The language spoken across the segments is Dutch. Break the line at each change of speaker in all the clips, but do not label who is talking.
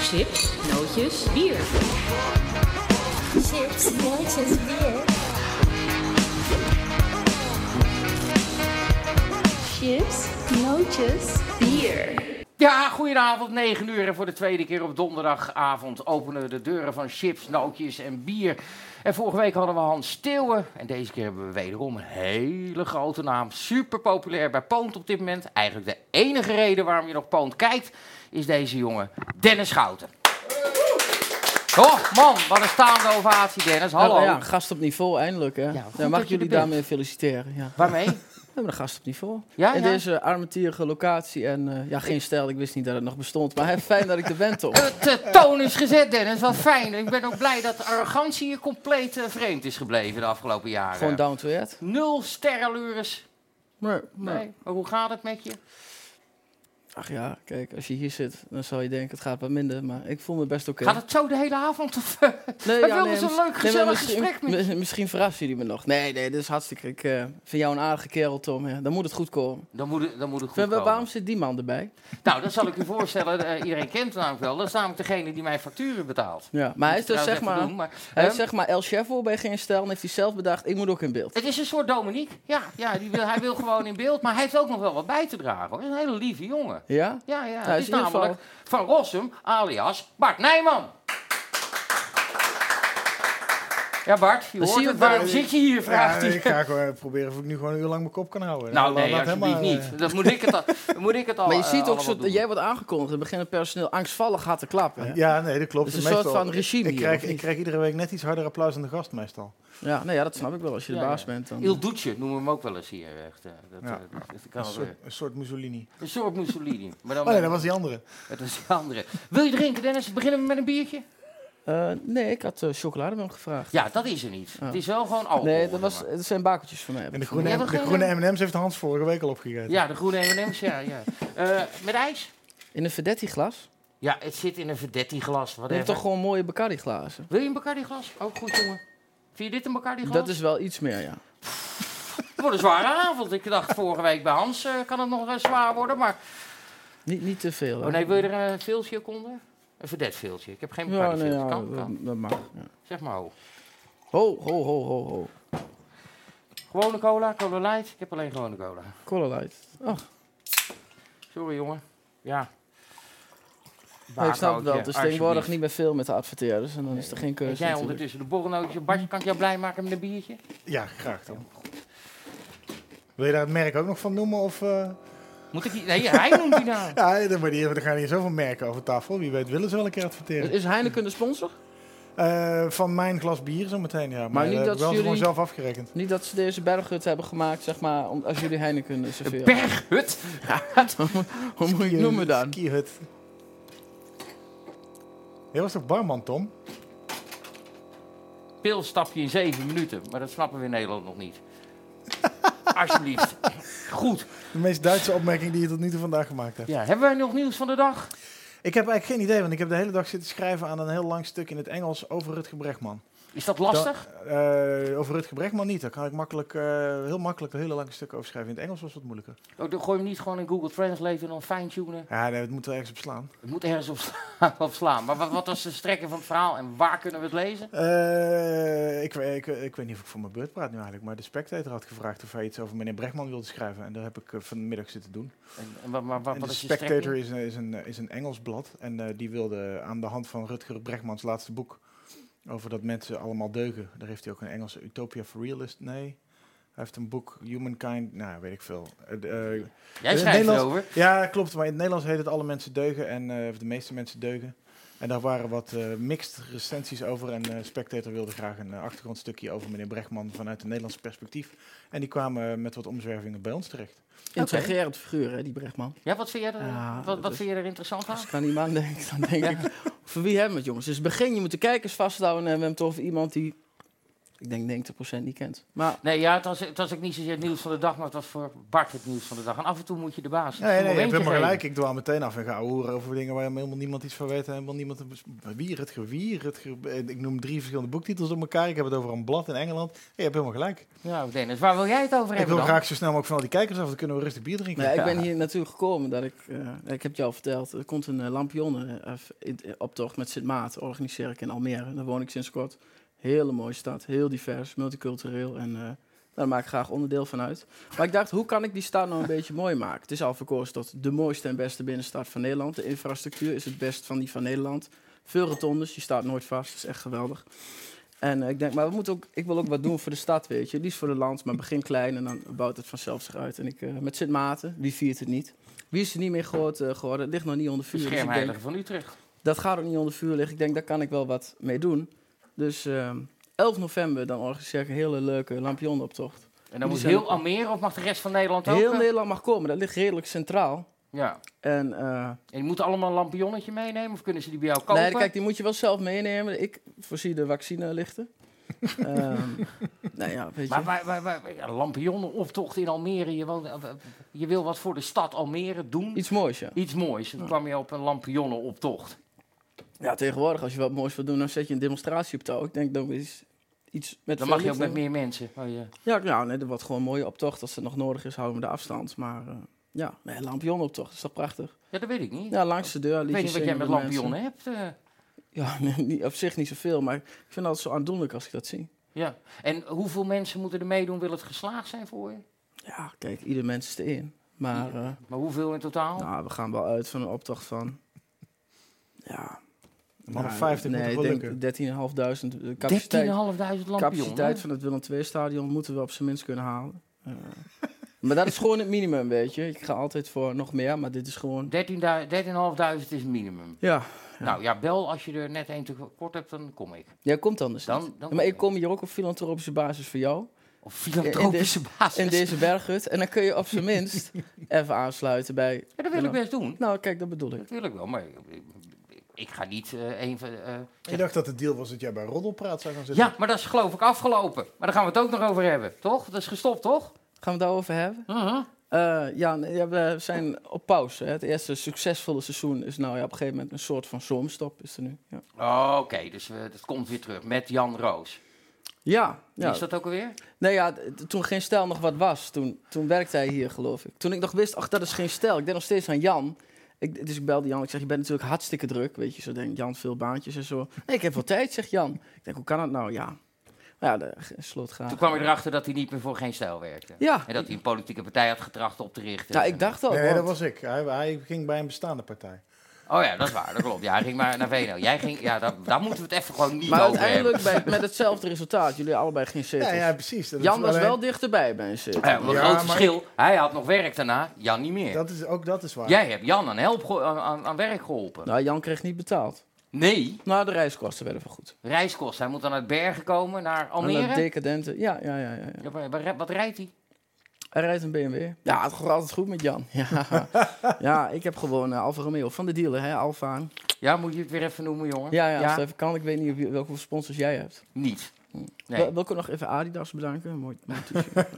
Chips, nootjes, bier.
Chips, nootjes, bier.
Chips, nootjes, bier.
Ja, goedenavond, 9 uur en voor de tweede keer op donderdagavond openen we de deuren van chips, nootjes en bier. En vorige week hadden we Hans Steeuwen en deze keer hebben we wederom een hele grote naam. Super populair bij Poont op dit moment. Eigenlijk de enige reden waarom je nog Poont kijkt, is deze jongen Dennis Schouten. Oh man, wat een staande ovatie Dennis, hallo.
Ja, gast op niveau eindelijk hè.
Ja,
mag ik jullie daarmee feliciteren. Ja.
Waarmee?
We hebben een gast op niveau.
Ja,
in
ja?
deze armetierige locatie. En geen stijl, ik wist niet dat het nog bestond. Maar fijn dat ik er ben toch.
De toon is gezet Dennis, wat fijn. Ik ben ook blij dat de arrogantie je compleet vreemd is gebleven de afgelopen jaren.
Gewoon down to earth.
0 sterrenlures.
Nee.
Nee. Maar hoe gaat het met je?
Ach ja, kijk, als je hier zit, dan zou je denken het gaat wat minder. Maar ik voel me best oké.
Gaat het zo de hele avond? Of,
Nee,
wij wilden zo'n leuk, gezellig gesprek met je.
Misschien verrassen jullie me nog. Nee, dit is hartstikke... Ik vind jou een aardige kerel, Tom. Ja. Dan moet het goed komen.
Dan moet het goed komen.
Waarom zit die man erbij?
Nou, dat zal ik u voorstellen. Iedereen kent hem namelijk wel. Dat is namelijk degene die mijn facturen betaalt.
Ja, maar hij is dus zeg maar... Hij is
zeg
zeg maar El Chefo bij Geen Stijl en heeft hij zelf bedacht, ik moet ook in beeld.
het is een soort Dominique. Ja, hij wil gewoon in beeld. Maar hij heeft ook nog wel wat bij te dragen. Hoor. Hij is een hele lieve jongen.
Ja?
Ja.
Nou,
Het is namelijk Van Rossum, alias Bart Nijman. Ja, Bart, je hoort het. Waarom zit je hier, vraagt hij.
Ik ga gewoon proberen of ik nu gewoon een uur lang mijn kop kan houden.
Nou, nee, alsjeblieft niet. Dat moet ik het al.
Maar je ziet ook,
doen.
jij wordt aangekondigd, dan begint het personeel angstvallig hard te klappen. Hè?
Ja, nee, dat klopt.
Het is een soort van regime hier.
Ik krijg iedere week net iets harder applaus dan de gast meestal.
Ja, nou ja, dat snap ik wel als je de baas bent. Dan...
Il Duce noemen we hem ook wel eens hier. Echt,
Een soort Mussolini.
Een soort Mussolini. Maar dan,
Nee, dat was die andere.
Dat was die andere. Wil je drinken, Dennis? Beginnen we met een biertje?
Nee, ik had chocolademelk gevraagd.
Ja, dat is er niet.
Oh.
Het is wel gewoon alcohol.
Nee, dat zijn bakeltjes voor mij.
En de groene M&M's heeft Hans vorige week al opgegeten.
Ja, de groene M&M's, ja. Met ijs?
In een Verdetti glas?
Ja, het zit in een Verdetti glas.
Je hebt toch gewoon mooie Bacardi glazen?
Wil je een Bacardi glas? Ook goed, jongen. Vind je dit een Bacardi glas?
Dat is wel iets meer, ja.
Het wordt een zware avond. Ik dacht vorige week bij Hans kan het nog zwaar worden, maar...
Niet te veel.
Oh nee, wil je er een veeltje onder? Een Verdet-veeltje. Ik heb geen Bacardi veeltje. Kan.
Dat mag. Ja.
Zeg maar ho.
Ho.
Gewone cola, Cola Light. Ik heb alleen gewone cola.
Cola Light. Oh.
Sorry, jongen. Ja.
Ik snap het wel. Het is tegenwoordig niet meer veel met de adverteerders. En dan is er geen keuze.
Eet jij ondertussen de borrelnootjes. Bartje, kan ik jou blij maken met een biertje?
Ja, graag dan. Wil je daar het merk ook nog van noemen? Of,
Moet ik nee, hij noemt die nou.
Ja, er gaan hier zoveel merken over tafel. Wie weet willen ze wel een keer adverteren.
Is Heineken de sponsor?
Van mijn glas bier zometeen, ja.
Maar niet dat
wel
jullie...
gewoon zelf afgerekend.
Niet dat ze deze berghut hebben gemaakt, zeg maar, als jullie Heineken serveren.
Berghut?
Hoe moet je het noemen dan?
Skihut. Jij was toch barman, Tom?
Pilstapje in 7 minuten. Maar dat snappen we in Nederland nog niet. Alsjeblieft. Goed.
De meest Duitse opmerking die je tot nu toe vandaag gemaakt hebt.
Ja, hebben wij nog nieuws van de dag?
Ik heb eigenlijk geen idee, want ik heb de hele dag zitten schrijven aan een heel lang stuk in het Engels over Rutger Bregman.
Is dat lastig?
Over Rutger Bregman niet. Daar kan ik heel makkelijk een hele lange stuk over schrijven. In het Engels was het wat moeilijker.
Oh, dan gooi je hem niet gewoon in Google Translate en dan fine-tunen?
Ja, nee, het moet er ergens op slaan.
Het moet ergens op slaan. Maar wat was de strekking van het verhaal en waar kunnen we het lezen?
Ik weet niet of ik voor mijn beurt praat nu eigenlijk, maar de Spectator had gevraagd of hij iets over meneer Bregman wilde schrijven. En dat heb ik vanmiddag zitten doen.
Wat
de
is de
Spectator
strekking?
is een Engels blad. En die wilde aan de hand van Rutger Bregmans laatste boek over dat mensen allemaal deugen. Daar heeft hij ook een Engelse Utopia for Realist. Nee, hij heeft een boek Humankind. Nou, weet ik veel.
Jij schrijft erover.
Ja, klopt. Maar in het Nederlands heet het alle mensen deugen en de meeste mensen deugen. En daar waren wat mixed recensies over. En Spectator wilde graag een achtergrondstukje over meneer Bregman vanuit een Nederlands perspectief. En die kwamen met wat omzwervingen bij ons terecht.
Intrigerend figuur, hè, die Bregman.
Ja, wat vind jij er, wat vind je er interessant aan?
Als ik aan die man denk, dan denk ik... Voor wie hebben we het, jongens? Dus begin, je moet de kijkers vasthouden en we hebben het over iemand die ik denk 90% niet kent. Maar
Nee, ja, het was ook niet zozeer het nieuws van de dag, maar het was voor Bart het nieuws van de dag. En af en toe moet je de baas
Nee,
een
je hebt
momentje
helemaal
geven.
gelijk. Ik dwaal meteen af en ga horen over dingen waar helemaal niemand iets van weet. En helemaal niemand... Ik noem 3 verschillende boektitels op elkaar. Ik heb het over een blad in Engeland. Je hebt helemaal gelijk.
Ja, Dennis, waar wil jij het over
Ik
hebben
wil
dan?
graag zo snel mogelijk van al die kijkers af. Dan kunnen we rustig bier drinken.
nee, ik ben
Ja.
hier naartoe gekomen dat ik heb het je al verteld, er komt een Lampionnenoptocht met Sint Maarten, organiseer ik in Almere. Daar woon ik sinds kort. Hele mooie stad, heel divers, multicultureel en daar maak ik graag onderdeel van uit. Maar ik dacht, hoe kan ik die stad nou een beetje mooi maken? Het is al verkozen tot de mooiste en beste binnenstad van Nederland. De infrastructuur is het best van die van Nederland. Veel rotondes, je staat nooit vast, dat is echt geweldig. En ik denk, maar ik wil ook wat doen voor de stad, weet je. Liefst voor de land, maar begin klein en dan bouwt het vanzelf zich uit. En ik met Sint Maarten, wie viert het niet? Wie is er niet meer groot geworden? Het ligt nog niet onder
De
vuur. Dus ik denk,
schermheilige van Utrecht.
dat gaat ook niet onder vuur liggen. Ik denk, daar kan ik wel wat mee doen. Dus 11 november, dan organiseer ik een hele leuke lampionnenoptocht.
En dan
Die
moet
zijn-
heel Almere, of mag de rest van Nederland ook?
Heel Nederland mag komen, dat ligt redelijk centraal.
Ja.
En
En die moeten allemaal een lampionnetje meenemen, of kunnen ze die bij jou kopen?
nee, kijk, die moet je wel zelf meenemen. Ik voorzie de vaccinelichten. Nou ja, weet je.
Maar ja, lampionnenoptocht in Almere, je wil wat voor de stad Almere doen.
Iets moois, ja.
Iets moois. Dan kwam je op een lampionnenoptocht.
Ja, tegenwoordig, als je wat moois wil doen, dan zet je een demonstratie op touw. Ik denk, dan is iets met
Dan
veel
mag je ook met
liefde.
meer mensen. Oh, ja.
Ja, nou, nee, dat wordt gewoon een mooie optocht. Als het nog nodig is, houden we de afstand. Maar ja, nee, lampionnenoptocht, is toch prachtig?
Ja, dat weet ik niet.
Ja, langs de deur.
Ik weet niet wat jij met lampionnen hebt.
Ja, nee, op zich niet zoveel, maar ik vind dat zo aandoenlijk als ik dat zie.
Ja. En hoeveel mensen moeten er meedoen? Wil het geslaagd zijn voor je?
Ja, kijk, ieder mens is er één. Maar
Maar hoeveel in totaal?
nou, we gaan wel uit van een optocht van... Ja,
Een man of
nou,
50 moet
nee,
het wel
ik
lukken.
denk 13.500. De
13.500
capaciteit
lampionnen.
van het Willem II-stadion moeten we op zijn minst kunnen halen. Maar dat is gewoon het minimum, weet je. Ik ga altijd voor nog meer, maar dit is gewoon...
13.500 is minimum.
Ja,
Nou ja, bel als je er net één te kort hebt, dan kom ik.
jij komt anders
Dan
niet.
kom
Maar ik
ik.
kom hier ook op filantropische basis voor jou.
Op filantropische basis.
In deze berghut. En dan kun je op zijn minst even aansluiten bij...
Ja, dat wil ik best doen.
Nou, kijk, dat bedoel ik.
Dat wil ik wel, maar ik ga niet een van...
Ik dacht dat het deal was dat jij bij Roddelpraat zou gaan zitten.
Ja, maar dat is geloof ik afgelopen. Maar daar gaan we het ook nog over hebben, toch? Dat is gestopt, toch?
Gaan we het daarover hebben?
Mhm.
Ja, nee, ja, we zijn op pauze. Hè. Het eerste succesvolle seizoen is nou ja, op een gegeven moment een soort van zomerstop is er nu. Ja,
Oké, dus dat komt weer terug met Jan Roos.
ja.
Wie is dat ook alweer?
Nee, ja, toen geen stijl nog wat was, toen werkte hij hier, geloof ik. Toen ik nog wist, ach, dat is geen stijl. Ik denk nog steeds aan Jan. Dus ik belde Jan, ik zeg, je bent natuurlijk hartstikke druk. Weet je, zo denk Jan, veel baantjes en zo. Nee, ik heb wel tijd, zegt Jan. Ik denk, hoe kan dat nou? Ja, maar ja, de sloot graag.
Toen kwam je erachter dat hij niet meer voor Geen Stijl werkte.
Ja.
En dat hij een politieke partij had getracht op te richten.
Ja, ik dacht al.
Nee,
want-
dat was ik. Hij ging bij een bestaande partij.
Oh ja, dat is waar, dat klopt. Ja, hij ging maar naar VNO. Jij ging, ja, daar moeten we het even gewoon niet
Maar
over hebben.
uiteindelijk met hetzelfde resultaat. Jullie allebei geen zetels.
Ja, precies. Dat
Jan
is
was
alleen-
wel dichterbij bij een zetel.
Ja, maar een
Ja,
groot
maar
verschil. Hij had nog werk daarna, Jan niet meer.
Dat is waar.
Jij hebt Jan aan werk geholpen.
Nou, Jan kreeg niet betaald.
Nee,
Nou, de reiskosten werden vergoed.
reiskosten. Hij moet dan uit Bergen komen naar
En
Almere.
dat decadente. Ja.
Ja, wat rijdt hij?
Hij rijdt een BMW. Ja, het gaat altijd goed met Jan. Ja, ja, ik heb gewoon Alfa Romeo van de dealer, hè, Alfa.
Ja, moet je het weer even noemen, jongen?
Ja, als het even kan. Ik weet niet welke sponsors jij hebt.
Niet. Nee.
Wil ik ook nog even Adidas bedanken? Mooi t-shirt.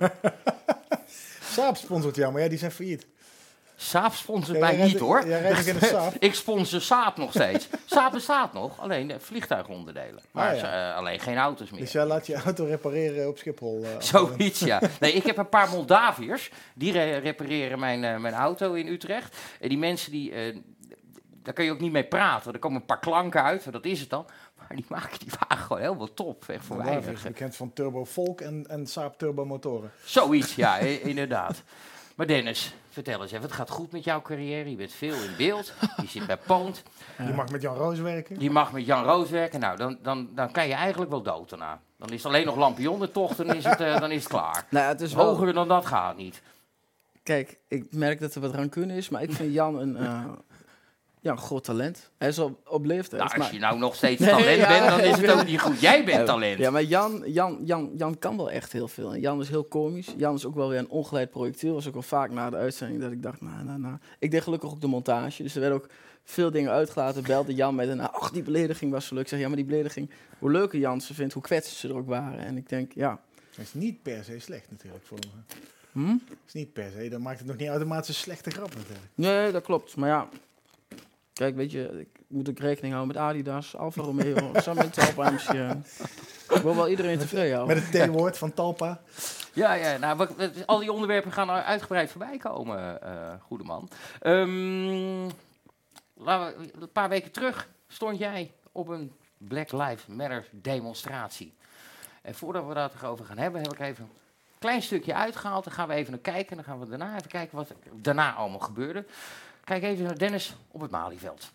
Saab sponsort jou, maar ja, die zijn failliet.
Saab sponsort
Ja,
mij
jij rijdt-
niet, hoor.
Jij rijdt ook in een Saab.
Ik sponsor Saab nog steeds. Saab bestaat nog, alleen vliegtuigonderdelen. Maar
ja.
alleen geen auto's meer.
Dus jij laat je auto repareren op Schiphol.
Zoiets, ja. Nee, ik heb een paar Moldaviërs. Die repareren mijn auto in Utrecht. En die mensen, daar kun je ook niet mee praten. Er komen een paar klanken uit, dat is het dan. Maar die maken die wagen gewoon helemaal top. Echt voor
Moldavië is
weinig.
bekend van Turbo Volk en Saab Turbo motoren.
Zoiets, ja, inderdaad. Maar Dennis, vertel eens even. Het gaat goed met jouw carrière. Je bent veel in beeld. Je zit bij Poont.
Je mag met Jan Roos werken.
Je mag met Jan Roos werken. Nou, dan kan je eigenlijk wel dood daarna. Dan is het alleen nog lampionnentocht, dan is het klaar.
Nou, ja, het is wel...
Hoger dan dat gaat niet.
Kijk, ik merk dat er wat rancune is, maar ik vind Jan een groot talent. Hij is op leeftijd.
Nou, als
maar-
je nou nog steeds
Nee,
talent
ja,
bent, dan is
ik
het ook
weet-
niet goed. Jij bent talent.
Ja, maar Jan kan wel echt heel veel. En Jan is heel komisch. Jan is ook wel weer een ongeleid projectiel. Was ook wel vaak na de uitzending dat ik dacht, nou. Ik deed gelukkig ook de montage. Dus er werden ook veel dingen uitgelaten. Belde Jan mij daarna, ach, die belediging was zo leuk. Ik zeg, ja, maar die belediging, hoe leuker Jan ze vindt, hoe kwetsend ze er ook waren. En ik denk, ja.
Dat is niet per se slecht natuurlijk voor me.
Hm?
Dat is niet per se, dan maakt het nog niet automatisch een slechte grap natuurlijk.
Nee, dat klopt. Maar ja, kijk, weet je, ik moet ook rekening houden met Adidas, Alfa Romeo, Samuel Talpa, misschien. Ik wil wel iedereen tevreden houden.
Met het T-woord van Talpa.
Ja, nou, al die onderwerpen gaan er uitgebreid voorbij komen, goede man. Een paar weken terug stond jij op een Black Lives Matter demonstratie. En voordat we daar over gaan hebben, heb ik even een klein stukje uitgehaald. Dan gaan we even naar kijken. Dan gaan we daarna even kijken wat daarna allemaal gebeurde. Kijk even naar Dennis op het Malieveld.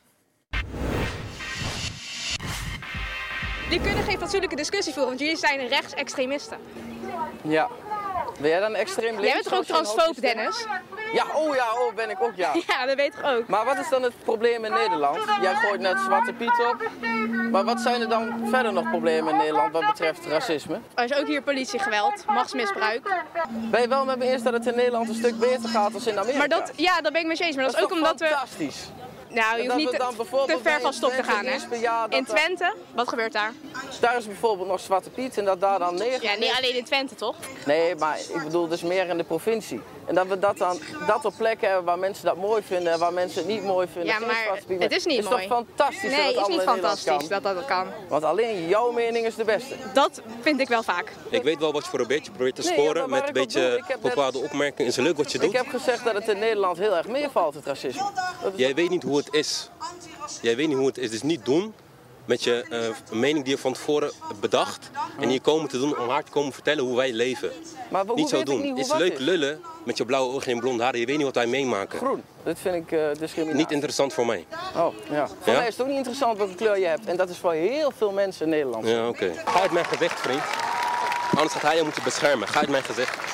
Die kunnen geen fatsoenlijke discussie voeren, want jullie zijn rechtsextremisten.
Ja. Ben jij dan extreem links?
Jij bent toch ook transfoob, Dennis?
Ja, ben ik ook, ja.
Ja, dat weet ik ook.
Maar wat is dan het probleem in Nederland? Jij gooit net Zwarte Piet op. Maar wat zijn er dan verder nog problemen in Nederland wat betreft racisme?
Er is ook hier politiegeweld, machtsmisbruik.
Ben je wel met me eens dat het in Nederland een stuk beter gaat dan in Amerika?
Maar dat ben ik met je eens. Maar dat is ook
toch
omdat we...
fantastisch?
Nou, je
dat
hoeft
we
niet
dan
te
bijvoorbeeld
ver
bij
van stok te
Twente
gaan, hè?
is per jaar dat
In Twente, wat gebeurt daar?
Daar is bijvoorbeeld nog Zwarte Piet en dat daar dan 9...
Ja, niet alleen in Twente, toch?
Nee, maar ik bedoel dus meer in de provincie. En dat we dat op plekken hebben waar mensen dat mooi vinden en waar mensen het niet mooi vinden.
Ja,
geen
maar
Zwarte Piet
het
meer.
is niet mooi.
Het is toch fantastisch dat
Nee,
het
is
allemaal
niet
in Nederland
fantastisch
kan?
dat kan.
Want alleen jouw mening is de beste.
Dat vind ik wel vaak.
Ik weet wel wat je probeert. Je probeert te
Nee,
scoren
ja, maar
met een
waar ik op doe,
beetje
ik heb net-
bepaalde opmerkingen. Het is leuk wat je
Ik
doet.
heb gezegd dat het in Nederland heel erg meevalt, het racisme. Dat is-
Jij weet niet hoe het is. Jij weet niet hoe het is. Dus niet doen met je mening die je van tevoren bedacht. En hier komen te doen om haar te komen vertellen hoe wij leven.
Maar hoe
Niet zo
weet ik
doen.
niet hoe
Het is
wat
leuk lullen met je blauwe ogen en blonde haren. Je weet niet wat wij meemaken.
Groen, dit vind ik discriminatie.
Niet interessant voor mij.
Oh, ja. Voor
Ja?
mij is het ook niet interessant welke kleur je hebt. En dat is voor heel veel mensen in Nederland.
Ja, oké. Ga uit mijn gezicht, vriend. Anders gaat hij je moeten beschermen. Ga uit mijn gezicht.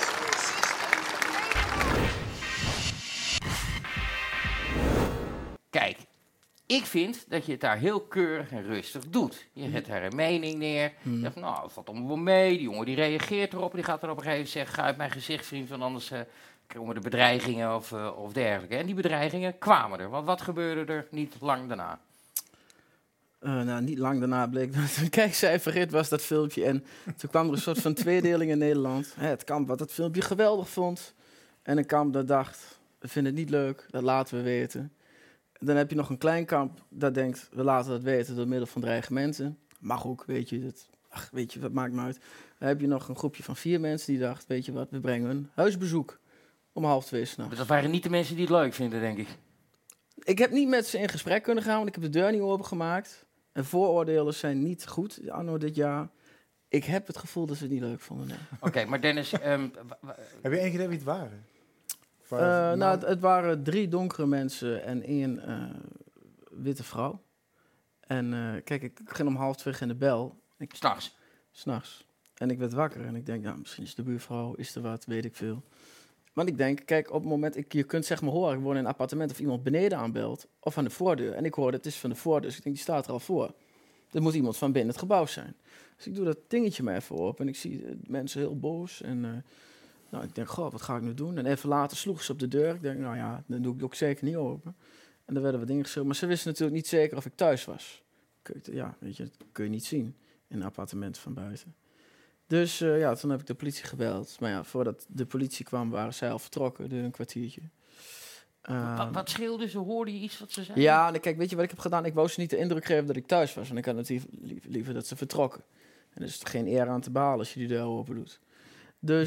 Kijk, ik vind dat je het daar heel keurig en rustig doet. Je zet daar een mening neer. Je zegt, nou, dat valt allemaal wel mee. Die jongen die reageert erop. Die gaat er op een gegeven moment zeggen, ga uit mijn gezicht, vriend. Want anders komen er bedreigingen of dergelijke. En die bedreigingen kwamen er. Want wat gebeurde er niet lang daarna?
Niet lang daarna bleek dat het een kijkcijferhit was, dat filmpje. En toen kwam er een soort van tweedeling in Nederland. Het kamp wat het filmpje geweldig vond. En een kamp dat dacht, we vinden het niet leuk, dat laten we weten. Dan heb je nog een klein kamp dat denkt, we laten dat weten door middel van dreigementen. Mag ook, weet je, wat maakt me uit. Dan heb je nog een groepje van 4 mensen die dacht, weet je wat, we brengen een huisbezoek om 1:30 s'nachts.
Dat waren niet de mensen die het leuk vinden, denk ik.
Ik heb niet met ze in gesprek kunnen gaan, want ik heb de deur niet opengemaakt. En vooroordelen zijn niet goed, anno dit jaar. Ik heb het gevoel dat ze het niet leuk vonden. Nee.
Oké, maar Dennis...
Heb je enig idee wie het waren?
Het waren 3 donkere mensen en 1 witte vrouw. En kijk, ik ging om 1:30 in de bel.
S'nachts.
'S'nachts. En ik werd wakker en ik denk, ja, misschien is de buurvrouw, is er wat, weet ik veel. Want ik denk, kijk, op het moment, je kunt zeg maar horen, ik woon in een appartement of iemand beneden aanbelt, of aan de voordeur. En ik hoorde, het is van de voordeur, dus ik denk, die staat er al voor. Er moet iemand van binnen het gebouw zijn. Dus ik doe dat dingetje maar even op en ik zie mensen heel boos. En ik denk, goh, wat ga ik nu doen? En even later sloegen ze op de deur. Ik denk, nou ja, dan doe ik het ook zeker niet open. En er werden wat dingen geschreven. Maar ze wisten natuurlijk niet zeker of ik thuis was. Ja, weet je, dat kun je niet zien in een appartement van buiten. Dus toen heb ik de politie gebeld. Maar ja, voordat de politie kwam, waren zij al vertrokken. Duurde een kwartiertje.
Wat scheelde ze? Hoorde je iets wat ze zeiden?
Ja, en kijk, weet je wat ik heb gedaan? Ik wou ze niet de indruk geven dat ik thuis was. Want ik had natuurlijk liever dat ze vertrokken. En er is geen eer aan te behalen als je die deur open doet. Dus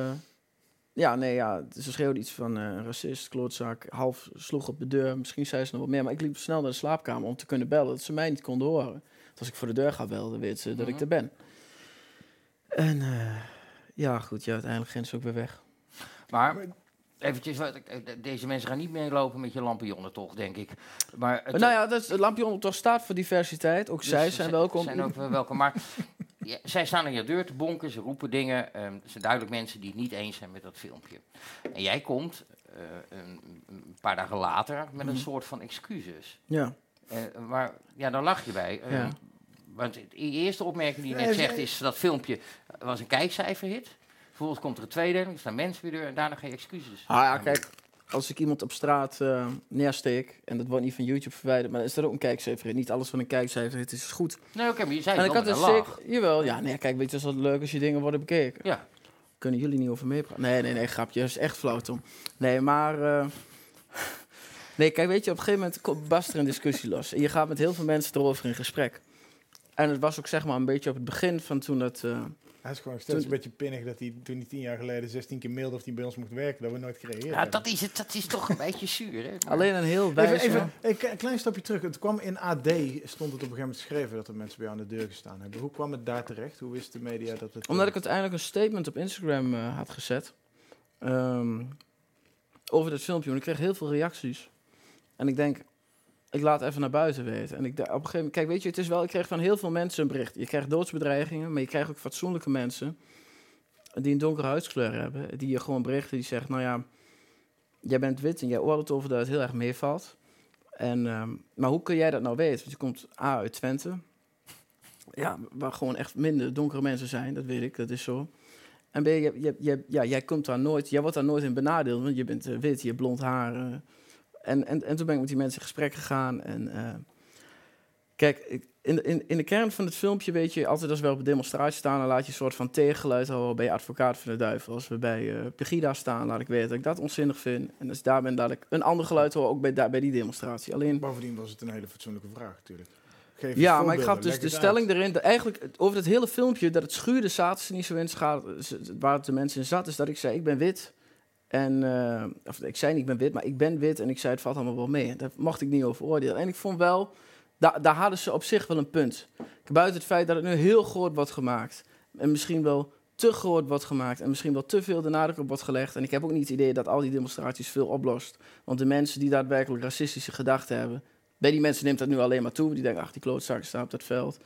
ze schreeuwde iets van racist, klootzak, half sloeg op de deur. Misschien zei ze nog wat meer, maar ik liep snel naar de slaapkamer om te kunnen bellen, dat ze mij niet konden horen. Dus als ik voor de deur ga bellen, dan weet ze dat ik er ben. En uiteindelijk ging ze ook weer weg.
Maar eventjes, deze mensen gaan niet meelopen met je lampionnen toch, denk ik. Maar
de lampionentocht staat voor diversiteit. Ook zij zijn welkom.
Zijn ook wel welkom, maar zij staan aan je deur te bonken, ze roepen dingen. Er zijn duidelijk mensen die het niet eens zijn met dat filmpje. En jij komt een paar dagen later met een soort van excuses.
Ja.
Maar ja, daar lach je bij.
Ja.
Want de eerste opmerking die je net zegt is... dat filmpje was een kijkcijferhit. Vervolgens komt er een tweede, er staan mensen weer deur... en daarna ga je excuses.
Kijk, als ik iemand op straat neersteek... en dat wordt niet van YouTube verwijderd... maar dan is dat ook een kijkcijferhit. Niet alles van een kijkcijferhit is goed.
Nee, oké, maar je zei
En
het
ik
wel
had
met
dus
een lach.
zeker... Jawel, ja, nee, kijk, weet je, het is wel leuk als je dingen worden bekeken.
Ja.
Kunnen jullie niet over meepraten? Nee, grapje. Dat is echt flauw, Tom. Nee, maar... nee, kijk, weet je, op een gegeven moment barst er een discussie los. En je gaat met heel veel mensen erover in gesprek. En het was ook zeg maar een beetje op het begin van toen dat...
Hij is gewoon steeds een beetje pinnig dat hij toen hij 10 jaar geleden 16 keer mailde of hij bij ons mocht werken, dat we nooit gereageerd
Ja,
hebben.
dat is het. Dat is toch een beetje zuur, hè? Maar-
Alleen een heel wijze...
Even een klein stapje terug. Het kwam in AD, stond het op een gegeven moment geschreven dat er mensen bij jou aan de deur gestaan hebben. Hoe kwam het daar terecht? Hoe wist de media dat het...
Omdat ik uiteindelijk een statement op Instagram had gezet. Over dat filmpje. Want ik kreeg heel veel reacties. En ik denk, ik laat even naar buiten weten. En ik dacht, op een gegeven moment, kijk, weet je, het is wel, ik kreeg van heel veel mensen een bericht. Je krijgt doodsbedreigingen, maar je krijgt ook fatsoenlijke mensen die een donkere huidskleur hebben. Die je gewoon berichten die zeggen, nou ja, jij bent wit en jij oordeelt over dat het heel erg meevalt. En, maar hoe kun jij dat nou weten? Want je komt uit Twente. Ja, waar gewoon echt minder donkere mensen zijn, dat weet ik, dat is zo. En jij komt daar nooit, jij wordt daar nooit in benadeeld, want je bent wit, je hebt blond haar. En toen ben ik met die mensen in gesprek gegaan. En kijk, in de kern van het filmpje weet je, altijd als we op een demonstratie staan, dan laat je een soort van tegengeluid horen bij advocaat van de duivel. Als we bij Pegida staan, laat ik weten dat ik dat onzinnig vind. En als ik daar ben, laat ik een ander geluid horen, ook bij die demonstratie. Alleen...
Bovendien was het een hele fatsoenlijke vraag natuurlijk.
Ja, maar ik gaf dus de stelling erin, eigenlijk over het hele filmpje, dat het schuurde, zaten ze niet zo in, waar het de mensen in zat, is dat ik zei, ik ben wit. En, of ik zei niet, ik ben wit, maar ik ben wit en ik zei, het valt allemaal wel mee. Daar mocht ik niet over oordelen. En ik vond wel, daar hadden ze op zich wel een punt. Buiten het feit dat het nu heel groot wordt gemaakt. En misschien wel te groot wordt gemaakt. En misschien wel te veel de nadruk op wordt gelegd. En ik heb ook niet het idee dat al die demonstraties veel oplost. Want de mensen die daadwerkelijk racistische gedachten hebben, bij die mensen neemt dat nu alleen maar toe. Die denken, ach, die klootzakken staan op dat veld.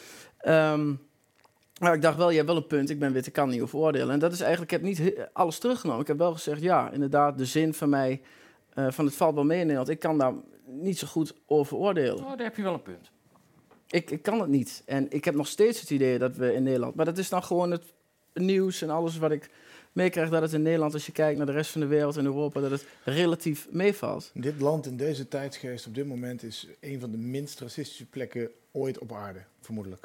Maar ik dacht wel, je hebt wel een punt, ik ben wit, ik kan niet over oordelen. En dat is eigenlijk, ik heb niet alles teruggenomen. Ik heb wel gezegd, ja, inderdaad, de zin van mij, van het valt wel mee in Nederland, ik kan daar niet zo goed over oordelen.
Oh, daar heb je wel een punt.
Ik kan het niet. En ik heb nog steeds het idee dat we in Nederland, maar dat is dan gewoon het nieuws en alles wat ik meekrijg, dat het in Nederland, als je kijkt naar de rest van de wereld en Europa, dat het relatief meevalt.
Dit land in deze tijdsgeest op dit moment is een van de minst racistische plekken ooit op aarde, vermoedelijk.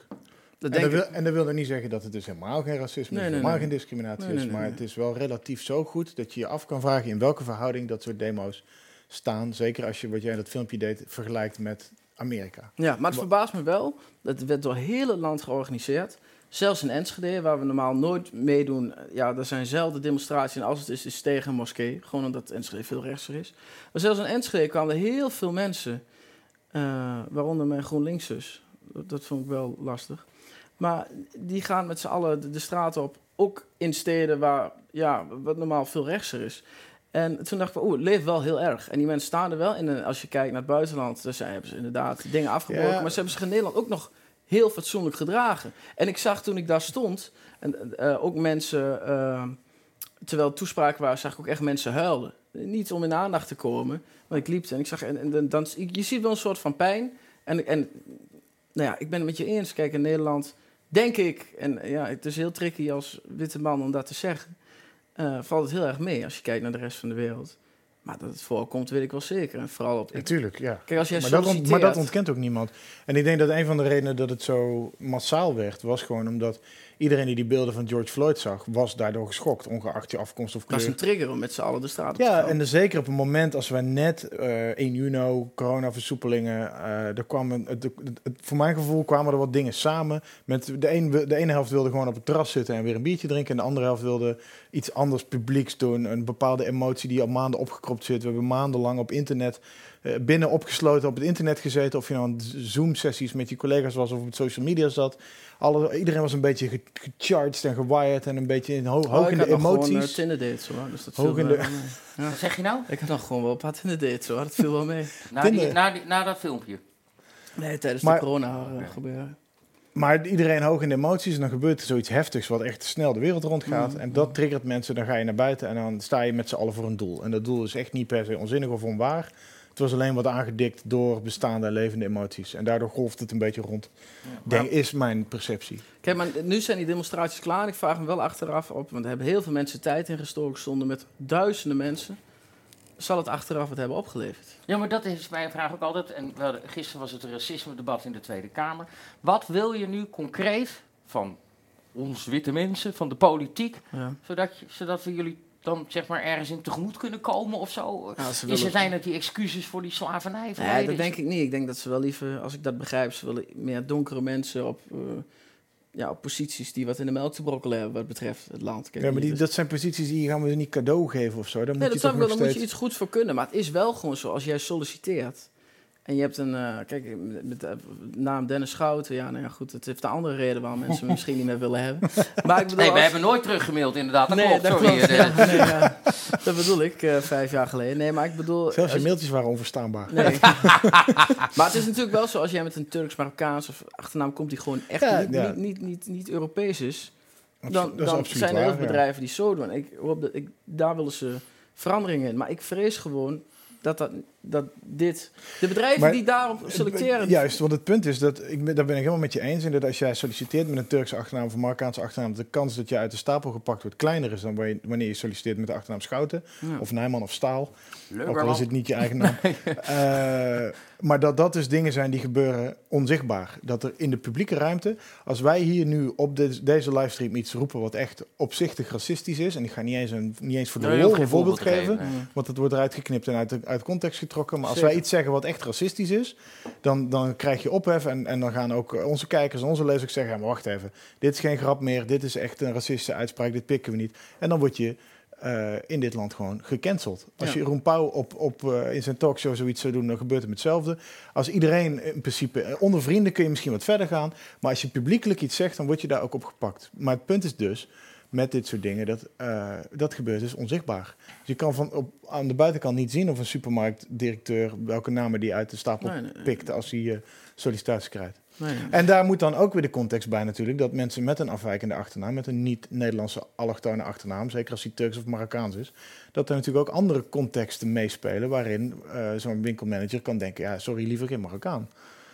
En dat wil niet zeggen dat het dus helemaal geen racisme is, helemaal geen discriminatie is, maar het is wel relatief zo goed dat je je af kan vragen in welke verhouding dat soort demo's staan. Zeker als je wat jij in dat filmpje deed vergelijkt met Amerika.
Ja, maar het verbaast me wel, dat werd door het hele land georganiseerd. Zelfs in Enschede, waar we normaal nooit meedoen, ja, er zijn zelden demonstraties en als het is tegen een moskee. Gewoon omdat Enschede veel rechtser is. Maar zelfs in Enschede kwamen er heel veel mensen, waaronder mijn GroenLinkszus. Dat vond ik wel lastig. Maar die gaan met z'n allen de straat op, ook in steden waar, ja, wat normaal veel rechtser is. En toen dacht ik, het leeft wel heel erg. En die mensen staan er wel. En als je kijkt naar het buitenland, dan hebben ze inderdaad dingen afgebroken. Ja. Maar ze hebben zich in Nederland ook nog heel fatsoenlijk gedragen. En ik zag toen ik daar stond, en ook mensen, terwijl het toespraken waren, zag ik ook echt mensen huilen. Niet om in de aandacht te komen, maar ik liep en ik zag, je ziet wel een soort van pijn. En nou ja, ik ben het met je eens. Kijk, in Nederland denk ik, en ja, het is heel tricky als witte man om dat te zeggen, valt het heel erg mee als je kijkt naar de rest van de wereld. Maar dat het voorkomt, weet ik wel zeker. En vooral op...
Natuurlijk, ja.
Kijk, als jij
maar dat ontkent ook niemand. En ik denk dat een van de redenen dat het zo massaal werd, was gewoon omdat iedereen die beelden van George Floyd zag, was daardoor geschokt, ongeacht je afkomst of kleur.
Dat is een trigger om met z'n allen de straat op te
gaan. Ja,
en
zeker op een moment als we net 1 juni, coronaversoepelingen, er kwam voor mijn gevoel kwamen er wat dingen samen. De ene helft wilde gewoon op het terras zitten en weer een biertje drinken, en de andere helft wilde iets anders publieks doen, een bepaalde emotie die al maanden opgekropt zit. We hebben maandenlang op internet, binnen opgesloten op het internet gezeten, of je nou aan Zoom-sessies met je collega's was of op social media zat. Iedereen was een beetje gecharged en gewired en een beetje hoog in de emoties. Ik had
Tinder dates hoor, dus dat
hoog
viel
mee. Ja. Wat zeg je nou?
Ik had nog gewoon wel een paar Tinder dates hoor, dat viel wel mee.
Na dat filmpje?
Nee, tijdens de corona gebeuren.
Maar iedereen hoog in de emoties en dan gebeurt er zoiets heftigs wat echt snel de wereld rondgaat. En dat triggert mensen, dan ga je naar buiten en dan sta je met z'n allen voor een doel. En dat doel is echt niet per se onzinnig of onwaar. Het was alleen wat aangedikt door bestaande en levende emoties. En daardoor golft het een beetje rond, is mijn perceptie.
Kijk, maar nu zijn die demonstraties klaar. Ik vraag me wel achteraf op, want er hebben heel veel mensen tijd ingestoken, stonden met duizenden mensen. Zal het achteraf het hebben opgeleverd?
Ja, maar dat is mijn vraag ook altijd. En gisteren was het een racisme-debat in de Tweede Kamer. Wat wil je nu concreet van ons witte mensen, van de politiek, zodat we jullie dan zeg maar ergens in tegemoet kunnen komen of zo? Ja, zijn het die excuses voor die slavernij?
Nee, dat denk ik niet. Ik denk dat ze wel liever, als ik dat begrijp, ze willen meer donkere mensen op posities die wat in de melk te brokkelen hebben wat betreft het land. Kijk,
maar dat zijn posities die gaan we niet cadeau geven of zo. Daar
moet je iets goeds voor kunnen. Maar het is wel gewoon zo, als jij solliciteert en je hebt een, met de naam Dennis Schouten, het heeft een andere reden waarom mensen me misschien niet meer willen hebben. Maar ik bedoel,
we hebben nooit teruggemaild inderdaad. Dat klopt,
dat
sorry.
Klopt. Dat bedoel ik, 5 jaar geleden. Nee, maar ik bedoel...
Zelfs je mailtjes waren onverstaanbaar.
Nee. Maar het is natuurlijk wel zo, als jij met een Turks-Marokkaans of achternaam komt die gewoon echt niet Europees is, dan zijn er heel veel bedrijven die zo doen. Daar willen ze veranderingen in. Maar ik vrees gewoon dat dit... De bedrijven die daarop selecteren...
Juist, want het punt is, daar ben ik helemaal met je eens, in dat als jij solliciteert met een Turkse achternaam of een Marokkaanse achternaam, de kans dat je uit de stapel gepakt wordt kleiner is dan wanneer je solliciteert met de achternaam Schouten of Nijman of Staal. Ook al is het niet je eigen naam. Maar dat dus dingen zijn die gebeuren onzichtbaar. Dat er in de publieke ruimte, als wij hier nu op deze livestream iets roepen wat echt opzichtig racistisch is, en ik ga niet eens voor de lol een voorbeeld geven, want het wordt eruit geknipt en uit context getrokken, maar als wij iets zeggen wat echt racistisch is, dan krijg je ophef en dan gaan ook onze kijkers en onze lezers zeggen, ja, maar wacht even, dit is geen grap meer, dit is echt een racistische uitspraak, dit pikken we niet. En dan word je in dit land gewoon gecanceld. Als je Jeroen Pauw in zijn talkshow zoiets zou doen, dan gebeurt het hetzelfde. Als iedereen in principe, onder vrienden kun je misschien wat verder gaan, maar als je publiekelijk iets zegt, dan word je daar ook op gepakt. Maar het punt is dus, met dit soort dingen, dat gebeurt dus onzichtbaar. Dus je kan aan de buitenkant niet zien of een supermarktdirecteur welke namen die uit de stapel pikt als hij sollicitatie krijgt. Nee. En daar moet dan ook weer de context bij natuurlijk, dat mensen met een afwijkende achternaam, met een niet-Nederlandse allochtone achternaam, zeker als die Turks of Marokkaans is, dat er natuurlijk ook andere contexten meespelen waarin zo'n winkelmanager kan denken, ja, sorry, liever geen Marokkaan.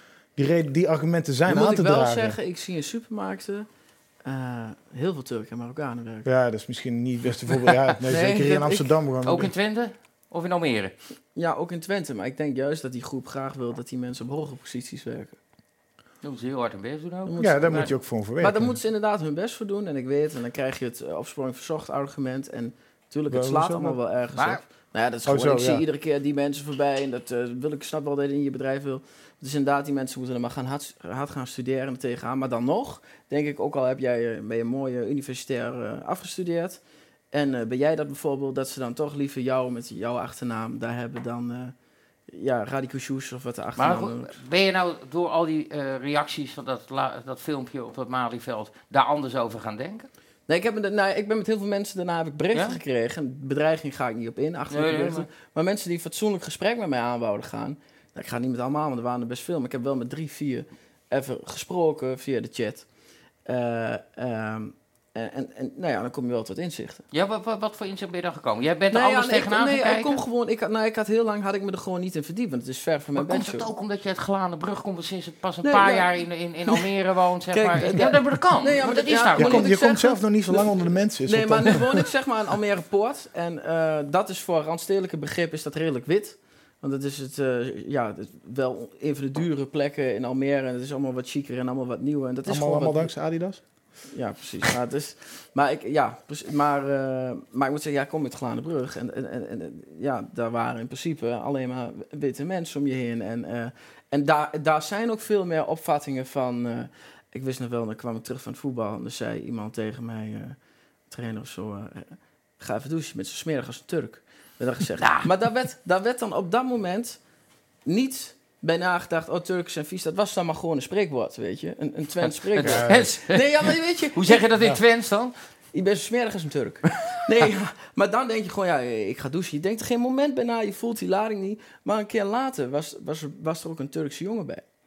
Die argumenten zijn aan te dragen.
Ik moet wel zeggen, ik zie in supermarkten heel veel Turken en Marokkanen werken.
Ja, dat is misschien niet het beste voorbeeld. Ja, zeker hier in Amsterdam.
Ook in Twente? Of in Almere?
Ja, ook in Twente. Maar ik denk juist dat die groep graag wil dat die mensen op hoge posities werken.
Dan moeten ze heel hard hun best doen ook.
Daar moet je ook voor verwerken.
Maar daar moeten ze inderdaad hun best voor doen. En ik weet, en dan krijg je het opsporing verzocht argument. En natuurlijk, het slaat allemaal wel ergens op. Nou ja, dat is gewoon, ik zie iedere keer die mensen voorbij. En dat snap wel dat je in je bedrijf wil. Dus inderdaad, die mensen moeten er maar hard gaan studeren en tegenaan. Maar dan nog, denk ik, ook al ben je een mooie universitair afgestudeerd. En ben jij dat bijvoorbeeld, dat ze dan toch liever jou met jouw achternaam daar hebben dan Radico Shoes of wat de achternaam.
Maar ben je nou door al die reacties van dat filmpje op dat Malieveld daar anders over gaan denken?
Nee, ik ben met heel veel mensen daarna heb ik berichten gekregen. Bedreiging ga ik niet op in, berichten. Maar mensen die een fatsoenlijk gesprek met mij aan wouden gaan. Ik ga niet met allemaal, want er waren er best veel. Maar ik heb wel met 3, 4 even gesproken via de chat. Dan kom je wel tot inzichten.
Ja, wat voor inzicht ben je dan gekomen? Jij bent er anders tegenaan gaan kijken?
Ik kom gewoon... had ik me er gewoon niet in verdiept, want het is ver van mijn bedshow.
Maar komt het ook omdat je uit Glaanenbrug komt sinds het pas een paar jaar in Almere woont, zeg maar? Dat kan. Nee, maar dat is nou.
Je komt zelf nog niet zo lang onder de mensen.
Nee, maar nu woon ik zeg maar aan Almere Poort. En dat is voor randstedelijke begrip is dat redelijk wit. Want dat is wel een van de dure plekken in Almere. En het is allemaal wat chiquer en allemaal wat nieuwer. En dat is
allemaal dankzij Adidas?
Ja, precies. Maar ik moet zeggen, ik kom uit Glaanenbrug. En daar waren in principe alleen maar witte mensen om je heen. En daar zijn ook veel meer opvattingen van... ik wist nog wel, dan kwam ik terug van het voetbal. En dan zei iemand tegen mij, trainer of zo... ga even douchen, met zo smerig als een Turk. Dat had gezegd. Ja. Maar daar werd dan op dat moment niet... bij nagedacht, Turks en vies, dat was dan maar gewoon een spreekwoord, weet je. Een Twents spreekwoord. Nee, ja, maar weet je...
Hoe zeg je dat in Twents dan?
Je bent zo smerig als een Turk. Nee, maar dan denk je gewoon, ik ga douchen. Je denkt er geen moment bij na, je voelt die lading niet. Maar een keer later was er ook een Turkse jongen bij.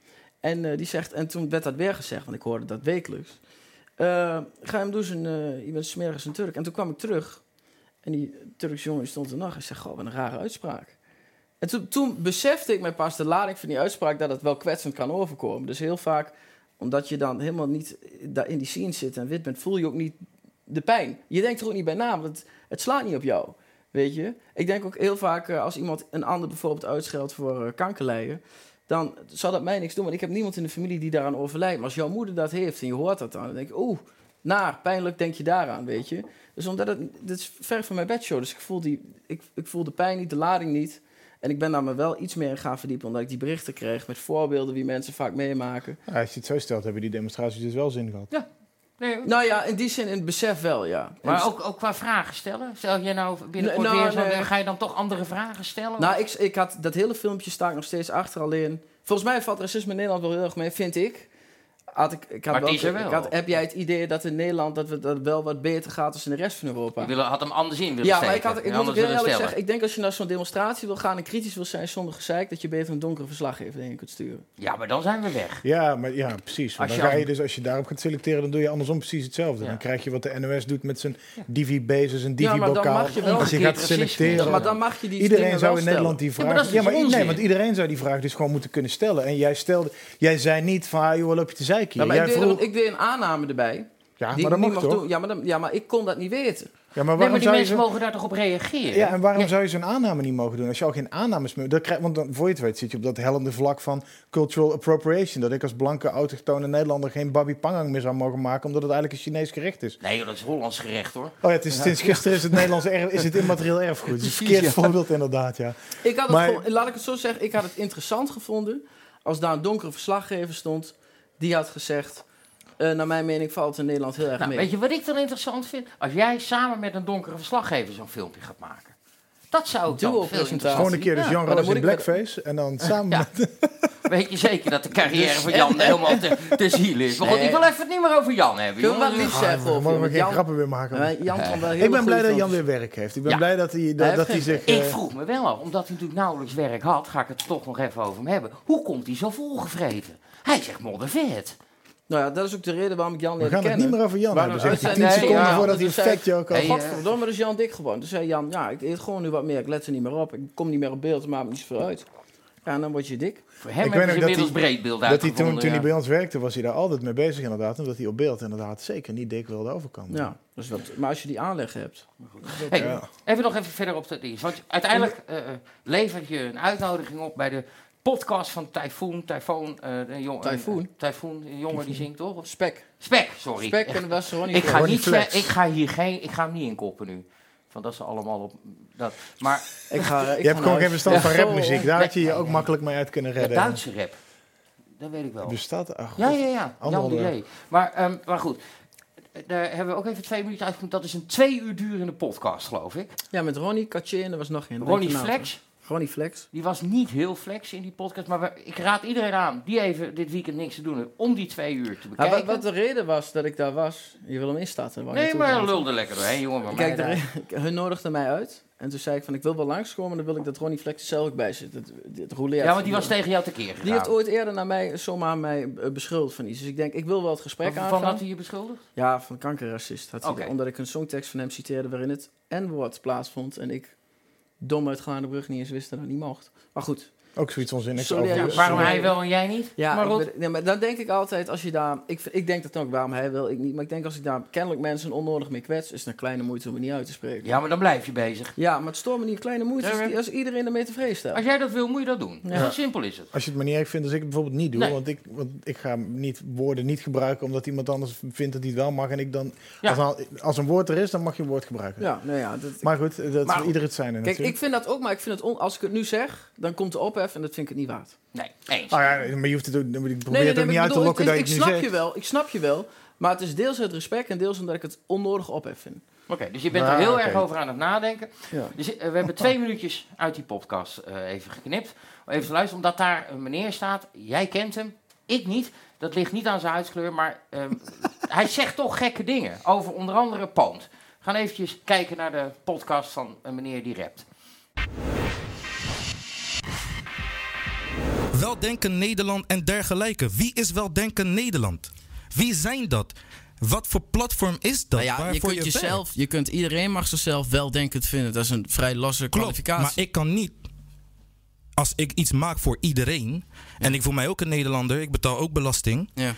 En die zegt, en toen werd dat weer gezegd, want ik hoorde dat wekelijks. Ga je hem doen, je bent 's middags een Turk. En toen kwam ik terug. En die Turkse jongen stond er nog. Hij zei, goh, wat een rare uitspraak. En toen besefte ik mij pas de lading van die uitspraak... dat het wel kwetsend kan overkomen. Dus heel vaak, omdat je dan helemaal niet daar in die scene zit en wit bent... voel je ook niet de pijn. Je denkt er ook niet bij na, want het slaat niet op jou. Weet je? Ik denk ook heel vaak, als iemand een ander bijvoorbeeld uitscheldt voor kankerlijden... dan zal dat mij niks doen, want ik heb niemand in de familie die daaraan overlijdt. Maar als jouw moeder dat heeft en je hoort dat dan denk je... naar, pijnlijk, denk je daaraan, weet je. Dus omdat het is ver van mijn bedshow, dus ik voel de pijn niet, de lading niet... En ik ben daar me wel iets meer in gaan verdiepen... omdat ik die berichten kreeg met voorbeelden... wie mensen vaak meemaken.
Ja, als je het zo stelt, hebben die demonstraties dus wel zin gehad.
Ja. Nee,
nou ja, in die zin, in het besef wel, ja.
Maar ook qua vragen stellen? Stel je nou binnenkort ga je dan toch andere vragen stellen?
Nou, ik had dat hele filmpje sta ik nog steeds achter alleen. Volgens mij valt racisme in Nederland wel heel erg mee, vind ik. Heb jij het idee dat in Nederland dat wel wat beter gaat dan in de rest van Europa?
Je had hem anders in willen
steken.
Ja,
maar ik moet heel eerlijk zeggen, ik denk als je naar zo'n demonstratie wil gaan en kritisch wil zijn zonder gezeik, dat je beter een donkere verslaggever heen kunt sturen.
Ja, maar dan zijn we weg.
Ja, precies. Want dan ga je dus, als je daarop gaat selecteren, dan doe je andersom precies hetzelfde. Ja. Dan krijg je wat de NOS doet met zijn divi-bases en divi-bokaal. Als je gaat selecteren.
Ja, maar dan mag je die
iedereen zou in Nederland die vraag... want iedereen zou die vraag dus gewoon moeten kunnen stellen. En jij zei niet van, joh, loop je te zeiken.
Ik deed een aanname erbij.
Ja, maar dat mag toch?
Maar ik kon dat niet weten.
Ja, maar
die mensen mogen daar toch op reageren?
Ja, en waarom zou je zo'n aanname niet mogen doen? Als je al geen aannames meer... Want dan, voor je het weet zit je op dat hellende vlak van cultural appropriation. Dat ik als blanke, autochtone Nederlander geen babi pangang meer zou mogen maken... omdat het eigenlijk een Chinees gerecht is.
Nee, dat is Hollands gerecht, hoor.
Oh ja, sinds gisteren is het Nederlands is het immaterieel erfgoed. Het is een verkeerd voorbeeld inderdaad, ja.
Laat ik het zo zeggen, ik had het interessant gevonden... als daar een donkere verslaggever stond... die had gezegd... naar mijn mening valt het in Nederland heel erg mee.
Weet je wat ik dan interessant vind? Als jij samen met een donkere verslaggever zo'n filmpje gaat maken. Dat zou ik dan veel interessanter.
Gewoon een keer dus Jan Roos in blackface en dan samen met...
Weet je zeker dat de carrière van Jan helemaal te ziel is? Maar ik wil even het niet meer over Jan hebben.
Kun je wat lief zeggen over
Mogen we geen grappen weer maken?
Ik
ben blij dat Jan weer werk heeft. Ik ben blij dat hij zich...
Ik vroeg me wel af, omdat hij natuurlijk nauwelijks werk had... ga ik het toch nog even over hem hebben. Hoe komt hij zo volgevreten? Hij zegt moddervet.
Nou ja, dat is ook de reden waarom ik Jan leerde kennen.
We gaan het niet meer over Jan hebben. Dus 10 seconden voordat hij een factje ook al...
Godverdomme, dat is Jan Dik gewoon. Toen zei Jan, ik eet gewoon nu wat meer. Ik let er niet meer op. Ik kom niet meer op beeld, het maakt me niet zoveel uit. Ja, en dan word je dik.
Voor hem hebben ze inmiddels breed beeld uitgevonden.
Toen hij bij ons werkte, was hij daar altijd mee bezig inderdaad. Omdat hij op beeld inderdaad zeker niet dik wilde overkomen.
Ja, dus maar als je die aanleg hebt...
Even nog even verder op de dienst. Want uiteindelijk levert je een uitnodiging op bij de... podcast van Typhoon, een jongen die zingt toch?
Spek,
sorry.
Spek en was Ronnie.
Ik ga niet inkoppen nu. Want dat ze allemaal op dat. Maar
je hebt gewoon geen verstand van rapmuziek. Daar had je je ook makkelijk mee uit kunnen redden.
De Duitse rap. Dat weet ik wel.
Bestaat?
Ja. Jan Delay. Maar goed. Daar hebben we ook even 2 minuten uitgevoerd. Dat is een 2 uur durende podcast, geloof ik.
Ja, met Ronnie, Katje en er was nog geen.
Ronnie Flex. Die was niet heel flex in die podcast. Maar ik raad iedereen aan die even dit weekend niks te doen heeft om die 2 uur te bekijken.
Ja, wat de reden was dat ik daar was. Je wil hem instarten.
Nee, maar lulde lekker doorheen, jongen.
Kijk, hun nodigde mij uit. En toen zei ik van, ik wil wel langskomen. Dan wil ik dat Ronnie Flex er zelf ook bij zit. Het roleert.
Ja, want die was tegen jou tekeer gegaan.
Die heeft ooit eerder naar mij, zomaar mij beschuldigd van iets. Dus ik denk, ik wil wel het gesprek aangaan.
Van had hij je beschuldigd?
Ja, van kankerracist. Omdat ik een songtekst van hem citeerde waarin het N-woord plaatsvond. En ik dom uit Glaanderbrug niet eens wist dat dat niet mocht. Maar goed.
Ook zoiets onzinnigs.
Waarom hij wel en jij niet?
Ja, maar dan denk ik altijd, als je daar... Ik denk dat ook, waarom hij wel, ik niet. Maar ik denk, als ik daar kennelijk mensen onnodig mee kwets... is het een kleine moeite om het niet uit te spreken.
Ja, maar dan blijf je bezig.
Ja, maar het stoort me niet, kleine moeite. Als iedereen ermee tevreden stelt.
Als jij dat wil, moet je dat doen. Ja. Zo simpel is het.
Als je het maar niet erg vindt, als ik het bijvoorbeeld niet doe... Nee. Want ik ga woorden niet gebruiken... omdat iemand anders vindt dat hij het wel mag... en ik dan... Ja. Als een woord er is, dan mag je een woord gebruiken.
Ja,
maar goed, dat is ieder het zijn.
Kijk,
natuurlijk.
Ik vind dat ook, maar ik vind het als ik het nu zeg... dan komt de ophef en dat vind ik het niet waard.
Nee, eens.
Maar je hoeft het ook, ik probeer het ook niet uit te lokken dat je het nu zegt.
Ik snap je wel, maar het is deels uit respect en deels omdat ik het onnodig ophef vind.
Oké, dus je bent er heel erg over aan het nadenken. Ja. Dus, we hebben 2 minuutjes uit die podcast even geknipt. Even te luisteren, omdat daar een meneer staat. Jij kent hem, ik niet. Dat ligt niet aan zijn huidskleur, maar hij zegt toch gekke dingen. Over onder andere Poont. We gaan eventjes kijken naar de podcast van een meneer die rapt.
Weldenken Nederland en dergelijke. Wie is Weldenken Nederland? Wie zijn dat? Wat voor platform is dat?
Nou ja, iedereen mag zichzelf weldenkend vinden. Dat is een vrij losse kwalificatie.
Maar ik kan niet, als ik iets maak voor iedereen, en ik voel mij ook een Nederlander, ik betaal ook belasting.
Ja.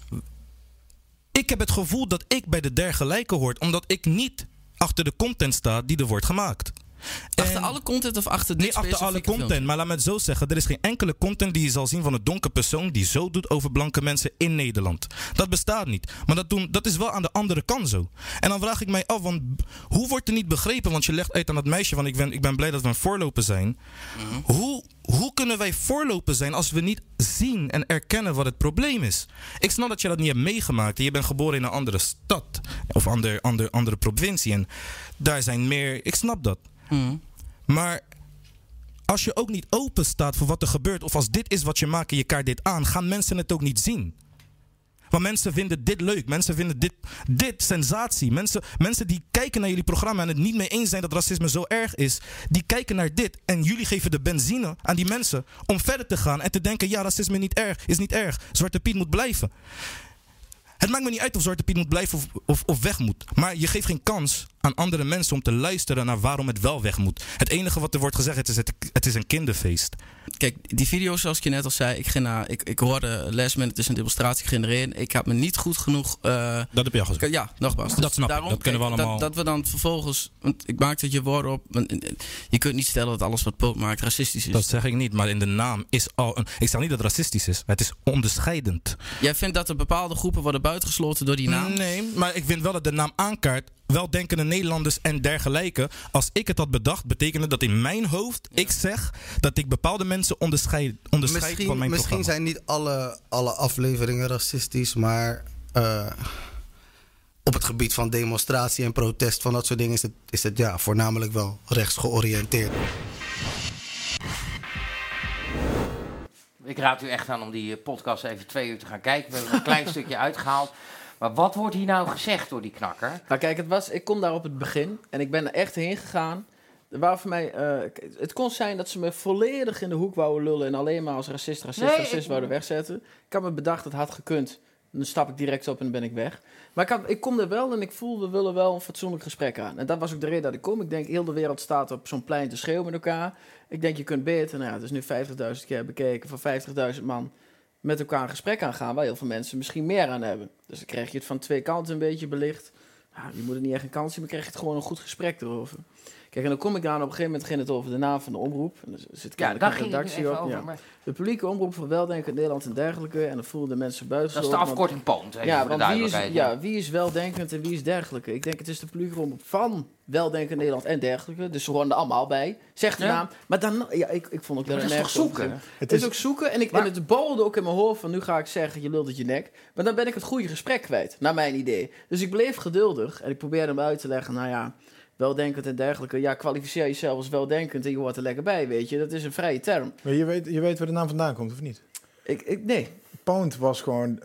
Ik heb het gevoel dat ik bij de dergelijke hoort, omdat ik niet achter de content sta die er wordt gemaakt.
Achter alle content of achter dit
Nee, achter alle content.
Filmpje?
Maar laat me het zo zeggen. Er is geen enkele content die je zal zien van een donkere persoon die zo doet over blanke mensen in Nederland. Dat bestaat niet. Maar dat is wel aan de andere kant zo. En dan vraag ik mij af, want hoe wordt er niet begrepen? Want je legt uit aan dat meisje van ik ben blij dat we een voorloper zijn. Hoe kunnen wij voorloper zijn als we niet zien en erkennen wat het probleem is? Ik snap dat je dat niet hebt meegemaakt. Je bent geboren in een andere stad. Of andere provincie. En daar zijn meer... Ik snap dat. Maar als je ook niet open staat voor wat er gebeurt, of als dit is wat je maakt en je kaart dit aan, gaan mensen het ook niet zien. Want mensen vinden dit leuk, mensen vinden dit sensatie. Mensen die kijken naar jullie programma en het niet mee eens zijn dat racisme zo erg is, die kijken naar dit en jullie geven de benzine aan die mensen om verder te gaan en te denken, ja, racisme is niet erg, Zwarte Piet moet blijven. Het maakt me niet uit of Zwarte Piet moet blijven of weg moet. Maar je geeft geen kans aan andere mensen om te luisteren naar waarom het wel weg moet. Het enige wat er wordt gezegd is het is een kinderfeest.
Kijk, die video's zoals ik je net al zei, ik hoorde last minute, het is een demonstratie, ik ging erin. Ik heb me niet goed genoeg...
dat heb je al gezegd.
Ja, nogmaals.
Dat snap ik, dat kunnen we allemaal...
Dat we dan vervolgens, want ik maak dat je woorden op, je kunt niet stellen dat alles wat Poot maakt racistisch is.
Dat zeg ik niet, maar in de naam is al... Ik zeg niet dat het racistisch is, het is onderscheidend.
Jij vindt dat er bepaalde groepen worden buitengesloten door die naam?
Nee, maar ik vind wel dat de naam aankaart weldenkende Nederlanders en dergelijke. Als ik het had bedacht, betekende dat in mijn hoofd ik zeg dat ik bepaalde mensen onderscheid van mijn programma.
Misschien zijn niet alle afleveringen racistisch, maar op het gebied van demonstratie en protest van dat soort dingen is het ja, voornamelijk wel rechts georiënteerd.
Ik raad u echt aan om die podcast even 2 uur te gaan kijken. We hebben een klein stukje uitgehaald. Maar wat wordt hier nou gezegd door die knakker?
Nou kijk, ik kom daar op het begin en ik ben er echt heen gegaan. Er waren voor mij, het kon zijn dat ze me volledig in de hoek wouden lullen en alleen maar als racist wouden wegzetten. Ik had me bedacht, dat had gekund. Dan stap ik direct op en dan ben ik weg. Maar ik kom er wel en ik voel, we willen wel een fatsoenlijk gesprek aan. En dat was ook de reden dat ik kom. Ik denk, heel de wereld staat op zo'n plein te schreeuwen met elkaar. Ik denk, je kunt beter, nou ja, het is nu 50.000 keer bekeken, voor 50.000 man met elkaar een gesprek aangaan, waar heel veel mensen misschien meer aan hebben. Dus dan krijg je het van 2 kanten een beetje belicht. Nou, je moet er niet echt een kans zien, maar krijg je het gewoon een goed gesprek erover. Kijk, en dan kom ik daar en op een gegeven moment ging het over de naam van de omroep. En dan zit
daar ging redactie op.
Ja. Maar... De publieke omroep voor weldenkend Nederland en dergelijke. En dan voelden de mensen buiten.
Dat is de afkorting POONT.
Wie is weldenkend en wie is dergelijke? Ik denk, het is de publieke omroep van weldenkend Nederland en dergelijke. Dus ze horen er allemaal bij. Zegt de naam. Maar dan, ja, ik vond ook dat het nergens zoeken. Het is ook zoeken. En het borrelde ook in mijn hoofd van, nu ga ik zeggen, je lult het je nek. Maar dan ben ik het goede gesprek kwijt, naar mijn idee. Dus ik bleef geduldig en ik probeerde hem uit te leggen, nou ja, weldenkend en dergelijke. Ja, kwalificeer jezelf als weldenkend en je hoort er lekker bij, weet je. Dat is een vrije term.
Maar je weet waar de naam vandaan komt, of niet?
Nee.
Poont was gewoon,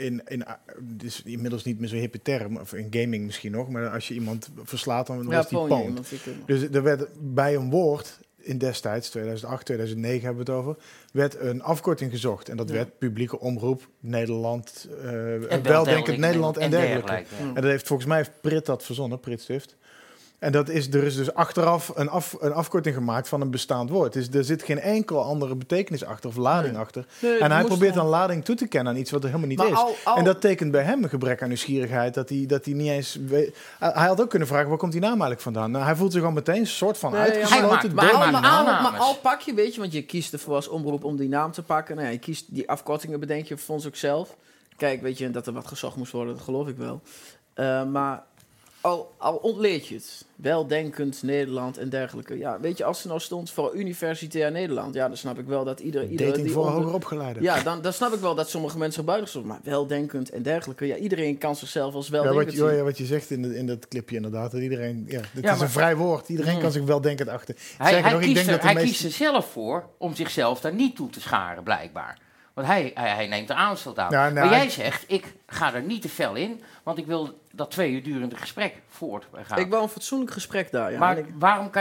is inmiddels niet meer zo'n hippe term, of in gaming misschien nog, maar als je iemand verslaat, dan was die Poont. Dus er werd bij een woord, in destijds, 2008, 2009 hebben we het over, werd een afkorting gezocht. En dat werd publieke omroep Nederland, weldenkend Nederland en dergelijke. Ja. En dat heeft volgens mij Prit dat verzonnen, Prit Stift. En er is dus achteraf een afkorting gemaakt van een bestaand woord. Dus er zit geen enkel andere betekenis achter of lading achter. Nee, en hij probeert dan lading toe te kennen aan iets wat er helemaal niet is. En dat tekent bij hem een gebrek aan nieuwsgierigheid. Dat hij niet eens weet. Hij had ook kunnen vragen, waar komt die naam eigenlijk vandaan? Nou, hij voelt zich al meteen een soort van uitgesloten.
Maar al pak je, weet je, want je kiest ervoor als omroep om die naam te pakken. Nou ja, je kiest die afkortingen, bedenk je voor ons ook zelf. Kijk, weet je, dat er wat gezocht moest worden, dat geloof ik wel. Maar... Al ontleed je het. Weldenkend Nederland en dergelijke. Ja, weet je, als er nou stond voor Universitair Nederland, ja, dan snap ik wel dat iedereen
die voor hoger opgeleiden.
Ja, dan snap ik wel dat sommige mensen buiten stonden. Maar weldenkend en dergelijke. Ja, iedereen kan zichzelf als weldenkend zien.
Ja, wat je zegt in dat clipje inderdaad. Dat iedereen, dit is een vrij woord. Iedereen kan zich weldenkend achter.
Hij kiest er zelf voor om zichzelf daar niet toe te scharen, blijkbaar. Want hij neemt de aanstoot aan.
Ja, nou,
maar jij zegt, ik ga er niet te fel in, want ik wil dat 2 uur durende gesprek voortgaan.
Ik wil een fatsoenlijk gesprek daar, ja.
Maar
En ik-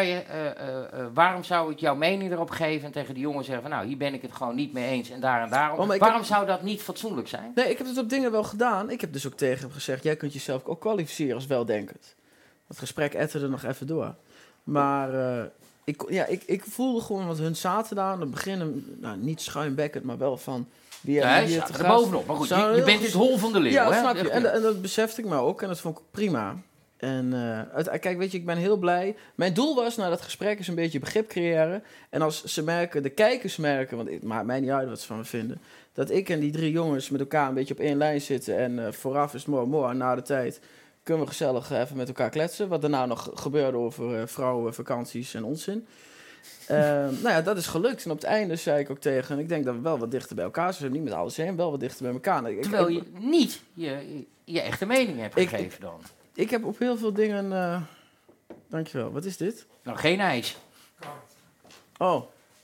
waarom zou ik jouw mening erop geven en tegen die jongen zeggen van, nou, hier ben ik het gewoon niet mee eens en daarom.
Oh, maar ik
Waarom zou dat niet fatsoenlijk zijn?
Nee, ik heb het op dingen wel gedaan. Ik heb dus ook tegen hem gezegd, jij kunt jezelf ook kwalificeren als weldenkend. Dat gesprek etterde nog even door. Maar ik voelde gewoon, wat hun zaten daar aan het begin, nou, niet schuimbekkend, maar wel van... Wie
Ja,
hier
hij
te
staat er
gast.
bovenop. Maar goed,
Zou
je
heel
bent het
goed-
hol van de leeuw,
Ja,
hè?
snap je. En dat besefte ik me ook en dat vond ik prima. En kijk, weet je, ik ben heel blij. Mijn doel was na dat gesprek is een beetje begrip creëren. En als ze merken, de kijkers merken, want het maakt mij niet uit wat ze van me vinden, dat ik en die 3 jongens met elkaar een beetje op één lijn zitten en vooraf is het mooi, na de tijd kunnen we gezellig even met elkaar kletsen. Wat daarna nog gebeurde over vrouwen, vakanties en onzin. Nou ja, dat is gelukt. En op het einde zei ik ook tegen hen, ik denk dat we wel wat dichter bij elkaar zijn. Niet met alles heen, wel wat dichter bij elkaar.
Terwijl je niet je echte mening hebt gegeven dan.
Ik heb op heel veel dingen... Dankjewel. Wat is dit?
Nou, geen ijs.
Oh.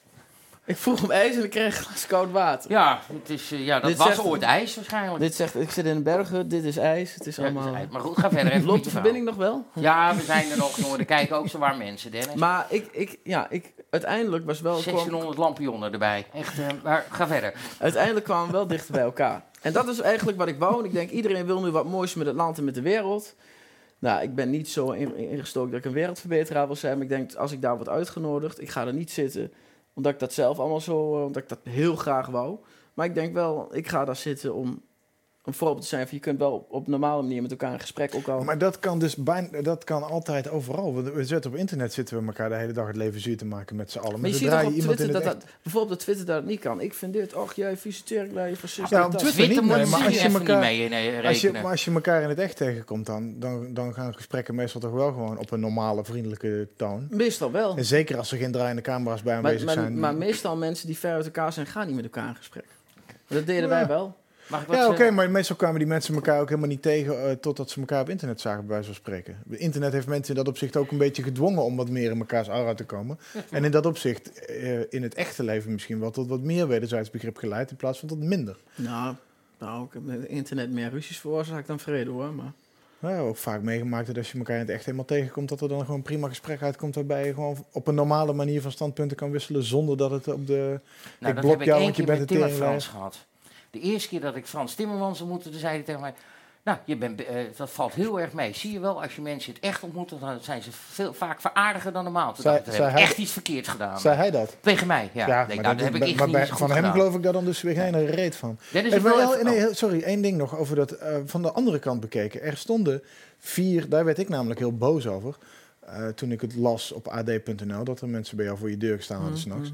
Ik vroeg om ijs en ik kreeg een glas koud water.
Ja, dat
Dit
was
zegt-
ooit ijs waarschijnlijk.
Dit zegt, ik zit in de bergen, dit is ijs. Het is
Ja,
allemaal...
het is ijs. Maar goed, ga verder. Even
Loopt
met
de
je
verbinding nog wel?
verhaal. Ja, we zijn er nog, jongen. Er kijken ook zowaar mensen, Dennis.
Maar uiteindelijk was wel...
1600 lampionnen erbij. Echt, maar ga verder.
Uiteindelijk kwamen we wel dichter bij elkaar. En dat is eigenlijk wat ik wou. En ik denk, iedereen wil nu wat moois met het land en met de wereld. Nou, ik ben niet zo ingestoken dat ik een wereldverbeteraar wil zijn. Maar ik denk, als ik daar word uitgenodigd, ik ga er niet zitten. Omdat ik dat zelf allemaal zo, omdat ik dat heel graag wou. Maar ik denk wel, ik ga daar zitten om een voorbeeld te zijn van je kunt wel op een normale manier met elkaar in gesprek ook al.
Maar dat kan dus dat kan altijd overal. We zetten op internet zitten we elkaar de hele dag het leven zuur te maken met z'n allen.
Maar je ziet toch op Twitter bijvoorbeeld op Twitter dat het niet kan. Ik vind dit, och jij visiteer, je fascist.
Ja, op Twitter niet, nee, maar als je elkaar,
rekenen.
als je elkaar in het echt tegenkomt, dan gaan gesprekken meestal toch wel gewoon op een normale, vriendelijke toon.
Meestal wel.
En zeker als er geen draaiende camera's bij aanwezig zijn.
Maar meestal mensen die ver uit elkaar zijn, gaan niet met elkaar in gesprek. Dat deden wij wel.
Ja, oké, maar meestal kwamen die mensen elkaar ook helemaal niet tegen totdat ze elkaar op internet zagen, bij wijze van spreken. Internet heeft mensen in dat opzicht ook een beetje gedwongen om wat meer in elkaars aura te komen. En in dat opzicht, in het echte leven misschien wel tot wat meer wederzijds begrip geleid in plaats van tot minder.
Nou, ik heb met internet meer ruzies veroorzaakt dan vrede hoor, maar...
Ja, ook vaak meegemaakt dat als je elkaar in het echt helemaal tegenkomt, dat er dan gewoon een prima gesprek uitkomt waarbij je gewoon op een normale manier van standpunten kan wisselen zonder dat het op de...
Nou,
ik
dat
blok
heb ik
jou,
één
want je
keer
bent
met
het
Timmer
teringlijst.
Frans gehad. De eerste keer dat ik Frans Timmermans ontmoette, toen zei hij tegen mij... Nou, dat valt heel erg mee. Zie je wel, als je mensen in het echt ontmoet, dan zijn ze vaak veraardiger dan normaal. Toen dacht ik, heb ik echt iets verkeerds gedaan.
Zei hij dat?
Tegen mij, ja.
Ja,
Denk,
maar
dat heb ik echt
maar
niet
bij,
goed
van hem
gedaan.
geloof ik daar dan dus weer geen reet van.
Dennis,
Even
ik wil
wel-
even-
nee, sorry, één ding nog over dat van de andere kant bekeken. Er stonden 4, daar werd ik namelijk heel boos over. Toen ik het las op ad.nl, dat er mensen bij jou voor je deur gestaan hadden s'nachts.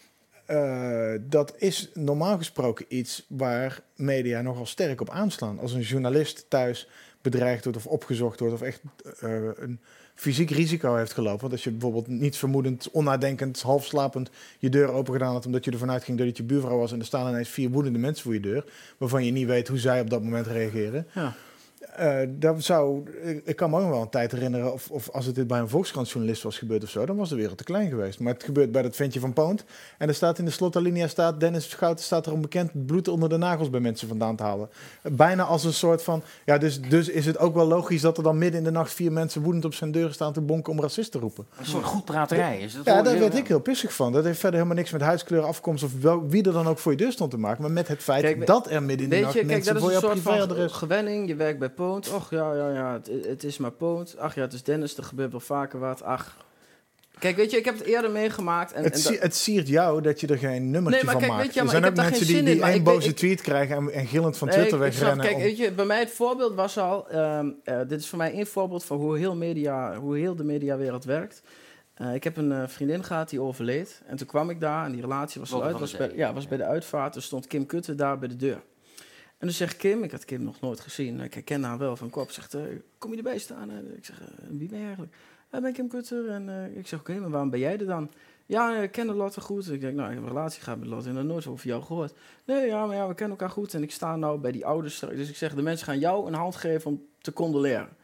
Dat is normaal gesproken iets waar media nogal sterk op aanslaan. Als een journalist thuis bedreigd wordt of opgezocht wordt of echt een fysiek risico heeft gelopen. Want als je bijvoorbeeld niets vermoedend, onnadenkend, half slapend je deur open gedaan had omdat je ervan uitging dat het je buurvrouw was en er staan ineens 4 woedende mensen voor je deur, waarvan je niet weet hoe zij op dat moment reageren.
Ja.
Ik kan me ook nog wel een tijd herinneren, of als het dit bij een Volkskrant-journalist was gebeurd of zo, dan was de wereld te klein geweest. Maar het gebeurt bij dat ventje van Poont. En er staat in de slotalinia, Dennis Schouten staat erom bekend bloed onder de nagels bij mensen vandaan te halen. Bijna als een soort van, ja, dus is het ook wel logisch dat er dan midden in de nacht 4 mensen woedend op zijn deur staan te bonken om racist te roepen.
Een soort goedpraterij is dat?
Ja, daar werd ik heel pissig van. Dat heeft verder helemaal niks met huidskleur, afkomst of wie er dan ook voor je deur stond te maken. Maar met het feit dat er midden in de nacht mensen voor
dat
jou
is een soort van
privéadres...
gewenning. Je werkt bij Poont. Och, ja, het is maar Poont. Ach ja, het is Dennis, er gebeurt wel vaker wat. Ach. Kijk, weet je, ik heb het eerder meegemaakt.
Het siert jou dat je er geen nummertje van maakt.
Weet je,
er
maar
zijn
ik
ook
heb daar
mensen
geen zin
die
in, maar
één
ik
boze tweet krijgen en gillend van Twitter wegrennen.
Kijk, weet je, bij mij het voorbeeld was al... dit is voor mij één voorbeeld van hoe heel de mediawereld werkt. Ik heb een vriendin gehad die overleed. En toen kwam ik daar en die relatie was al uit. Was bij de uitvaart. Er stond Kim Kutte daar bij de deur. En dus zegt Kim, ik had Kim nog nooit gezien. Ik herken haar wel van kop. Zegt, kom je erbij staan? Ik zeg, wie ben je eigenlijk? Ik ben Kim Kutter. En ik zeg, oké, maar waarom ben jij er dan? Ja, ik ken Lotte goed. Ik denk, nou, ik heb een relatie gehad met Lotte en dat nooit over jou gehoord. Nee, ja, maar we kennen elkaar goed. En ik sta nou bij die ouders. Dus ik zeg, de mensen gaan jou een hand geven om te condoleren.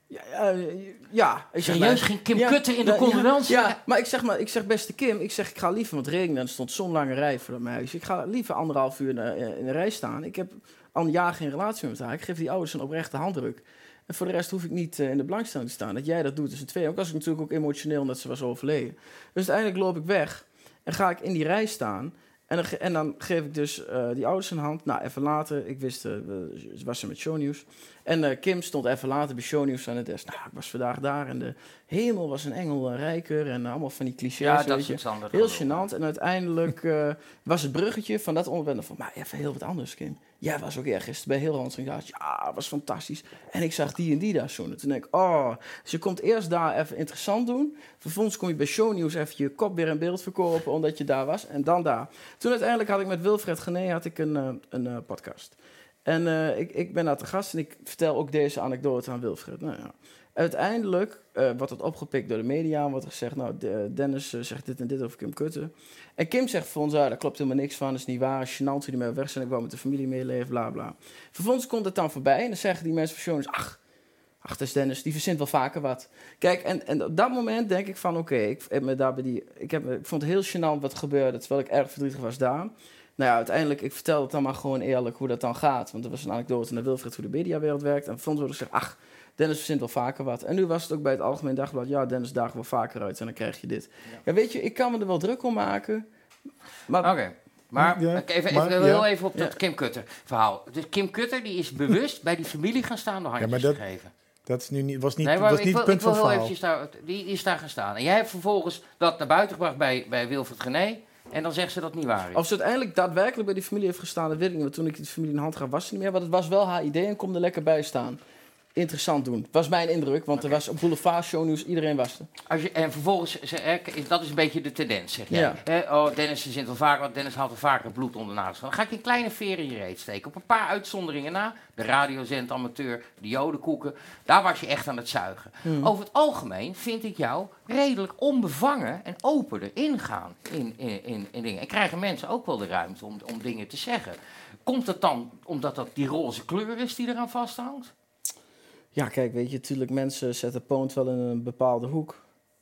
Ja.
Serieus, ging Kim Kutter in de condolentie?
Ja, maar ik zeg beste Kim, ik zeg ga liever, want het regende en er stond zo'n lange rij voor mijn huis. Ik ga liever 1,5 uur in de rij staan. Ik heb al een jaar geen relatie met haar. Ik geef die ouders een oprechte handdruk. En voor de rest hoef ik niet in de belangstelling te staan. Dat jij dat doet is een twee. Ook was ik natuurlijk ook emotioneel omdat ze was overleden. Dus uiteindelijk loop ik weg en ga ik in die rij staan. En dan geef ik dus die ouders een hand. Nou, even later, ik wist, was ze met shownieuws. En Kim stond even later bij shownieuws aan het desk. Nou, ik was vandaag daar en de hemel was een engel rijker. En allemaal van die clichés,
ja, dat
weet je.
is standaard.
Heel gênant. En uiteindelijk was het bruggetje van dat onderwerp van... Maar even heel wat anders, Kim. Jij was ook ergens bij heel Hans en ja, was fantastisch. En ik zag die en die daar zoenen. Toen denk ik, dus je komt eerst daar even interessant doen. Vervolgens kom je bij shownieuws even je kop weer in beeld verkopen... omdat je daar was. En dan daar. Toen uiteindelijk had ik met Wilfred Gené een podcast. En ik ben daar te gast en ik vertel ook deze anekdote aan Wilfred. Nou ja. Uiteindelijk wordt het opgepikt door de media. Wordt er gezegd, nou, Dennis zegt dit en dit over Kim Kutter. En Kim zegt voor ons, daar klopt helemaal niks van. Dat is niet waar. Gênant hoe die mij weg zijn. Ik wou met de familie meeleven, bla bla. Vervolgens komt het dan voorbij en dan zeggen die mensen van Jonas... Ach, dat is Dennis, die verzint wel vaker wat. Kijk, en op dat moment denk ik van, oké, ik vond het heel gênant wat gebeurde... terwijl ik erg verdrietig was daar... Nou ja, uiteindelijk, ik vertel het dan maar gewoon eerlijk hoe dat dan gaat. Want er was een anekdote naar Wilfred hoe de mediawereld werkt. En vervolgens wordt er gezegd, Dennis verzint wel vaker wat. En nu was het ook bij het Algemeen Dagblad, ja, Dennis daagt wel vaker uit en dan krijg je dit. Ja, weet je, ik kan me er wel druk om maken.
Oké. Maar even op dat Kim Kutter verhaal. Dus Kim Kutter die is bewust bij die familie gaan staan door handjes te geven.
Dat is nu was niet het punt van het verhaal.
Die is daar gaan staan. En jij hebt vervolgens dat naar buiten gebracht bij Wilfred Gené. En dan zegt ze dat niet waar is.
Of ze uiteindelijk daadwerkelijk bij die familie heeft gestaan, dat weet ik niet. Want toen ik die familie in hand gaf, was ze niet meer. Maar het was wel haar idee en kom er lekker bij staan. Interessant doen. Was mijn indruk, want er was op Boulevard, Shownieuws, iedereen was er.
En vervolgens, dat is een beetje de tendens, zeg jij. Ja. Dennis verzint wel vaker, want Dennis haalt wel vaker bloed onder de nagels. Dan ga ik een kleine veer in je reet steken. Op een paar uitzonderingen na, de radiozend amateur, de jodenkoeken, daar was je echt aan het zuigen. Over het algemeen vind ik jou redelijk onbevangen en open erin gaan in dingen. En krijgen mensen ook wel de ruimte om dingen te zeggen. Komt het dan omdat dat die roze kleur is die eraan vasthangt?
Ja, kijk, weet je, natuurlijk mensen zetten Poont wel in een bepaalde hoek.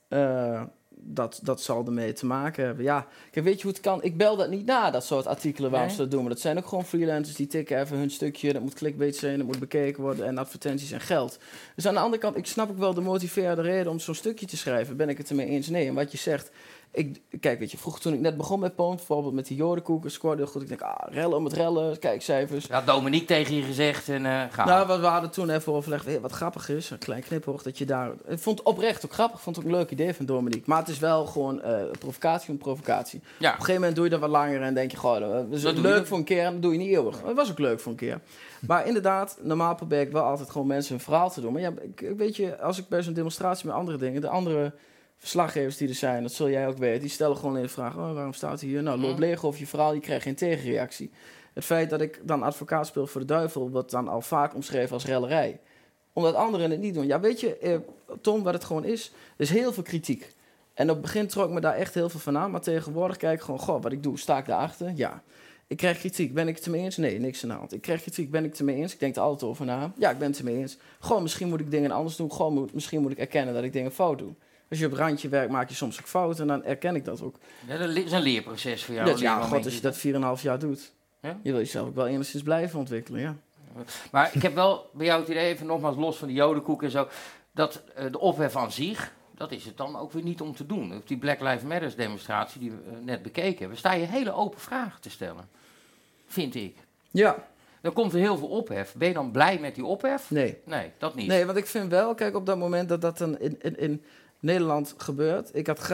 Dat zal ermee te maken hebben. Ja, kijk, weet je hoe het kan? Ik bel dat niet na, dat soort artikelen waar ze dat doen. Maar dat zijn ook gewoon freelancers die tikken even hun stukje. Dat moet clickbait zijn, dat moet bekeken worden en advertenties en geld. Dus aan de andere kant, ik snap ook wel de motiverende reden om zo'n stukje te schrijven. Ben ik het ermee eens? Nee, en wat je zegt... Kijk, weet je, vroeger toen ik net begon met Poont, bijvoorbeeld met die jodenkoeken, scoorde heel goed. Ik denk, rellen om het rellen, kijkcijfers.
Ja, Dominique tegen je gezegd en gaan.
Nou, we hadden toen even overlegd, wat grappig is, een klein knipoog, dat je daar... Ik vond het oprecht ook grappig, vond het ook een leuk idee van Dominique. Maar het is wel gewoon provocatie om provocatie. Ja. Op een gegeven moment doe je dat wat langer en denk je, dat is leuk voor een keer en dat doe je niet eeuwig. Het was ook leuk voor een keer. Maar inderdaad, normaal probeer ik wel altijd gewoon mensen hun verhaal te doen. Maar ja, weet je, als ik bij zo'n demonstratie met andere dingen, de andere... verslaggevers die er zijn, dat zul jij ook weten, die stellen gewoon in de vraag, waarom staat hij hier? Nou, loop leeg over je verhaal, je krijgt geen tegenreactie. Het feit dat ik dan advocaat speel voor de duivel, wordt dan al vaak omschreven als rellerij. Omdat anderen het niet doen. Ja, weet je, Tom, wat het gewoon is, er is heel veel kritiek. En op het begin trok me daar echt heel veel van aan, maar tegenwoordig kijk ik gewoon, wat ik doe, sta ik daarachter? Ja. Ik krijg kritiek, ben ik het ermee eens? Nee, niks aan de hand. Ik krijg kritiek, ben ik het ermee eens? Ik denk er altijd over na. Ja, ik ben het ermee eens. Gewoon, misschien moet ik dingen anders doen. Misschien moet ik erkennen dat ik dingen fout doe. Als je op randje werkt, maak je soms ook fouten en dan erken ik dat ook.
Ja, dat is een leerproces voor jou.
Als je dat 4,5 jaar doet, je wil jezelf ook wel enigszins blijven ontwikkelen, ja.
Maar ik heb wel bij jou het idee, even nogmaals los van de jodenkoek en zo, dat de ophef aan zich, dat is het dan ook weer niet om te doen. Op die Black Lives Matter demonstratie die we net bekeken hebben, sta je hele open vragen te stellen, vind ik.
Ja.
Dan komt er heel veel ophef. Ben je dan blij met die ophef?
Nee.
Nee, dat niet.
Nee, want ik vind wel, kijk, op dat moment dat dat dan in Nederland gebeurt.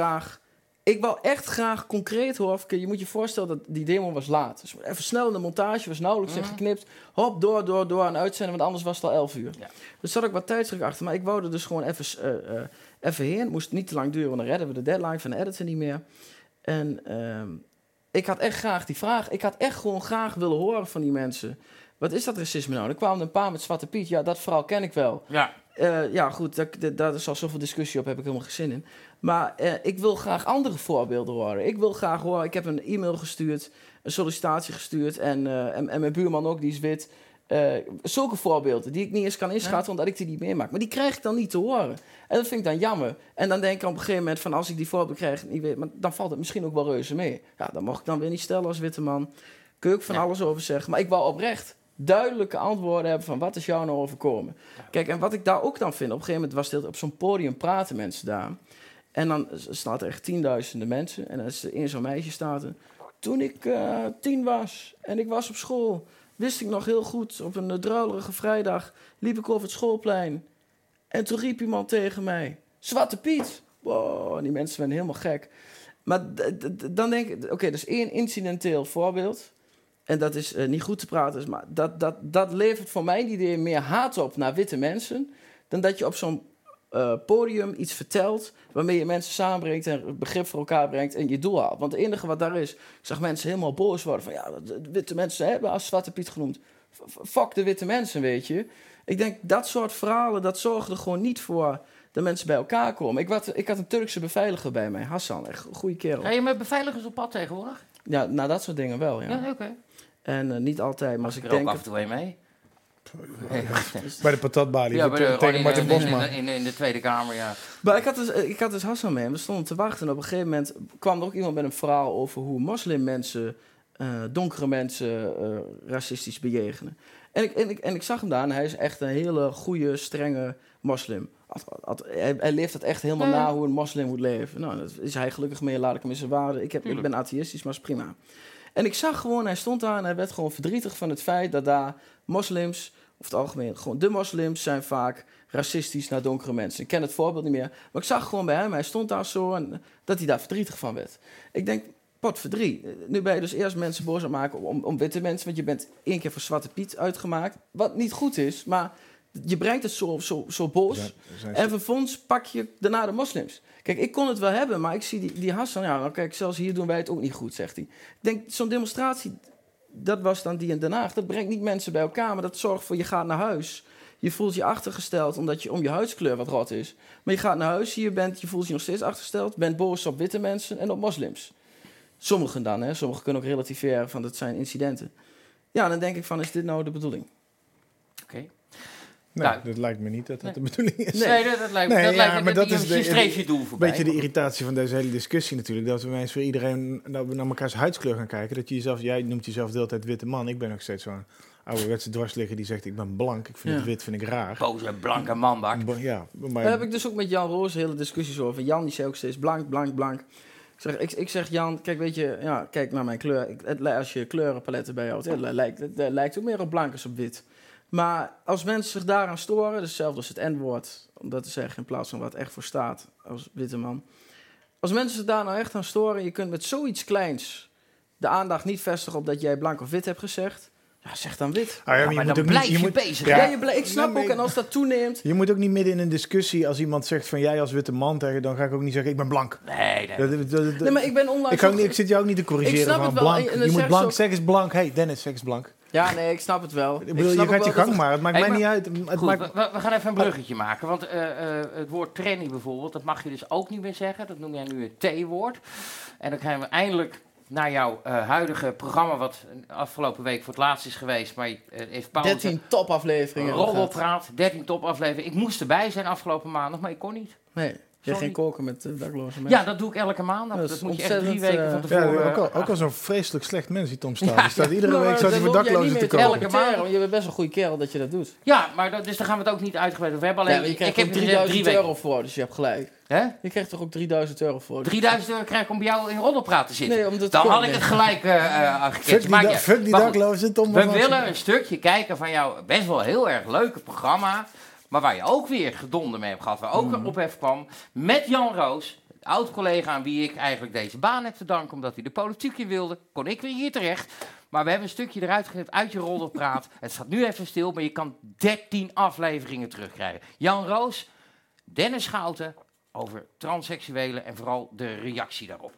Ik wou echt graag concreet horen. Je moet je voorstellen dat die demo was laat. Dus even snel in de montage, was nauwelijks geknipt. Hop, door aan uitzenden, want anders was het al 11 uur. Ja. Dus zat ik wat tijdsdruk achter. Maar ik wou er dus gewoon even heen. Het moest niet te lang duren, want dan redden we de deadline van de editor niet meer. En ik had echt graag die vraag. Ik had echt gewoon graag willen horen van die mensen. Wat is dat racisme nou? Er kwamen een paar met Zwarte Piet. Ja, dat verhaal ken ik wel. Ja. Ja, goed, daar is al zoveel discussie op, heb ik helemaal geen zin in. Maar ik wil graag andere voorbeelden horen. Ik wil graag horen, ik heb een e-mail gestuurd, een sollicitatie gestuurd en mijn buurman ook, die is wit. Zulke voorbeelden die ik niet eens kan inschatten, omdat ik die niet meemaak. Maar die krijg ik dan niet te horen. En dat vind ik dan jammer. En dan denk ik op een gegeven moment van, als ik die voorbeeld krijg, niet weet, maar dan valt het misschien ook wel reuze mee. Ja, dat mag ik dan weer niet stellen als witte man. Kun je ook van alles over zeggen. Maar ik wou oprecht duidelijke antwoorden hebben van, wat is jou nou overkomen? Kijk, en wat ik daar ook dan vind, op een gegeven moment was het op zo'n podium praten mensen daar. En dan staat er echt tienduizenden mensen. En dan is er één zo'n meisje staat er. Toen ik 10 was en ik was op school, wist ik nog heel goed, op een druilerige vrijdag liep ik over het schoolplein. En toen riep iemand tegen mij, Zwarte Piet. Wow, die mensen werden helemaal gek. Maar dan denk ik, oké, dat is 1 incidenteel voorbeeld. En dat is niet goed te praten, maar dat levert voor mijn idee meer haat op naar witte mensen, dan dat je op zo'n podium iets vertelt waarmee je mensen samenbrengt en begrip voor elkaar brengt en je doel haalt. Want het enige wat daar is, ik zag mensen helemaal boos worden van, ja, de witte mensen hebben als Zwarte Piet genoemd. Fuck de witte mensen, weet je. Ik denk, dat soort verhalen, dat zorgt er gewoon niet voor dat mensen bij elkaar komen. Ik had een Turkse beveiliger bij mij, Hassan, echt een goede kerel.
Ga je met beveiligers op pad tegenwoordig?
Ja, nou dat soort dingen wel, ja.
Ja, oké.
En niet altijd, maar als ik
er
denk...
ook af en toe een mee?
Bij de patatbalie
tegen
Martin Bosma.
In de Tweede Kamer, ja.
Maar ik had dus Hassan mee en we stonden te wachten. En op een gegeven moment kwam er ook iemand met een verhaal over hoe moslimmensen, donkere mensen, racistisch bejegenen. En ik zag hem daar en hij is echt een hele goede, strenge moslim. Hij leeft het echt helemaal na hoe een moslim moet leven. Nou, dat is hij gelukkig mee, laat ik hem in zijn waarde. Ik ben atheïstisch, maar is prima. En ik zag gewoon, hij stond daar en hij werd gewoon verdrietig van het feit dat daar moslims, of het algemeen, gewoon de moslims zijn vaak racistisch naar donkere mensen. Ik ken het voorbeeld niet meer, maar ik zag gewoon bij hem, hij stond daar zo en dat hij daar verdrietig van werd. Ik denk, potverdrie. Nu ben je dus eerst mensen boos aan het maken om witte mensen, want je bent 1 keer voor Zwarte Piet uitgemaakt, wat niet goed is, maar je brengt het zo boos en vervolgens pak je daarna de moslims. Kijk, ik kon het wel hebben, maar ik zie die Hassan, ja, nou, kijk, zelfs hier doen wij het ook niet goed, zegt hij. Ik denk, zo'n demonstratie, dat was dan die in Den Haag, dat brengt niet mensen bij elkaar, maar dat zorgt voor, je gaat naar huis. Je voelt je achtergesteld omdat je om je huidskleur wat rot is. Maar je gaat naar huis, je voelt je nog steeds achtergesteld, bent boos op witte mensen en op moslims. Sommigen dan, hè. Sommigen kunnen ook relativeren van, dat zijn incidenten. Ja, dan denk ik van, is dit nou de bedoeling?
Oké.
Nee, dat lijkt me niet dat de bedoeling is.
Nee, dat lijkt me
maar dat is
je streeft je doel voorbij.
Een beetje de irritatie van deze hele discussie natuurlijk. Dat we mensen voor iedereen naar elkaars huidskleur gaan kijken. Dat je jezelf, jij noemt jezelf de hele tijd witte man. Ik ben nog steeds zo'n ouderwetse dwarsligger die zegt, ik ben blank. Ik vind het wit, vind ik raar.
Boze, blanke manbak.
Ja, maar
daar heb ik dus ook met Jan Roos hele discussies over. Jan die zei ook steeds blank. Ik zeg Jan, kijk, weet je, ja, kijk naar mijn kleur. Als je kleurenpaletten bij jou hebt, het lijkt ook meer op blank als op wit. Maar als mensen zich daaraan storen, dus hetzelfde als het N-woord, om dat te zeggen in plaats van wat echt voor staat als witte man. Als mensen zich daar nou echt aan storen, je kunt met zoiets kleins de aandacht niet vestigen op dat jij blank of wit hebt gezegd. Ja, zeg dan wit.
Maar dan blijf je bezig.
Ik snap ook, en als dat toeneemt...
Je moet ook niet midden in een discussie, als iemand zegt van jij als witte man tegen, dan ga ik ook niet zeggen, ik ben blank.
Nee, maar ik ben onlangs...
Ik zit jou ook niet te corrigeren van blank. Je moet blank, zeg eens blank. Hey Dennis, zeg eens blank.
Ja, nee, ik snap het wel.
Ik bedoel, je gaat je gang maar, het maakt mij niet uit.
We gaan even een bruggetje maken, want het woord tranny bijvoorbeeld, dat mag je dus ook niet meer zeggen. Dat noem jij nu het T-woord. En dan krijgen we eindelijk naar jouw huidige programma, wat afgelopen week voor het laatst is geweest, maar heeft pauze.
13 topafleveringen.
Roddelpraat, 13 topafleveringen. Ik moest erbij zijn afgelopen maandag, maar ik kon niet.
Nee. Je geen koken met dakloze mensen?
Ja, dat doe ik elke maandag. Dat moet je echt 3 weken van tevoren...
Ja, ook al zo'n vreselijk slecht mens die Tom staat. Die staat iedere week voor daklozen te komen.
Elke maand. Je bent best een goede kerel dat je dat doet.
Ja, maar dus daar gaan we het ook niet uitgebreid over hebben. Alleen,
je krijgt er 3000 euro voor, dus je hebt gelijk.
Hè?
Je krijgt toch ook 3000 euro voor?
3000 euro krijg ik om bij jou in Roddelpraat te zitten.
Nee,
dan had ik het gelijk gekend.
Fuck die daklozen, Tom.
We willen een stukje kijken van jouw best wel heel erg leuke programma. Maar waar je ook weer gedonder mee hebt gehad, waar ook ophef kwam, met Jan Roos, oud-collega aan wie ik eigenlijk deze baan heb te danken, omdat hij de politiek in wilde, kon ik weer hier terecht. Maar we hebben een stukje eruit geknipt uit je Roddelpraat. Het staat nu even stil, maar je kan 13 afleveringen terugkrijgen. Jan Roos, Dennis Schouten, over transseksuelen en vooral de reactie daarop.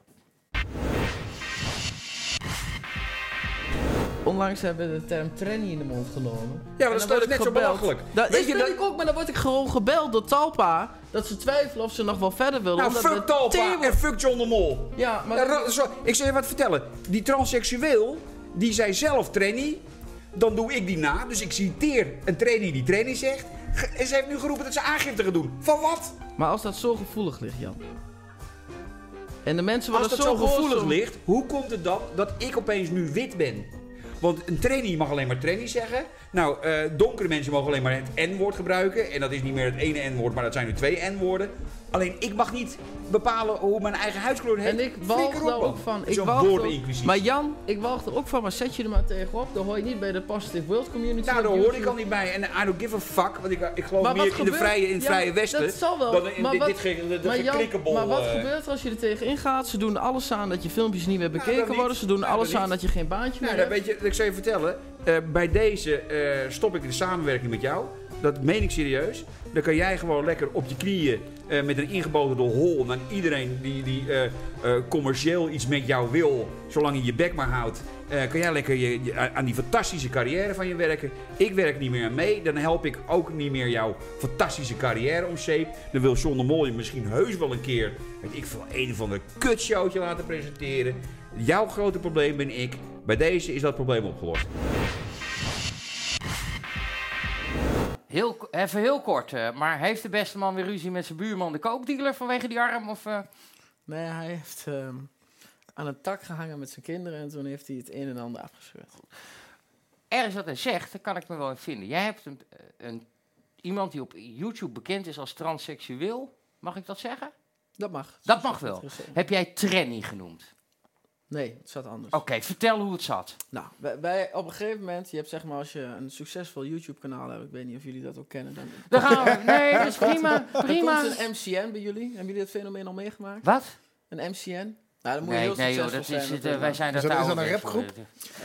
Onlangs hebben we de term tranny in de mond genomen.
Ja, maar dat is net zo belachelijk.
Dat vind ik ook, maar dan word ik gewoon gebeld door Talpa. Dat ze twijfelen of ze nog wel verder willen.
Nou, fuck Talpa en fuck John de Mol.
Ja, maar...
Ja, ik zal je wat vertellen. Die transseksueel, die zei zelf tranny. dan doe ik die na. Dus ik citeer een trainer die training zegt. En ze heeft nu geroepen dat ze aangifte gaat doen. Van wat?
Maar als dat zo gevoelig ligt, Jan. En de mensen
Als
worden
dat zo gevoelig
gehoorzaam.
ligt, hoe komt het dan dat ik opeens nu wit ben? Want een trainee mag alleen maar trainee zeggen. Nou, donkere mensen mogen alleen maar het N-woord gebruiken. En dat is niet meer het ene N-woord, maar dat zijn nu 2 N-woorden. Alleen ik mag niet bepalen hoe mijn eigen huidskleur heet.
En ik walg daar ook van.
Zo'n woordeninquisitie.
Maar Jan, ik walg er ook van, maar zet je er maar tegenop. Dan hoor je niet bij de Positive World Community.
Nou, daar
op
hoor
YouTube.
ik al niet bij. En I don't give a fuck. Want ik geloof
Maar
meer
wat
in het
gebeurt-
vrije Westen.
Dat zal wel.
Dan in
Maar wat-
dit
Maar Jan,
geklikkenbol.
maar wat gebeurt er als je er tegenin gaat? Ze doen alles aan dat je filmpjes niet meer bekeken
dat niet.
worden. Ze doen
Nou,
alles
dat
aan
niet.
dat je geen baantje
Nou,
meer
dan
hebt.
weet je, ik zal je vertellen. Bij deze stop ik de samenwerking met jou. Dat meen ik serieus. Dan kan jij gewoon lekker op je knieën met een ingeboderde hol naar iedereen die commercieel iets met jou wil, zolang je je bek maar houdt, kan jij lekker aan die fantastische carrière van je werken. Ik werk niet meer aan mee. Dan help ik ook niet meer jouw fantastische carrière om zeep. Dan wil John de Mol je misschien heus wel een keer, weet ik veel, een of ander kutshowtje laten presenteren. Jouw grote probleem ben ik. Bij deze is dat probleem opgelost.
Even heel kort, maar heeft de beste man weer ruzie met zijn buurman, de kookdealer, vanwege die arm? Of,
Nee, hij heeft aan een tak gehangen met zijn kinderen en toen heeft hij het een en ander afgescheurd.
Ergens wat hij zegt, daar kan ik me wel in vinden. Jij hebt iemand die op YouTube bekend is als transseksueel. Mag ik dat zeggen?
Dat mag.
Dat mag wel. Heb jij tranny genoemd?
Nee, het zat anders.
Oké, vertel hoe het zat.
Nou, op een gegeven moment, je hebt zeg maar als je een succesvol YouTube-kanaal hebt, ik weet niet of jullie dat ook kennen.
Dan gaan we. Nee, dat is prima. Prima.
Er komt een MCN bij jullie. Hebben jullie dat fenomeen al meegemaakt?
Wat?
Een MCN? Nou, dan moet je
Nee,
heel
nee joh,
succesvol
dat is
zijn.
het, wij zijn daar
Is dat een rapgroep?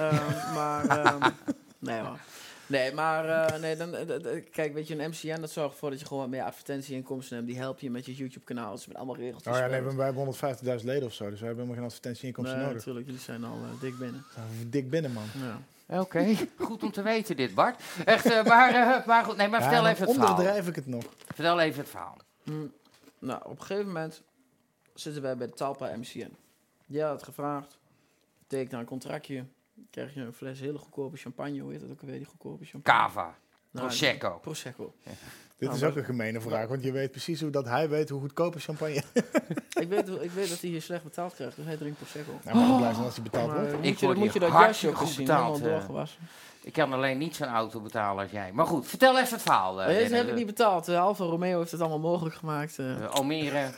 Nee hoor. Nee, maar kijk, weet je, een MCN dat zorgt ervoor dat je gewoon wat meer advertentieinkomsten hebt. Die helpen je met je YouTube-kanaal. Dus met allemaal regeltjes.
Oh ja, nee, wij hebben 150.000 leden of zo, dus wij hebben helemaal geen advertentieinkomsten
Nee,
nodig.
natuurlijk. Jullie zijn al dik binnen.
Dik binnen, man.
Ja.
Oké, goed om te weten dit, Bart. Echt, maar goed, nee, maar vertel even het verhaal.
Onderdrijf ik het nog.
Vertel even het verhaal.
Nou, op een gegeven moment zitten wij bij de Talpa MCN. Die had het gevraagd. Teken daar een contractje. Krijg je een fles hele goedkope champagne. Hoe heet dat ook alweer, die goedkope champagne?
Cava.
Nou,
Prosecco.
Prosecco.
Ja. Dit is ook een gemene vraag, want je weet precies hoe dat hij weet hoe goedkope champagne.
ik weet dat hij hier slecht betaald krijgt, dus hij drinkt Prosecco.
Nou, maar blij zijn als hij betaald wordt.
Moet je dat jasje
hartstikke
ook
goed
eens zien,
betaald.
helemaal doorgewassen.
Ik kan alleen niet zo'n auto betalen als jij. Maar goed, vertel even het verhaal.
Deze heb ik niet betaald. Alfa Romeo heeft het allemaal mogelijk gemaakt.
Almere.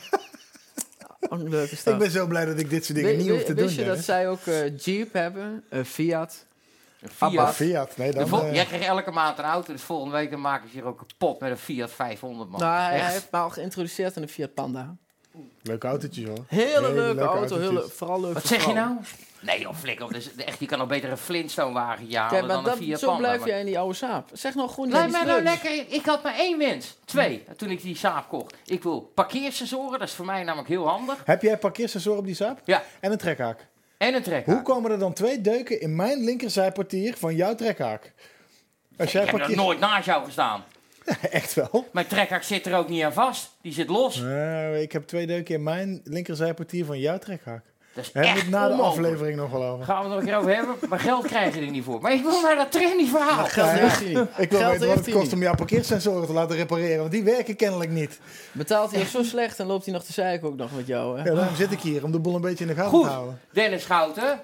Een leuke stad.
Ik ben zo blij dat ik dit soort dingen niet hoef te doen.
Wist je dat zij ook Jeep hebben? Fiat?
Fiat, nee dan...
Jij krijgt elke maand een auto, dus volgende week dan maken ze hier ook kapot met een Fiat 500, man.
Nou, hij heeft me al geïntroduceerd in een Fiat Panda.
Leuke autootjes, hoor.
Hele leuke auto, vooral leuk.
Wat zeg je nou? Nee, joh, flikker op. Dus echt, je kan nog beter een Flintstone-wagen halen dan een Fiat
zo
Panda.
blijf jij in die oude Saab. Zeg nou gewoon
Laat mij nou lekker in. Ik had maar 1 wens. 2, toen ik die Saab kocht. Ik wil parkeersensoren, dat is voor mij namelijk heel handig.
Heb jij parkeersensoren op die Saab?
Ja.
En een trekhaak?
En een trekhaak.
Hoe komen er dan 2 deuken in mijn linkerzijportier van jouw trekhaak? Als jij
Ik heb er nooit naast jou gestaan.
Echt wel?
Mijn trekhaak zit er ook niet aan vast. Die zit los.
Ik heb 2 deuken in mijn linkerzijportier van jouw trekhaak.
Dat is
Daar hebben
echt
we het na de
onmogelijk.
aflevering nog wel over.
Gaan we het nog een keer over hebben. Maar geld krijg je er niet voor. Maar ik wil naar dat trendy verhaal.
Geld heeft hij niet.
Ik wil
Geld
weten wat
heeft
het
hij
kost
niet.
om jouw parkeersensoren te laten repareren. Want die werken kennelijk niet.
Betaalt hij zo slecht en loopt hij nog te zeiken ook nog met jou, hè?
Ja, daarom zit ik hier, om de boel een beetje in de gaten
Goed,
te houden.
Dennis Schouten.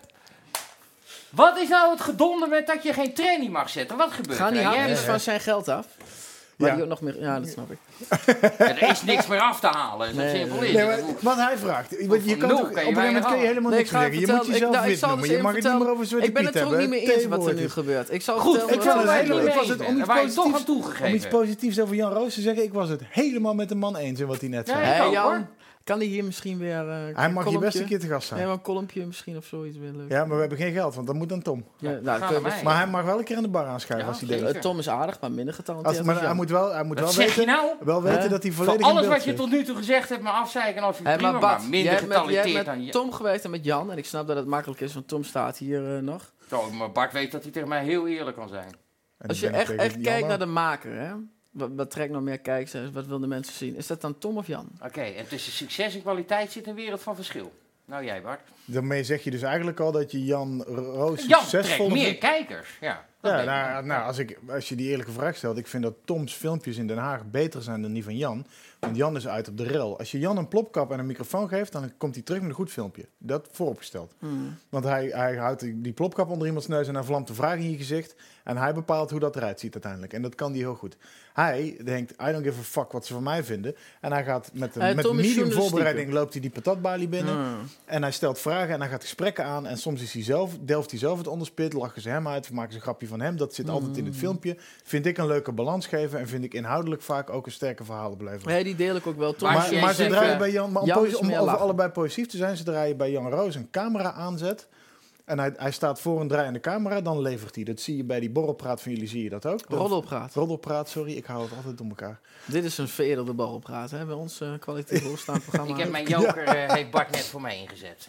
Wat is nou het gedonde met dat je geen training mag zetten? Wat gebeurt
Gaan die
er?
hapjes
Jij-
van zijn geld af? Maar die ook nog meer... Ja, dat snap ik.
Er is niks meer af te halen. Zo
Nee,
simpel
nee.
is
Nee,
het.
maar wat hij vraagt. Je kan
nul
toch,
kan je
op een gegeven moment
weinig
kun je helemaal
Nee,
niks meer zeggen. Je moet jezelf wit noemen. Je mag het niet meer over Zwarte
Ik ben
Piet
het er ook
hebben.
niet mee eens wat er nu
Tegenwoordig.
gebeurt. Ik zal
Goed,
vertellen
ik
wat
vond
er
het
gebeurt.
helemaal- ik was het om iets
waar je toch aan
positiefs-
toegegeven.
Om iets positiefs over Jan Roos te zeggen, ik was het helemaal met de man eens in wat hij net zei.
Nee.
Hé
Ik ook,
Jan,
hoor.
kan hij hier misschien weer...
Hij mag je best een keer te gast
Nee,
zijn.
maar een kolompje misschien of zoiets weer leuk.
Ja, maar we hebben geen geld, want dat moet dan Tom.
Ja, nou,
Ga
kun je
naar
best-
mij.
Maar hij mag wel een keer aan de bar aanschuiven
Ja,
als hij
zeker.
denkt.
Tom is aardig, maar minder getalenteerd.
Maar
dan
hij
Jan.
moet wel
Wat zeg je nou?
weten dat hij
Voor
volledig in
alles
beeld
wat je
zit.
tot nu toe gezegd hebt, maar afzeiken als je
Hé,
prima,
maar
maar
Bart,
minder
jij hebt
getalenteerd dan
met
je.
Tom gewerkt en met Jan. En ik snap dat het makkelijk is, want Tom staat hier nog.
Zo, maar Bart weet dat hij tegen mij heel eerlijk kan zijn.
En
Als
dan
je
ben ik
echt
tegen Jan
kijkt
ook.
naar de maker, hè? Wat trekt nog meer kijkers? Wat willen de mensen zien? Is dat dan Tom of Jan?
Oké, en tussen succes en kwaliteit zit een wereld van verschil. Nou jij Bart.
Daarmee zeg je dus eigenlijk al dat je Jan Roos
Jan trekt
succesvol
meer
vindt.
kijkers. Ja,
Ja, als je die eerlijke vraag stelt, ik vind dat Toms filmpjes in Den Haag beter zijn dan die van Jan. Want Jan is uit op de rel. Als je Jan een plopkap en een microfoon geeft, dan komt hij terug met een goed filmpje. Dat vooropgesteld. Want hij houdt die plopkap onder iemands neus en hij vlamt de vraag in je gezicht. En hij bepaalt hoe dat eruit ziet uiteindelijk. En dat kan hij heel goed. Hij denkt, I don't give a fuck wat ze van mij vinden. En hij gaat met medium voorbereiding loopt hij die patatbalie binnen. En hij stelt vragen en hij gaat gesprekken aan. En soms delft hij zelf het onderspit, lachen ze hem uit, maken ze een grapje van hem. Dat zit altijd in het filmpje. Vind ik een leuke balans geven en vind ik inhoudelijk vaak ook een sterke verhalenbelever.
Ja, die deel ik ook wel.
Maar zodra je bij Jan, om over allebei positief te zijn, zodra je bij Jan Roos een camera aanzet en hij staat voor een draaiende camera, dan levert hij. Dat zie je bij die borrelpraat van jullie, zie je dat ook? Roddelpraat, sorry, ik hou het altijd door elkaar.
Dit is een veredelde borrelpraat, hè, bij ons kwalitatief hoogstaand programma.
Ik heb mijn joker, heeft Bart net voor mij ingezet.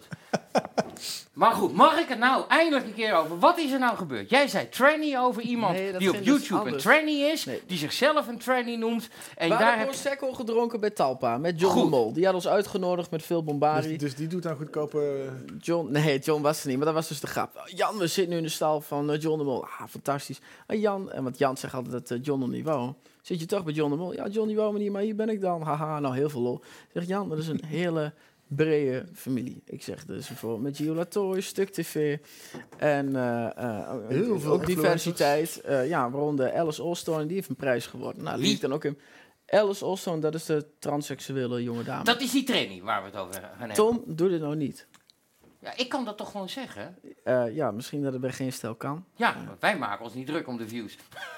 Maar goed, mag ik het nou eindelijk een keer over? Wat is er nou gebeurd? Jij zei tranny over iemand die op YouTube een tranny is, die zichzelf een tranny noemt. En
we
daar
hebben prosecco gedronken bij Talpa, met John de Mol. Die had ons uitgenodigd met veel bombardie.
Dus die doet dan goedkope...
John was er niet, maar dat was dus de grap. Jan, we zitten nu in de stal van John de Mol. Ah, fantastisch. Want Jan zegt altijd dat John hem niet wou. Zit je toch bij John de Mol? Ja, John die wou me niet, maar hier ben ik dan. Haha, nou heel veel lol. Zegt Jan, dat is een hele brede familie. Ik zeg dus bijvoorbeeld met Gio Latoy, Stuk TV en heel veel ook diversiteit. Waaronder Alice Allstone, die heeft een prijs geworden. Nou, liep dan ook in. Alice Allstone, dat is de transseksuele jonge dame.
Dat is die training waar we het over gaan hebben.
Tom, doe dit nou niet.
Ja, ik kan dat toch gewoon zeggen?
Misschien dat het bij geen stel kan.
Ja, want wij maken ons niet druk om de views.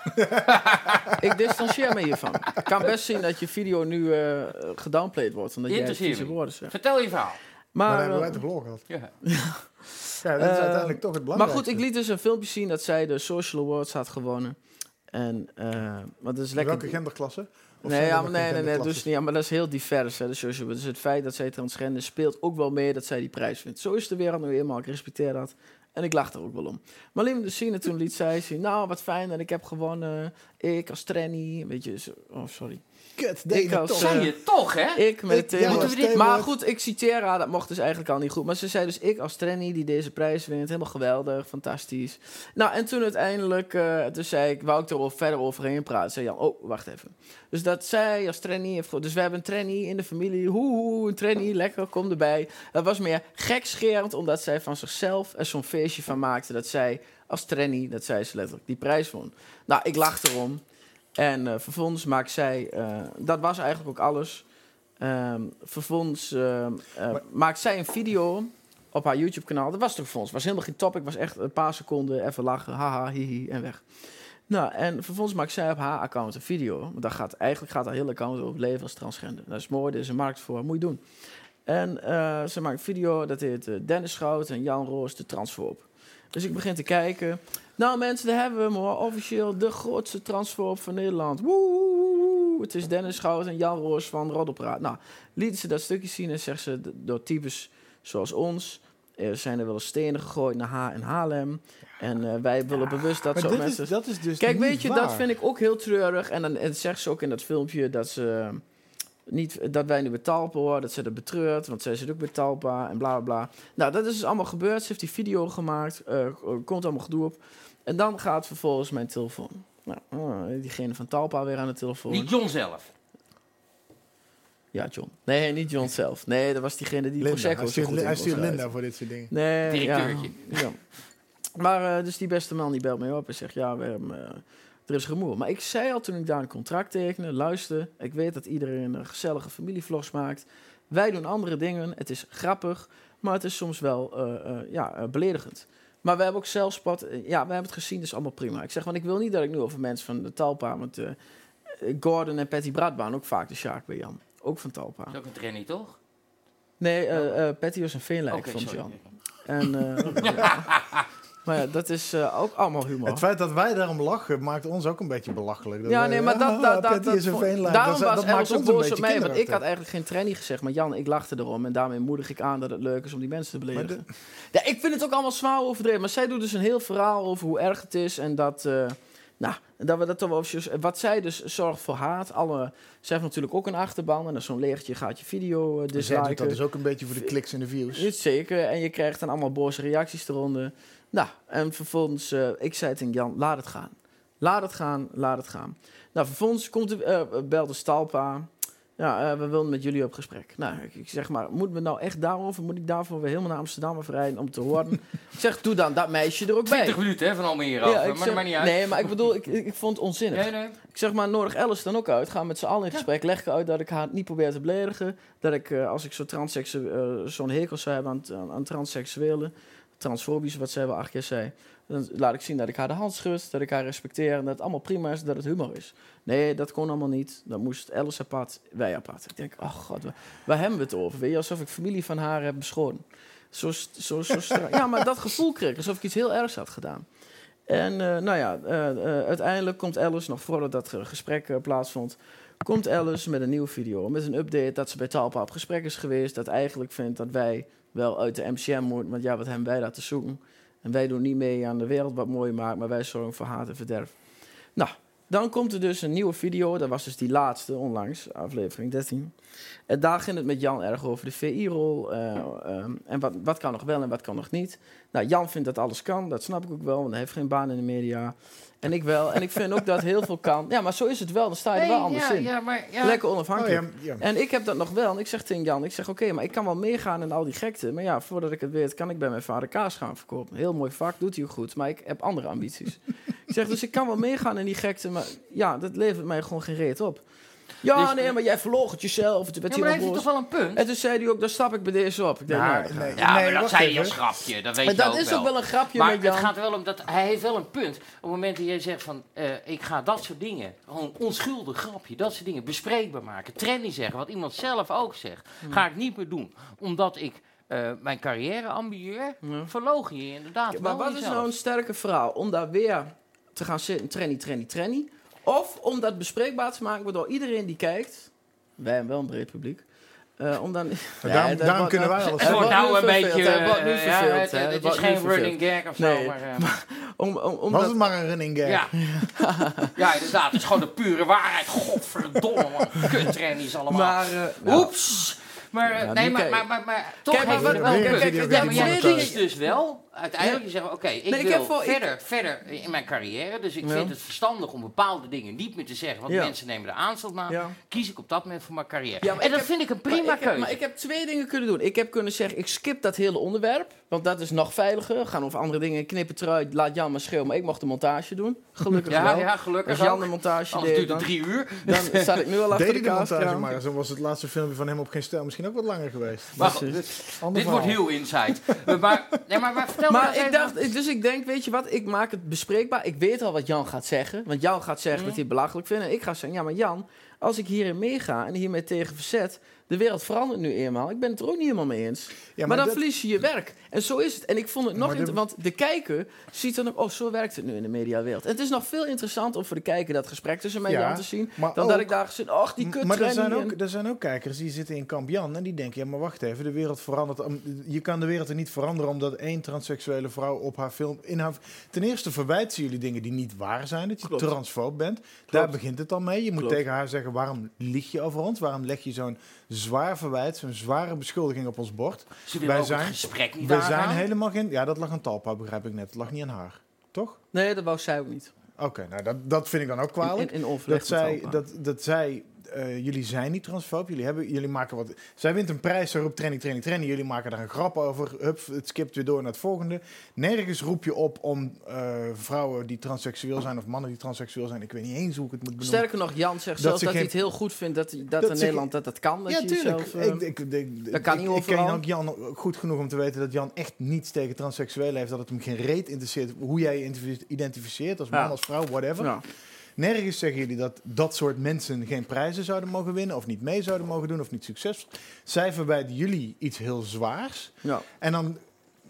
Ik distancieer me hiervan. Ik kan best zien dat je video nu gedownplayed wordt. Omdat jij vieze woorden zegt.
Vertel je verhaal.
Maar hebben wij toch lol gehad?
Ja.
Ja, dat is uiteindelijk toch het belangrijkste.
Maar goed, ik liet dus een filmpje zien dat zij de Social Awards had gewonnen. En, maar dat is lekker.
Welke genderklasse?
Nee, dus niet. Maar dat is heel divers. Hè, dus het feit dat zij transgender speelt ook wel mee dat zij die prijs wint. Zo is de wereld nu eenmaal. Ik respecteer dat. En ik lach er ook wel om. Maar liet me dus zien en toen liet zij zien, nou, wat fijn dat ik heb gewonnen. Ik als tranny, weet je. Oh, sorry.
Kut,
zei je toch, hè?
Ik met maar goed, ik citeer haar, dat mocht dus eigenlijk al niet goed. Maar ze zei dus, ik als tranny die deze prijs wint, helemaal geweldig, fantastisch. Nou, en toen uiteindelijk, toen zei ik, wou ik er verder overheen praten. Zei Jan, oh, wacht even. Dus dat zij als tranny heeft, dus we hebben een tranny in de familie, een tranny, lekker, kom erbij. Dat was meer gekscherend, omdat zij van zichzelf er zo'n feestje van maakte, dat zij als tranny, dat zij ze letterlijk die prijs won. Nou, ik lach erom. En vervolgens maakt zij... dat was eigenlijk ook alles. Vervolgens maakt zij een video op haar YouTube-kanaal. Dat was toch voor ons. Het was helemaal geen topic. Het was echt een paar seconden even lachen. Haha, hihi en weg. Nou, en vervolgens maakt zij op haar account een video. Want eigenlijk gaat haar hele account over leven als transgender. Dat is mooi. Er is een markt voor. Moet je doen. En ze maakt een video. Dat heet Dennis Schout en Jan Roos, de transfoob. Dus ik begin te kijken. Nou mensen, daar hebben we hem hoor. Officieel de grootste transfoob van Nederland. Woe. Het is Dennis Schout en Jan Roos van Roddelpraat. Nou, lieten ze dat stukje zien en zeggen ze... door types zoals ons zijn er wel eens stenen gegooid naar haar in Haarlem. En wij willen bewust dat soort mensen...
Dat is dus
kijk, weet je,
waar.
dat vind ik ook heel treurig. En dan zegt ze ook in dat filmpje dat ze... Niet dat wij nu bij Talpa horen, dat ze dat betreurt, want zij zit ook bij Talpa en bla bla bla. Nou, dat is dus allemaal gebeurd. Ze heeft die video gemaakt, komt allemaal gedoe op. En dan gaat vervolgens mijn telefoon. Nou, diegene van Talpa weer aan de telefoon.
Niet John zelf?
Ja, John. Nee, niet John zelf. Nee, dat was diegene die Prosecco zo goed in
Hij stuurt Linda voor dit soort dingen.
Nee,
directeurtje.
Ja. Maar dus die beste man die belt mij op en zegt, ja, we hebben... Er is rumoer. Maar ik zei al toen ik daar een contract tekende, luister, ik weet dat iedereen gezellige familievlogs maakt. Wij doen andere dingen. Het is grappig, maar het is soms wel beledigend. Maar we hebben ook zelfspot. We hebben het gezien, dus allemaal prima. Ik zeg, want ik wil niet dat ik nu over mensen van de Talpa, want Gordon en Patty Bradbaan, ook vaak de Sjaak bij Jan. Ook van Talpa.
Dat is ook een trainee, toch?
Nee, Patty was een veenlijk, vond Jan. En... Maar ja, dat is ook allemaal humor.
Het feit dat wij daarom lachen, maakt ons ook een beetje belachelijk.
Ja, nee, maar dat
is een veenlijn.
Daarom was
dat
Alice ook boos op mij, want ik had eigenlijk geen tranny gezegd. Maar Jan, ik lachte erom en daarmee moedig ik aan dat het leuk is om die mensen te beledigen. Ja, ik vind het ook allemaal zwaar overdreven. Maar zij doet dus een heel verhaal over hoe erg het is en dat... Nou, dat we dat toch wel wat zij dus zorgt voor haat. Ze heeft natuurlijk ook een achterban. En als zo'n legertje gaat je video
Zij
disliken.
doet dat dus ook een beetje voor de kliks en de views.
Zeker. En je krijgt dan allemaal boze reacties eronder. Nou, en vervolgens, ik zei tegen Jan, laat het gaan. Laat het gaan, laat het gaan. Nou, vervolgens belde Stalpa. Ja, we willen met jullie op gesprek. Nou, ik zeg maar, moeten we nou echt daarover? Moet ik daarvoor weer helemaal naar Amsterdam afrijden om te horen? Ik zeg, doe dan dat meisje er ook bij.
20 minuten hè, van Almere af, maar dat maakt niet uit.
Nee, maar ik bedoel, ik vond het onzinnig.
Nee.
Ik zeg maar, nodig Alice dan ook uit. Ga met z'n allen in gesprek. Leg uit dat ik haar niet probeer te beledigen. Dat ik, als ik zo'n hekel zou hebben aan transseksuelen, transfobisch, wat zij wel 8 keer zei, dan laat ik zien dat ik haar de hand schud, dat ik haar respecteer en dat het allemaal prima is, dat het humor is. Nee, dat kon allemaal niet. Dan moest Alice apart, wij apart. Ik denk, oh god, waar hebben we het over? Weet je, alsof ik familie van haar heb beschoren. Zo ja, maar dat gevoel kreeg ik, alsof ik iets heel ergs had gedaan. En uiteindelijk komt Alice, nog voordat dat gesprek plaatsvond, komt Alice met een nieuwe video, met een update dat ze bij Talpa op gesprek is geweest, dat eigenlijk vindt dat wij wel uit de MCM moeten, want ja, wat hebben wij daar te zoeken? En wij doen niet mee aan de wereld wat mooi maakt, maar wij zorgen voor haat en verderf. Nou, dan komt er dus een nieuwe video, dat was dus die laatste onlangs, aflevering 13. En daar ging het met Jan erg over de VI-rol en wat kan nog wel en wat kan nog niet. Nou, Jan vindt dat alles kan, dat snap ik ook wel, want hij heeft geen baan in de media. En ik wel. En ik vind ook dat heel veel kan. Ja, maar zo is het wel. Dan sta je er wel anders in.
Ja.
Lekker onafhankelijk.
Oh, ja.
En ik heb dat nog wel. En ik zeg tegen Jan, oké, maar ik kan wel meegaan in al die gekte. Maar ja, voordat ik het weet, kan ik bij mijn vader kaas gaan verkopen. Heel mooi vak, doet hij ook goed. Maar ik heb andere ambities. Ik zeg, dus ik kan wel meegaan in die gekte. Maar ja, dat levert mij gewoon geen reet op. Ja, dus, nee, maar jij verloog het jezelf.
Ja, maar heeft hij toch wel een punt?
En toen zei hij ook, daar stap ik bij deze op. Ik denk,
maar dat zei je als grapje. Dat weet je
dat
ook
is
wel.
ook wel een grapje
maar
met Jan.
Het gaat er wel om dat hij heeft wel een punt. Op het moment dat jij zegt van, ik ga dat soort dingen, gewoon onschuldig grapje, dat soort dingen bespreekbaar maken, trendy zeggen, wat iemand zelf ook zegt, ga ik niet meer doen. Omdat ik mijn carrière ambieer, verlogen je inderdaad.
Maar wat is nou een sterke verhaal? Om daar weer te gaan zitten, trendy. Of om dat bespreekbaar te maken, waardoor iedereen die kijkt, wij hebben wel een breed publiek, om dan...
daarom kunnen wij alles.
Het wordt nou een beetje...
Het
is geen running gag of zo.
Nee,
maar
was het maar een running gag?
Ja, inderdaad. Het is gewoon de pure waarheid. Godverdomme, man. Kuttrennies allemaal.
Maar,
oeps. Maar toch
kijk,
heeft het wel een punt. Maar jij
dingen
kiest dus wel, uiteindelijk, je zegt, oké, ik wil verder in mijn carrière, dus ik vind het verstandig om bepaalde dingen niet meer te zeggen, want mensen nemen de aanstoot na, kies ik op dat moment voor mijn carrière. Ja, en dat vind ik een prima keuze.
Maar ik heb 2 dingen kunnen doen. Ik heb kunnen zeggen, ik skip dat hele onderwerp, want dat is nog veiliger. We gaan over andere dingen, knippen eruit, laat Jan maar schreeuwen, maar ik mocht de montage doen. Gelukkig wel.
Ja, gelukkig.
Als Jan de montage
anders
deed,
duurt het 3 uur.
Dan zat ik nu al achter de
montage, maar zo was het laatste filmpje van hem op geen stijl misschien ook wat langer geweest.
Maar dit wordt heel insight. maar vertel me
ik denk, weet je wat, ik maak het bespreekbaar. Ik weet al wat Jan gaat zeggen. Want Jan gaat zeggen dat hij het belachelijk vindt. En ik ga zeggen, ja, maar Jan, als ik hierin meega en hiermee tegen verzet, de wereld verandert nu eenmaal. Ik ben het er ook niet helemaal mee eens. Ja, maar dan verlies je je werk. En zo is het. En ik vond het nog interessant, want de kijker ziet dan ook, zo werkt het nu in de mediawereld. En het is nog veel interessanter om voor de kijker dat gesprek tussen mij en Jan te zien, dan dat ik daar zit, die kut.
Maar er zijn ook kijkers die zitten in kamp Jan en die denken, ja, maar wacht even, de wereld verandert. Je kan de wereld er niet veranderen omdat 1 transseksuele vrouw op haar film ten eerste verwijt ze jullie dingen die niet waar zijn, dat je transfoob bent. Daar begint het al mee. Je moet tegen haar zeggen, waarom lieg je over ons? Waarom leg je zo'n zwaar verwijt, zo'n zware beschuldiging op ons bord?
Wij zijn gesprek niet
helemaal geen... Ja, dat lag aan Talpa, begrijp ik net. Dat lag niet aan haar. Toch?
Nee, dat wou zij ook niet.
Oké, nou dat vind ik dan ook kwalijk.
In overleg
dat zij... jullie zijn niet transfoob. Jullie maken wat... Zij wint een prijs, zij roept training. Jullie maken daar een grap over. Hup, het skipt weer door naar het volgende. Nergens roep je op om vrouwen die transseksueel zijn of mannen die transseksueel zijn. Ik weet niet eens hoe ik het moet benoemen.
Sterker nog, Jan zegt zelfs dat hij het heel goed vindt dat in Nederland dat kan. Dat
ja, tuurlijk.
Dat kan niet overal.
Ik ken ook Jan goed genoeg om te weten dat Jan echt niets tegen transseksuelen heeft. Dat het hem geen reet interesseert hoe jij je identificeert als man, als vrouw, whatever. Ja. Nergens zeggen jullie dat soort mensen geen prijzen zouden mogen winnen, of niet mee zouden mogen doen, of niet succesvol. Zij verwijten jullie iets heel zwaars. Ja. En dan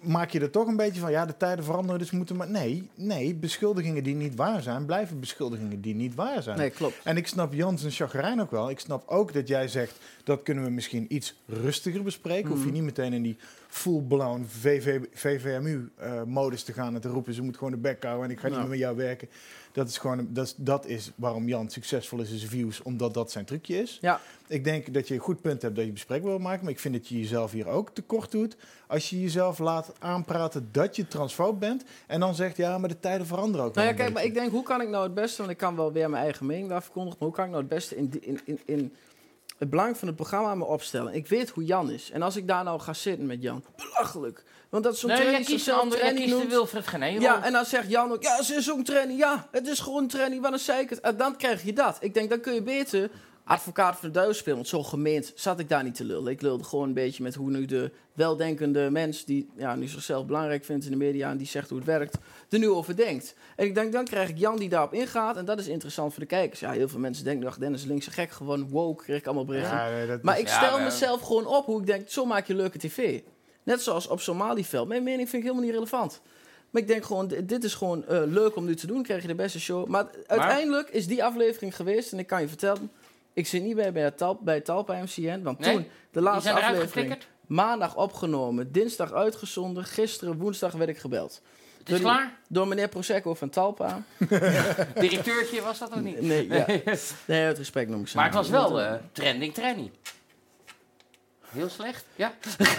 maak je er toch een beetje van, ja, de tijden veranderen, dus moeten maar... Nee, beschuldigingen die niet waar zijn, blijven beschuldigingen die niet waar zijn.
Nee, klopt.
En ik snap Jans en chagrijn ook wel. Ik snap ook dat jij zegt, dat kunnen we misschien iets rustiger bespreken. Hoef je niet meteen in die full-blown VVMU-modus te gaan en te roepen, ze moet gewoon de bek houden en ik ga niet meer met jou werken. Dat is waarom Jan succesvol is in zijn views, omdat dat zijn trucje is. Ja. Ik denk dat je een goed punt hebt dat je bespreekbaar wil maken, maar ik vind dat je jezelf hier ook tekort doet als je jezelf laat aanpraten dat je transfoob bent en dan zegt, ja, maar de tijden veranderen ook.
Nou ja, kijk, maar ik denk, hoe kan ik nou het beste, want ik kan wel weer mijn eigen mening daar verkondigen, maar hoe kan ik nou het beste in het belang van het programma me opstellen? Ik weet hoe Jan is. En als ik daar nou ga zitten met Jan, belachelijk. Want dat is zo'n training zichzelf training noemt.
Wilfred Genee.
Ja, en dan zegt Jan ook, ja, ze is ook een training. Ja, het is gewoon een training, wat een zeker. Dan krijg je dat. Ik denk, dan kun je beter advocaat van de duivel spelen. Want zo gemeend zat ik daar niet te lullen. Ik lulde gewoon een beetje met hoe nu de weldenkende mens, die nu zichzelf belangrijk vindt in de media en die zegt hoe het werkt, er nu over denkt. En ik denk, dan krijg ik Jan die daarop ingaat en dat is interessant voor de kijkers. Ja, heel veel mensen denken, ach, Dennis linkse gek, gewoon woke, kreeg ik allemaal berichten. Ja, nee, maar ik stel mezelf gewoon op hoe ik denk, zo maak je leuke tv. Net zoals op Somalieveld. Mijn mening vind ik helemaal niet relevant. Maar ik denk gewoon, dit is gewoon leuk om nu te doen. Krijg je de beste show. Maar uiteindelijk is die aflevering geweest. En ik kan je vertellen, ik zit niet bij Talpa MCN. Want toen, de laatste aflevering, maandag opgenomen. Dinsdag uitgezonden. Gisteren, woensdag werd ik gebeld.
Het is klaar?
Door meneer Prosecco van Talpa.
Directeurtje was dat nog niet?
Nee, uit respect noem ik ze.
Maar het was wel trending. Heel slecht, ja.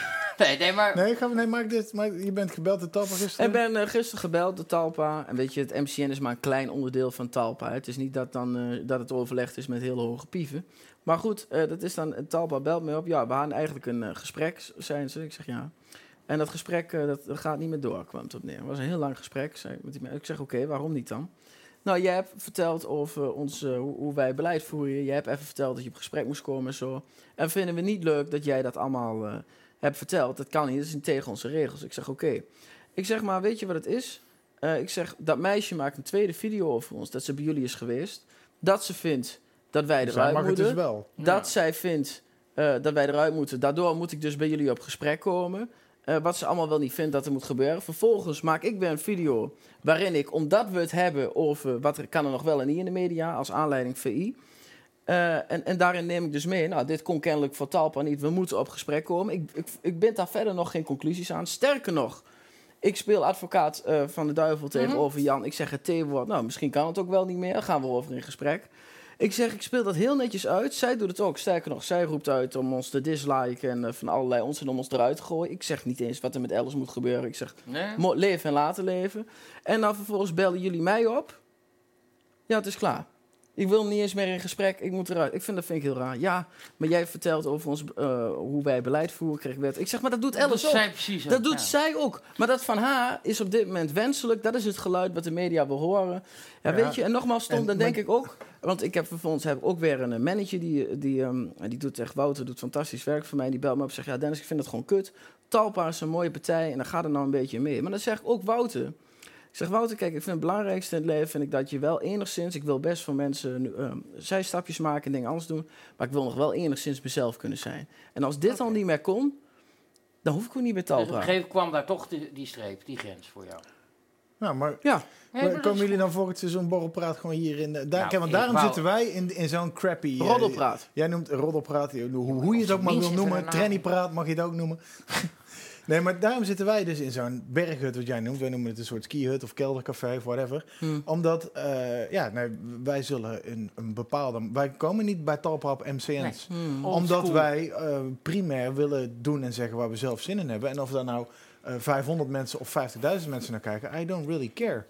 Maar je bent gebeld door Talpa gisteren?
Ik ben gisteren gebeld door Talpa. En weet je, het MCN is maar een klein onderdeel van Talpa. Het is niet dat het overlegd is met hele hoge pieven. Maar goed, dat is dan, Talpa belt me op. Ja, we hadden eigenlijk een gesprek, zijn ze. Ik zeg ja. En dat gesprek, dat gaat niet meer door, kwam het op neer. Het was een heel lang gesprek. Ik zeg oké, waarom niet dan? Nou, jij hebt verteld over hoe wij beleid voeren. Jij hebt even verteld dat je op gesprek moest komen en zo. En vinden we niet leuk dat jij dat allemaal hebt verteld. Dat kan niet, dat is niet tegen onze regels. Ik zeg oké. Ik zeg maar, weet je wat het is? Ik zeg, dat meisje maakt een tweede video over ons. Dat ze bij jullie is geweest. Dat ze vindt dat wij eruit moeten.
Dus wel.
Dat zij vindt dat wij eruit moeten. Daardoor moet ik dus bij jullie op gesprek komen. Wat ze allemaal wel niet vindt dat er moet gebeuren. Vervolgens maak ik weer een video waarin ik, omdat we het hebben over wat er kan er nog wel en niet in de media, als aanleiding VI. En daarin neem ik dus mee, nou, dit kon kennelijk voor Talpa niet, we moeten op gesprek komen. Ik bind daar verder nog geen conclusies aan. Sterker nog, ik speel advocaat van de duivel tegenover Jan. Ik zeg het T-woord, nou, misschien kan het ook wel niet meer. Daar gaan we over in gesprek. Ik zeg, ik speel dat heel netjes uit. Zij doet het ook. Sterker nog, zij roept uit om ons te disliken en van allerlei onzin om ons eruit te gooien. Ik zeg niet eens wat er met Alice moet gebeuren. Ik zeg, leven en laten leven. En dan vervolgens bellen jullie mij op. Ja, het is klaar. Ik wil niet eens meer in gesprek. Ik moet eruit. Dat vind ik heel raar. Ja, maar jij vertelt over ons hoe wij beleid voeren. Ik zeg, maar dat doet Alice ook. Dat doet zij ook. Maar dat van haar is op dit moment wenselijk. Dat is het geluid wat de media wil horen. Ja, weet je. En nogmaals, dan denk ik ook. Want ik heb vervolgens ook weer een manager die doet echt, Wouter doet fantastisch werk voor mij. Die belt me op en zegt, ja Dennis, ik vind het gewoon kut. Talpa is een mooie partij en dan gaat er nou een beetje mee. Maar dan zeg ik ook Wouter. Ik zeg, Wouter, kijk, ik vind het belangrijkste in het leven, vind ik dat je wel enigszins, ik wil best voor mensen zijstapjes maken en dingen anders doen, maar ik wil nog wel enigszins mezelf kunnen zijn. En als dit dan niet meer kon, dan hoef ik ook niet meer Talpa.
Dus op een gegeven moment kwam daar toch die streep, die grens voor jou.
Nou, maar komen jullie dan volgend seizoen Borrelpraat gewoon hier in want daarom zitten wij in zo'n crappy...
Roddelpraat.
Jij noemt roddelpraat, hoe je het ook maar wil noemen. Trannypraat mag je het ook noemen. Nee, maar daarom zitten wij dus in zo'n berghut, wat jij noemt. Wij noemen het een soort skihut of keldercafé of whatever. Omdat, wij zullen een bepaalde... Wij komen niet bij Talpa op MCN's. Omdat wij primair willen doen en zeggen waar we zelf zin in hebben. En of daar nou 500 mensen of 50.000 mensen naar kijken, I don't really care.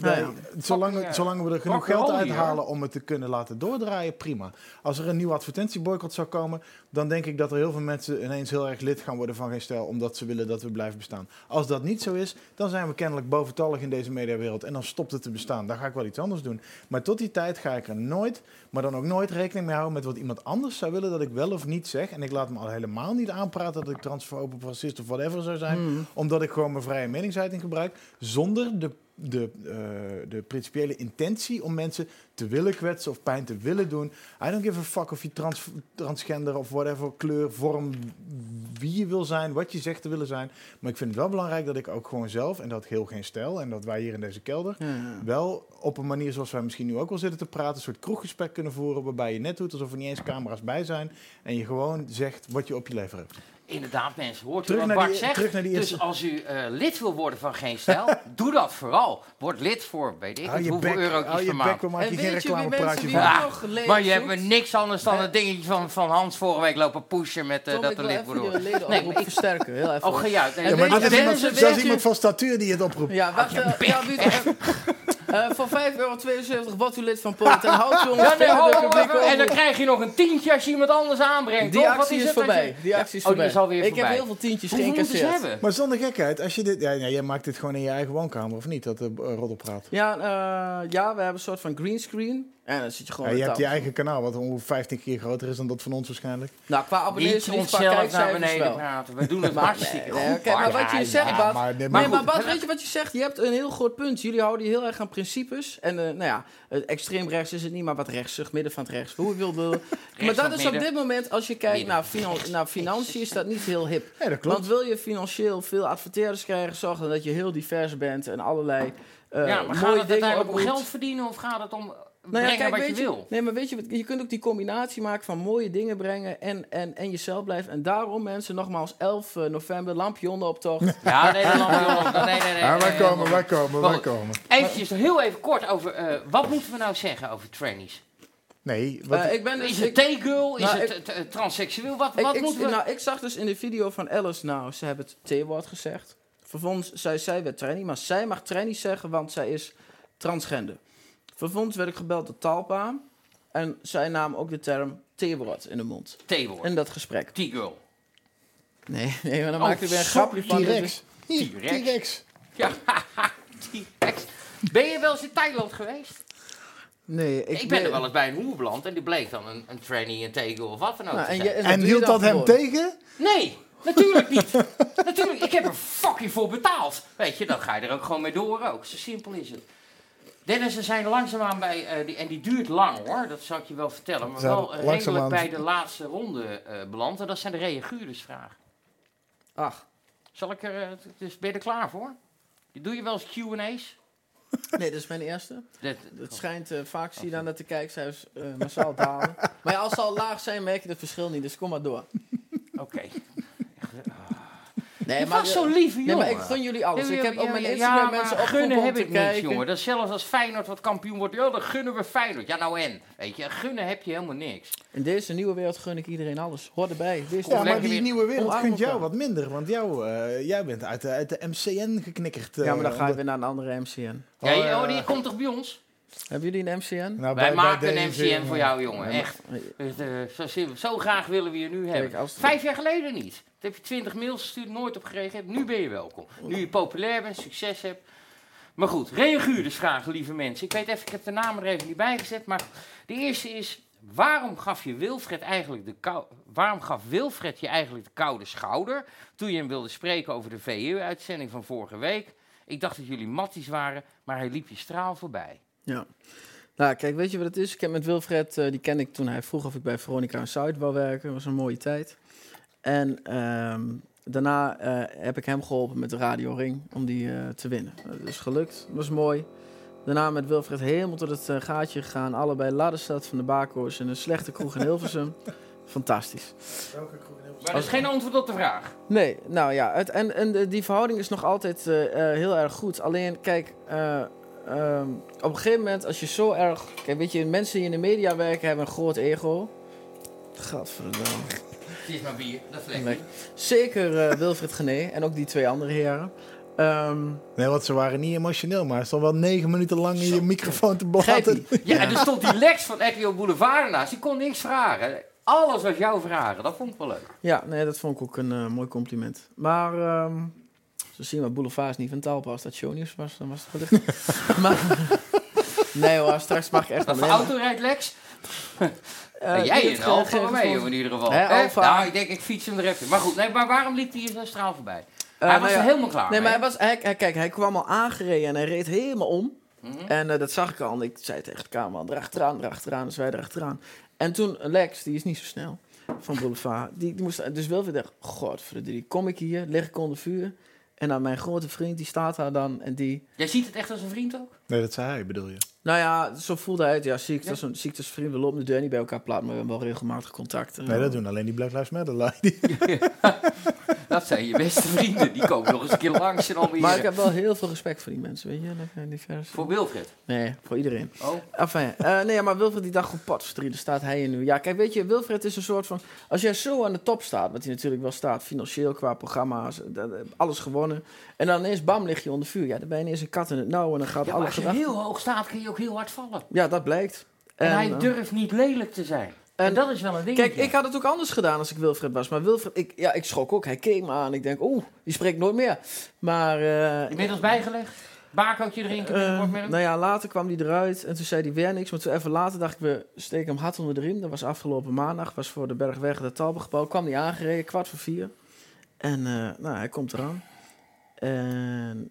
Zolang we er genoeg geld uithalen om het te kunnen laten doordraaien, prima. Als er een nieuwe advertentieboycott zou komen, dan denk ik dat er heel veel mensen ineens heel erg lid gaan worden van Geen Stijl, omdat ze willen dat we blijven bestaan. Als dat niet zo is, dan zijn we kennelijk boventallig in deze mediawereld en dan stopt het te bestaan. Dan ga ik wel iets anders doen. Maar tot die tijd ga ik er nooit, maar dan ook nooit rekening mee houden met wat iemand anders zou willen dat ik wel of niet zeg. En ik laat me al helemaal niet aanpraten dat ik transfoob of racist of whatever zou zijn, omdat ik gewoon mijn vrije meningsuiting gebruik, zonder de de principiële intentie om mensen te willen kwetsen of pijn te willen doen. I don't give a fuck of je transgender of whatever, kleur, vorm, wie je wil zijn, wat je zegt te willen zijn. Maar ik vind het wel belangrijk dat ik ook gewoon zelf, en dat heel geen stijl, en dat wij hier in deze kelder, wel op een manier zoals wij misschien nu ook wel zitten te praten, een soort kroeggesprek kunnen voeren, waarbij je net doet alsof er niet eens camera's bij zijn, en je gewoon zegt wat je op je lever hebt.
Inderdaad, mensen. Hoort u wat Bart zegt? Dus als u lid wil worden van Geen Stijl, doe dat vooral. Word lid voor, weet ik niet hoeveel eurotjes per maand.
En weet je wie mensen die nog leden
maar je hebt me niks anders dan het dingetje van Hans vorige week lopen pushen met
Tom,
dat er lid wordt worden.
Nee, maar ik versterken, heel even.
Oh, gejuich.
Ja, maar dat is zelfs iemand van statuur die het oproept.
Ja, wacht. Voor €5,72 wordt u lid van Polit en houdt u ons
en dan krijg je nog een tientje als je iemand anders aanbrengt.
Die actie is voorbij. Ik heb heel veel tientjes geïncasseerd.
Maar zonder gekheid, als je dit... Ja, jij maakt dit gewoon in je eigen woonkamer, of niet? Dat roddelpraat.
Ja, we hebben een soort van greenscreen. En dan zit je gewoon...
je hebt je eigen kanaal, wat 15 keer groter is dan dat van ons waarschijnlijk.
Nou, qua abonnees niet, qua kijkcijfers wel.
Praten. We doen het hartstikke goed.
Kijk, maar wat je zegt, Bart... Maar Bart, weet je wat je zegt? Je hebt een heel groot punt. Jullie houden je heel erg aan principes. En extreem rechts is het niet, maar wat rechtsig, midden van het rechts. Hoe je wil. Maar dat is op dit moment, als je kijkt naar financiën, is dat niet heel hip.
Ja, dat klopt.
Want wil je financieel veel adverteerders krijgen, zorg dan dat je heel divers bent en allerlei
maar
mooie
gaat het
dingen
uiteindelijk om geld verdienen of gaat het om... wat je wil.
Nee, maar weet je kunt ook die combinatie maken van mooie dingen brengen en jezelf blijven. En daarom, mensen, nogmaals, 11 november, lampionenoptocht.
Ja, nee, de lampionnen. Nee.
Ja, wij komen.
Eventjes, heel even kort over, wat moeten we nou zeggen over trainees?
Nee,
is het T-girl? Is het transseksueel? Wat moeten we...
ik zag dus in de video van Alice, ze hebben het T-woord gezegd. Vervolgens zei zij werd trainee, maar zij mag trainee zeggen, want zij is transgender. Vervolgens werd ik gebeld door Talpa. En zij nam ook de term T-woord in de mond.
T-woord.
In dat gesprek.
T-girl.
Nee, maar dan maakte ik weer een grapje van.
T-Rex.
Ja, T-Rex. Ben je wel eens in Thailand geweest?
Nee.
Ik ben er wel eens bij een hoer beland en die bleek dan een trainee, een T-girl of wat dan ook te zijn.
En hield dat hem tegen?
Nee. Natuurlijk niet. Natuurlijk, ik heb er fucking voor betaald. Weet je, dan ga je er ook gewoon mee door ook. Zo simpel is het. Dennis, ze zijn langzaamaan bij, en die duurt lang hoor, dat zal ik je wel vertellen, maar wel redelijk bij de laatste ronde beland. En dat zijn de reaguurdersvragen.
Ach.
Zal ik dus ben je er klaar voor? Doe je wel eens Q&A's?
Nee, dat is mijn eerste. Het schijnt vaak, zie je dan dat de kijkcijfers massaal dalen. Maar ja, als ze al laag zijn, merk je het verschil niet, dus kom maar door.
Oké.
Nee,
je was zo'n lieve jongen.
Nee, maar ik gun jullie alles. Ik heb op mijn Instagram mensen
gunnen heb ik
kijken.
niks, jongen. Dat is zelfs als Feyenoord wat kampioen wordt. Ja, dan gunnen we Feyenoord. Ja, nou en. Weet je, gunnen heb je helemaal niks.
In deze nieuwe wereld gun ik iedereen alles. Hoor erbij.
Maar die nieuwe wereld gunt jou wat minder. Want jij bent uit de MCN geknikkerd.
Ja, maar dan ga je weer naar een andere MCN.
Ja, die komt toch bij ons?
Hebben jullie een MCN?
Nou,
wij maken een MCN voor jou, jongen. Echt. Zo graag willen we je nu hebben. 5 jaar geleden niet. Toen heb je 20 mails gestuurd, nooit op gereageerd. Nu ben je welkom. Nu je populair bent, succes hebt. Maar goed, reaguurdersvragen, lieve mensen. Ik weet even, ik heb de namen er even niet bij gezet. Maar de eerste is, waarom gaf Wilfred je eigenlijk de koude schouder toen je hem wilde spreken over de VU-uitzending van vorige week? Ik dacht dat jullie matties waren, maar hij liep je straal voorbij.
Ja. Nou, kijk, weet je wat het is? Ik heb met Wilfred, die kende ik toen hij vroeg of ik bij Veronica en Zuid wou werken. Dat was een mooie tijd. En daarna heb ik hem geholpen met de Radio Ring om die te winnen. Dat is gelukt, dat was mooi. Daarna met Wilfred helemaal tot het gaatje gegaan. Allebei Ladderstad van de Bako's in een slechte kroeg in Hilversum. Fantastisch.
Welke kroeg in Hilversum?
Maar dat is geen antwoord op de vraag.
Nee, nou ja. En die verhouding is nog altijd heel erg goed. Alleen, kijk... op een gegeven moment, als je zo erg... Kijk, weet je, mensen die in de media werken hebben een groot ego. Gadverdamme.
Het is maar bier, dat vlekt niet.
Zeker Wilfred Gené en ook die 2 andere heren.
Nee, want ze waren niet emotioneel, maar ze stonden wel 9 minuten lang in je microfoon te blaten.
Ja, en er stond die Lex van RTL Boulevard ernaast. Die kon niks vragen. Alles was jouw vragen. Dat vond ik wel leuk.
Ja, nee, dat vond ik ook een mooi compliment. Maar... Zo zien we, Boulevard is niet van Talpa. Als dat shownieuws was, dan was het gelukt. Maar nee hoor, straks mag ik echt
wel. Wat voor auto rijdt Lex? Jij in Alfa Romeo in ieder geval.
Alfa.
Nou, ik denk ik fiets hem er even. Maar goed, maar waarom liep hij een straal voorbij? Hij was er helemaal klaar
Nee,
mee.
maar hij kwam al aangereden en hij reed helemaal om. En dat zag ik al. En ik zei tegen de cameraman, erachteraan. Dus wij erachteraan. En toen Lex, die is niet zo snel, van Boulevard. Die moest dus wel weer denken, godverdomme, kom ik hier, lig ik onder vuur. En dan mijn grote vriend, die staat daar dan en die...
Jij ziet het echt als een vriend ook?
Nee, dat zei hij, bedoel je?
Nou ja, zo voelde hij het. Ja, ziekte als vriend. We lopen de deur niet bij elkaar plat, maar we hebben wel regelmatig contact.
Nee, dat doen alleen die Black Lives Matter.
Dat zijn je beste vrienden. Die komen nog eens een keer langs en alweer.
Maar ik heb wel heel veel respect voor die mensen, weet je.
Voor Wilfred?
Nee, voor iedereen.
Oh.
Enfin, nee, maar Wilfred die dacht gewoon potverdorie, daar staat hij in nu. Ja, kijk, weet je, Wilfred is een soort van... Als jij zo aan de top staat, wat hij natuurlijk wel staat, financieel, qua programma's, alles gewonnen. En dan ineens, bam, lig je onder vuur. Ja, dan ben je ineens een kat in het nauw en dan gaat
Ja,
alle
als je
gedachten...
heel hoog staat, kun je ook heel hard vallen.
Ja, dat blijkt.
En hij durft niet lelijk te zijn. En dat is wel een dingetje.
Kijk, ik had het ook anders gedaan als ik Wilfred was. Maar Wilfred, ik schrok ook. Hij keek me aan. Ik denk, die spreekt nooit meer. Maar...
Inmiddels bijgelegd? Baarkootje erin?
Nou ja, later kwam hij eruit. En toen zei hij weer niks. Maar toen even later dacht ik, we steken hem hard onder de riem. Dat was afgelopen maandag. Was voor de Bergweg, het Talbotgebouw. Kwam hij aangereden, 3:15. En hij komt eraan. En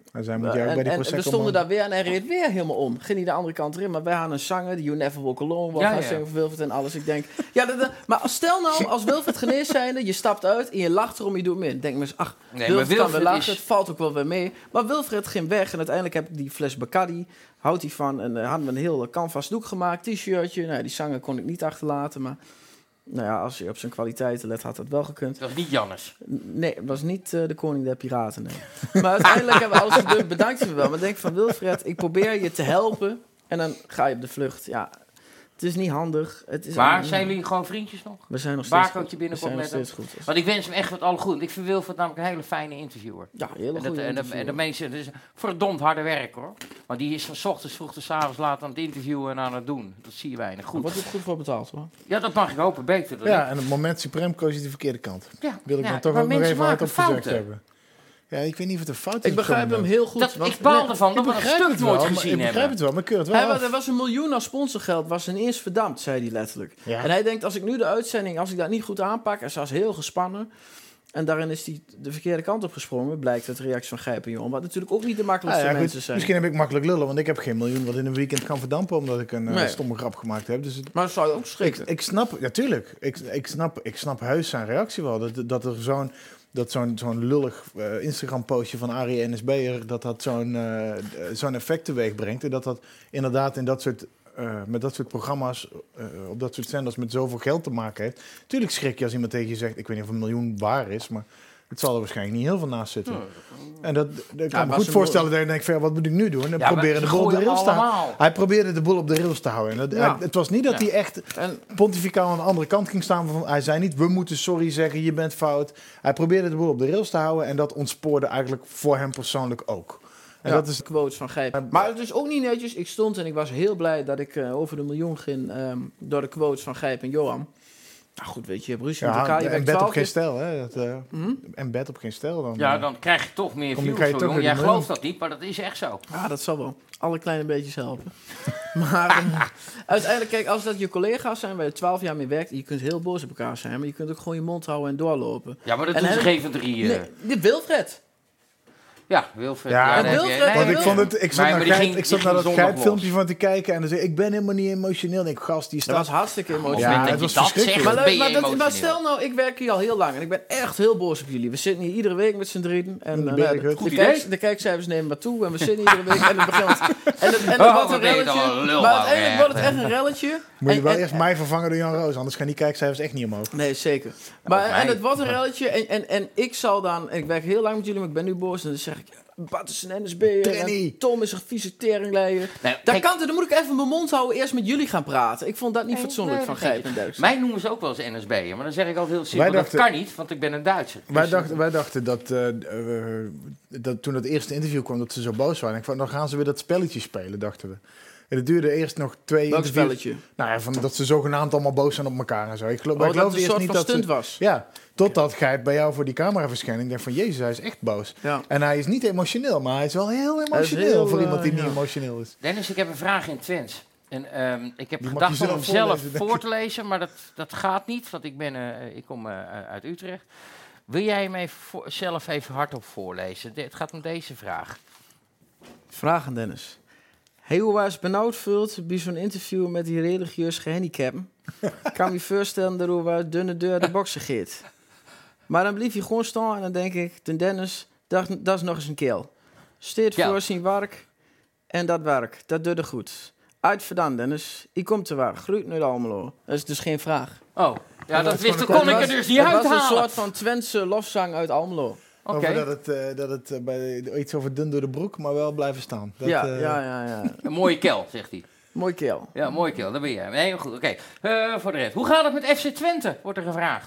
we stonden daar weer en hij reed weer helemaal om. Ging hij de andere kant erin, maar wij hadden een zanger die You Never Walk Alone was, gaan zingen voor Wilfred en alles. Ik denk, maar stel nou, als Wilfred genees zijnde, je stapt uit en je lacht erom, je doet me in. Denk me eens, Wilfred kan weer lachen, het valt ook wel weer mee. Maar Wilfred ging weg en uiteindelijk heb ik die fles Bacardi, houdt hij van, en hadden we een heel canvas doek gemaakt, t-shirtje. Nou, die zanger kon ik niet achterlaten, maar... Nou ja, als je op zijn kwaliteiten let, had dat wel gekund.
Dat was niet Jannes.
Nee, het was niet de koning der piraten, nee. Maar uiteindelijk hebben we alles gebeurd. Bedankt je me wel. Maar denk van Wilfred, ik probeer je te helpen. En dan ga je op de vlucht. Ja, het is niet handig.
Maar zijn jullie gewoon vriendjes nog?
We zijn nog steeds
Baarkootje
goed.
binnenkomt met hem.
Goed.
Want ik wens hem echt wat alle goed. Ik vind Wilfred namelijk een hele fijne interviewer.
Ja, hele goede interviewer.
En de mensen, het is verdomd harde werk hoor. Maar die is van 's ochtends vroeg tot 's avonds laat aan het interviewen en aan het doen. Dat zie je weinig. Goed.
Daar wordt ook goed voor betaald hoor.
Ja, dat mag ik hopen. Beter dan
en op het moment suprem koos je de verkeerde kant.
Ja,
wil ik dan toch ook nog even hard op gezegd hebben. Ja, ik weet niet of het een fout is.
Ik begrijp hem heel goed.
Ik baal ervan dat we dat stuk nooit gezien hebben.
Ik begrijp het wel, maar ik keur het wel
Er was $1 miljoen aan sponsorgeld, was ineens verdampt, zei hij letterlijk.
Ja.
En hij denkt, als ik nu de uitzending, als ik dat niet goed aanpak, en ze was heel gespannen. En daarin is hij de verkeerde kant op gesprongen, blijkt uit de reactie van Gijp en Johan. Wat natuurlijk ook niet de makkelijkste mensen zijn.
Misschien heb ik makkelijk lullen, want ik heb geen miljoen wat in een weekend kan verdampen, omdat ik een stomme grap gemaakt heb. Dus
maar dat zou je ook schrikken.
Ik snap, natuurlijk, ik snap heus zijn reactie wel. Dat er zo'n lullig Instagram-postje van Arie NSB'er... dat zo'n effect teweeg brengt. En dat inderdaad in dat soort... met dat soort programma's, op dat soort zenders... met zoveel geld te maken heeft. Tuurlijk schrik je als iemand tegen je zegt... ik weet niet of $1 miljoen waar is, maar... het zal er waarschijnlijk niet heel veel naast zitten. En dat kan ik me goed voorstellen dat je denkt... wat moet ik nu doen? En proberen de boel op de rails te houden. Hij probeerde de boel op de rails te houden. En het was niet dat hij echt pontificaal aan de andere kant ging staan. Hij zei niet, we moeten sorry zeggen, je bent fout. Hij probeerde de boel op de rails te houden. En dat ontspoorde eigenlijk voor hem persoonlijk ook. En dat is
quotes van Gijp. Maar het is ook niet netjes. Ik stond en ik was heel blij dat ik over de $1 miljoen ging... door de quotes van Gijp en Johan. Nou goed, weet je, je hebt ruzie met elkaar.
En bed op geen stijl, hè? En bed op geen stijl.
Dan krijg je toch meer views. Jij gelooft dat niet, maar dat is echt zo.
Ja, dat zal wel. Alle kleine beetjes helpen. Maar uiteindelijk, kijk, als dat je collega's zijn waar je 12 jaar mee werkt... je kunt heel boos op elkaar zijn, maar je kunt ook gewoon je mond houden en doorlopen.
Ja, maar dat doen ze geen van drieën.
Nee, dit Wilfred.
Ja, Wilfred.
Ik zat naar dat Gijp-filmpje van te kijken en dan zei ik ben helemaal niet emotioneel. Ik gast, die staat...
Dat was hartstikke emotioneel.
Ja, het was verschrikkelijk.
Maar stel nou, ik werk hier al heel lang en ik ben echt heel boos op jullie. We zitten hier iedere week met z'n drieën. En de kijkcijfers nemen wat toe en we zitten iedere week en het begint... En dan wordt een relletje. Maar uiteindelijk wordt het echt een relletje.
Moet je wel eerst mij vervangen door Jan Roos, anders gaan die kijkcijfers echt niet omhoog.
Nee, zeker. Maar en het wordt een relletje en ik zal dan... Ik werk heel lang met jullie, maar ik ben nu boos en dan zeg ik... Bart is een NSB'er en Tom is een vieze teringleier. Dan moet ik even mijn mond houden, eerst met jullie gaan praten. Ik vond dat niet fatsoenlijk van Gijp en Duits.
Mij noemen ze ook wel eens NSB'er, maar dan zeg ik altijd heel simpel, dat kan niet, want ik ben een Duitser.
Wij dachten dat toen het eerste interview kwam, dat ze zo boos waren. Ik vond, dan gaan ze weer dat spelletje spelen, dachten we. En het duurde eerst nog 2 interviews.
Welk spelletje?
Nou ja, dat ze zogenaamd allemaal boos zijn op elkaar en zo. Ik geloof
dat het een soort van stunt was.
Ja, totdat Gijp bij jou voor die cameraverschijning denkt van... Jezus, hij is echt boos. Ja. En hij is niet emotioneel, maar hij is wel heel emotioneel voor iemand die niet emotioneel is.
Dennis, ik heb een vraag in Twents. En ik heb gedacht om hem zelf voor te lezen, maar dat gaat niet, want ik kom uit Utrecht. Wil jij hem even zelf even hardop voorlezen? Het gaat om deze vraag.
Vraag aan Dennis. Hey, hoe was benauwd voelt bij zo'n interview met die religieus gehandicapten? Ik kan me voorstellen dat hoe dunne deur de boksen gaat. Maar dan blijf je gewoon staan en dan denk ik, de Dennis, dat is nog eens een keel. Steed voor zijn werk en dat werk, dat doet er goed. Uitverdaan, Dennis. Ik kom te waar. Groeit nu Almelo. Dat is dus geen vraag.
Oh, ja, dat kon ik er dus niet uithalen.
Het was een soort van Twentse lofzang uit Almelo.
Okay. Over dat het bij iets over dun door de broek, maar wel blijven staan. Dat,
ja. Een mooie kel, zegt hij.
Mooi keel.
Ja, mooi keel, dat ben jij. Nee, goed, oké. Voor de rest. Hoe gaat het met FC Twente, wordt er gevraagd.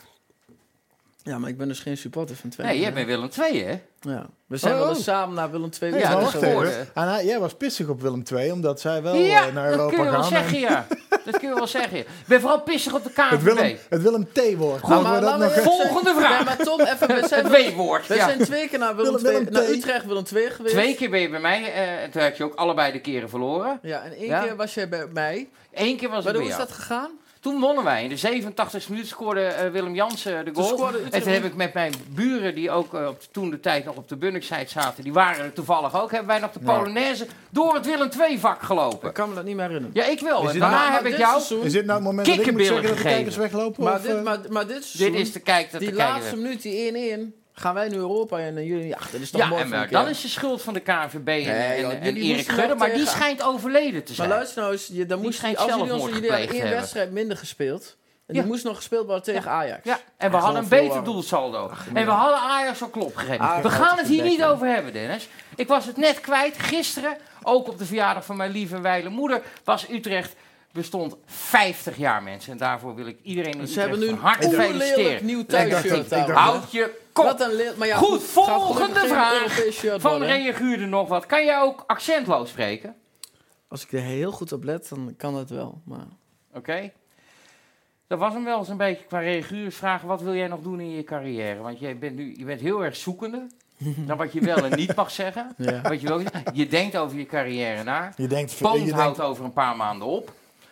Ja, maar ik ben dus geen supporter van Twente.
Nee, jij bent Willem II, hè?
Ja. We zijn wel eens samen naar Willem II.
Ja, dat is
jij was pissig op Willem II, omdat zij wel naar Europa gaan.
dat kun je wel zeggen, ja. Dat kun je wel zeggen. Ik ben vooral pissig op de KNVB.
Het Willem T-woord.
Volgende vraag.
Maar Tom, even,
het W-woord.
We zijn 2 keer naar naar Utrecht, Willem II geweest.
2 keer ben je bij mij. En toen heb je ook allebei de keren verloren.
Ja, en 1 keer was jij bij mij.
1 keer was
ik bij jou.
Hoe
is dat gegaan?
Toen wonnen wij. In de 87e minuut scoorde Willem Jansen de goal. En toen heb ik met mijn buren, die ook toen de tijd nog op de Bunnickside zaten, die waren er toevallig ook, hebben wij nog de Polonaise door het Willem II-vak gelopen.
Ik kan me dat niet meer herinneren.
Ja, ik wel. En daarna heb ik jou
Is dit nou het moment dat ik moet zeggen dat de kijkers weglopen?
Maar dit seizoen,
dit is de kijk
die laatste minuut, die 1-1... Gaan wij nu Europa en jullie... Ja, dat is toch mooi
maar dan is de schuld van de KNVB en Erik Gudde, maar die schijnt overleden te zijn.
Maar luister nou eens, dan moest jullie hebben 1 wedstrijd minder gespeeld. En die moest nog gespeeld worden tegen Ajax.
Ja, en we hadden een beter doelsaldo. En we hadden Ajax al klop gegeven. We gaan het hier niet over hebben, Dennis. Ik was het net kwijt. Gisteren, ook op de verjaardag van mijn lieve wijle moeder, was Utrecht... bestond 50 jaar, mensen. En daarvoor wil ik iedereen in Utrecht van harte feliciteren.
Nieuw thuisshirt.
Houd je kop.
Maar ja,
goed, volgende vraag. Van reageerde nog wat. Kan jij ook accentloos spreken?
Als ik er heel goed op let, dan kan dat wel.
Oké. Dat was hem wel eens een beetje qua reaguursvragen. Wat wil jij nog doen in je carrière? Want je bent heel erg zoekende. Naar wat je wel en niet mag zeggen.
Ja.
Wat je denkt over je carrière na.
Je
houdt over een paar maanden op.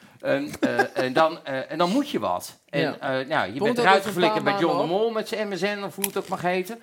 En dan moet je wat. En je bent eruit geflikkerd bij John de Mol met zijn MSN, of hoe het ook mag heten.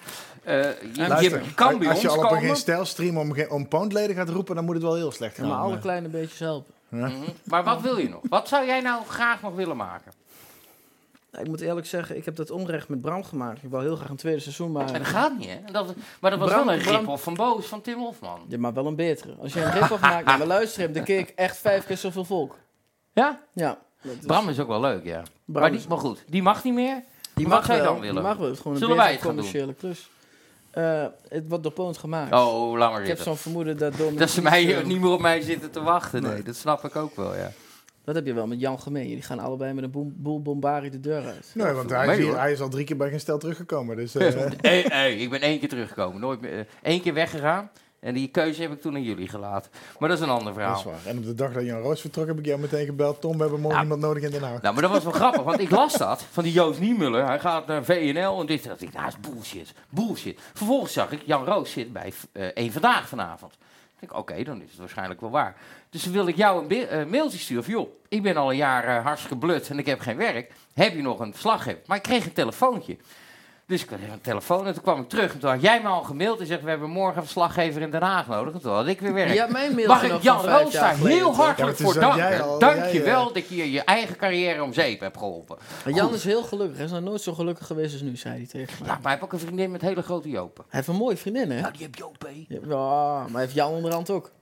Je kan bij
als je
ons
al op
komen.
geen stijlstream om poundleden gaat roepen, dan moet het wel heel slecht gaan.
Maar alle kleine beetjes helpen.
Maar wat wil je nog? Wat zou jij nou graag nog willen maken?
Ik moet eerlijk zeggen, ik heb dat onrecht met Bram gemaakt. Ik wil heel graag een tweede seizoen maken.
En dat gaat niet, hè? Maar dat was wel een rip-off van Boos, van Tim Hofman.
Ja, maar wel een betere. Als je een rip-off maakt, we luisteren, dan keek echt 5 keer zoveel volk.
Ja?
Ja.
Bram is ook wel leuk, ja. Maar goed, die mag niet meer. Wat zou je dan willen?
Die mag wel. Het is gewoon
Zullen
een
wij het gaan
commerciële klus. Het wordt door Poont gemaakt.
Oh, laat maar
Ik heb zo'n vermoeden dat...
Dat ze niet meer op mij zitten te wachten. Nee, dat snap ik ook wel, ja.
Dat heb je wel met Jan Gemeen. Die gaan allebei met een boel bombari de deur uit.
Nee, want hij is al 3 keer bij geen stel teruggekomen. Dus,
ik ben 1 keer teruggekomen. Nooit meer, 1 keer weggegaan. En die keuze heb ik toen aan jullie gelaten. Maar dat is een ander verhaal.
Dat is waar. En op de dag dat Jan Roos vertrok heb ik jou meteen gebeld. Tom, we hebben morgen iemand nodig in Den Haag.
Nou, maar dat was wel grappig. Want ik las dat van die Joost Niemuller. Hij gaat naar VNL en dit. Dat is bullshit. Vervolgens zag ik Jan Roos zit bij 1 Vandaag vanavond. Ik denk, oké, dan is het waarschijnlijk wel waar. Dus dan wilde ik jou een mailtje sturen van, joh, ik ben al een jaar hartstikke blut en ik heb geen werk. Heb je nog een verslaggever? Maar ik kreeg een telefoontje. Dus ik had een telefoon en toen kwam ik terug. En toen had jij me al gemaild en zegt, we hebben morgen een verslaggever in Den Haag nodig. En toen had ik weer werk.
Ja, mijn mail
mag ik Jan Roos daar heel hartelijk voor danken. Dank je wel
dat
je je eigen carrière om zeep hebt geholpen.
Maar Jan is heel gelukkig. Hij is nog nooit zo gelukkig geweest als nu, zei hij tegen mij.
Ja, maar hij heeft ook een vriendin met hele grote Jopen.
Hij heeft een mooie vriendin, hè?
Ja, die heeft Joop, hè?
Ja, maar hij heeft Jan onderhand ook.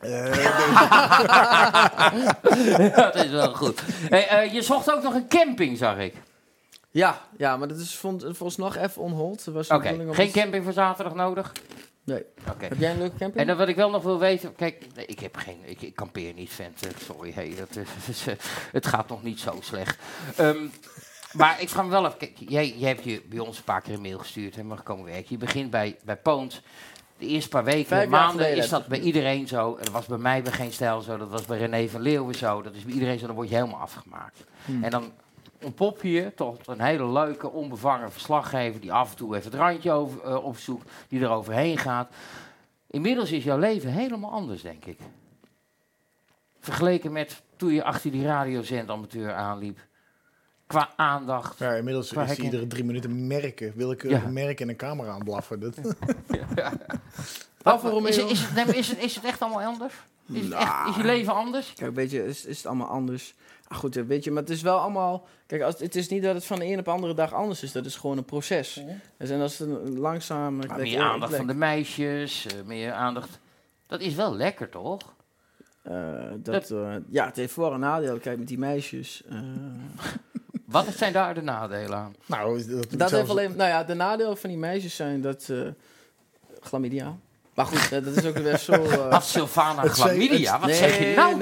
Dat is wel goed. Hey, je zocht ook nog een camping, zag ik.
Ja, maar dat is volgens nog even on hold.
Oké, geen camping voor zaterdag nodig?
Nee.
Okay.
Heb jij een leuke camping?
En dan wat ik wel nog wil weten... Kijk, ik kampeer niet, vent. Sorry, het gaat nog niet zo slecht. Maar ik vraag me wel even... Kijk, jij hebt je bij ons een paar keer een mail gestuurd en mag komen werken. Je begint bij Poont. De eerste paar weken, maanden is dat bij iedereen zo. Dat was bij mij bij Geen Stijl zo. Dat was bij René van Leeuwen zo. Dat is bij iedereen zo. Dan word je helemaal afgemaakt. En dan ontpop je tot een hele leuke, onbevangen verslaggever die af en toe even het randje opzoekt, die er overheen gaat. Inmiddels is jouw leven helemaal anders, denk ik. Vergeleken met toen je achter die radiozendamateur aanliep. Qua aandacht.
Ja, inmiddels
qua
is hij iedere 3 minuten willekeurige merken in een camera aan het blaffen. Dat.
Alfa Romeo.
Is het echt allemaal anders? Is je leven anders?
Kijk, weet je, is het allemaal anders? Goed, weet je, maar het is wel allemaal... Kijk, het is niet dat het van de een op de andere dag anders is. Dat is gewoon een proces. Dus en als het langzaam...
Maar meer aandacht van de meisjes, meer aandacht... Dat is wel lekker, toch?
Ja, het heeft voor- en nadeel. Kijk, met die meisjes...
Wat zijn daar de nadelen aan?
Nou,
dat heeft alleen... Nou ja, de nadelen van die meisjes zijn dat... chlamydia. Maar goed, dat is ook weer zo...
Had Sylvana chlamydia? Wat zeg je nou?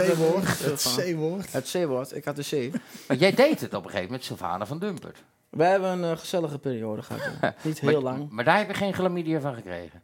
Het
C-woord. Ik had de C.
Maar jij deed het op een gegeven moment met Sylvana van Dumpert.
We hebben een gezellige periode gehad. Niet heel lang.
Maar daar heb je geen chlamydia van gekregen?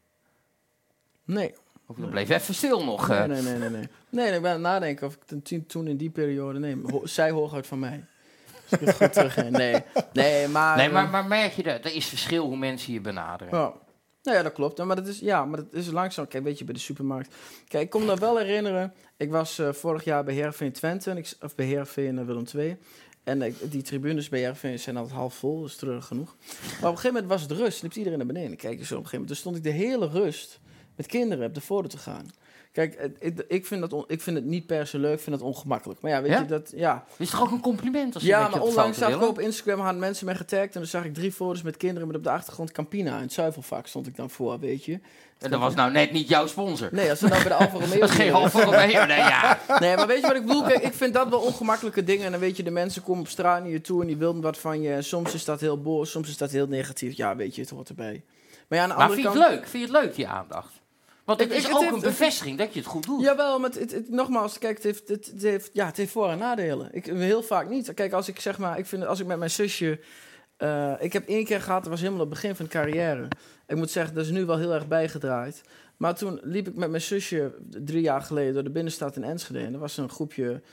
Nee.
Of je bleef even stil nog.
Nee. Nee, ik ben aan het nadenken of ik toen in die periode... Nee, zij hooguit van mij. Dus ik het goed terug. Nee, maar
merk je dat? Er is verschil hoe mensen je benaderen.
Ja. Nou ja, dat klopt. Maar dat is langzaam. Kijk, weet je, bij de supermarkt. Kijk, ik kon me nog wel herinneren. Ik was vorig jaar bij Heerenveen Twente. Of bij Heerenveen Willem II. En die tribunes bij Heerenveen zijn altijd half vol. Dat is treurig genoeg. Maar op een gegeven moment was het rust. Liep iedereen naar beneden. Kijk eens, op een gegeven moment. Toen stond ik de hele rust met kinderen op de foto te gaan. Kijk, ik vind het niet per se leuk, ik vind het ongemakkelijk. Maar ja, weet je, dat... Ja.
Is toch ook een compliment als je
ja, maar onlangs zag ik op Instagram, hadden mensen mij getagd... en dan zag ik 3 foto's met kinderen met op de achtergrond Campina. En het zuivelvak stond ik dan voor, weet je.
En dat was nou net niet jouw sponsor.
Nee, als ze nou bij de Alfa Romeo...
Dat is geen Alfa Romeo, nee, ja.
Nee, maar weet je wat ik bedoel? Kijk, ik vind dat wel ongemakkelijke dingen. En dan weet je, de mensen komen op straat naar je toe en die wilden wat van je. En soms is dat heel boos, soms is dat heel negatief. Ja, weet je, het hoort erbij. Maar ja, aan de andere kant...
Vind je het leuk, die aandacht? Want het is ook een bevestiging dat je het goed doet.
Jawel, maar nogmaals, kijk, het heeft voor- en nadelen. Heel vaak niet. Kijk, als ik zeg maar, als ik met mijn zusje... ik heb 1 keer gehad, dat was helemaal het begin van de carrière. Ik moet zeggen, dat is nu wel heel erg bijgedraaid. Maar toen liep ik met mijn zusje 3 jaar geleden door de binnenstad in Enschede. En er was een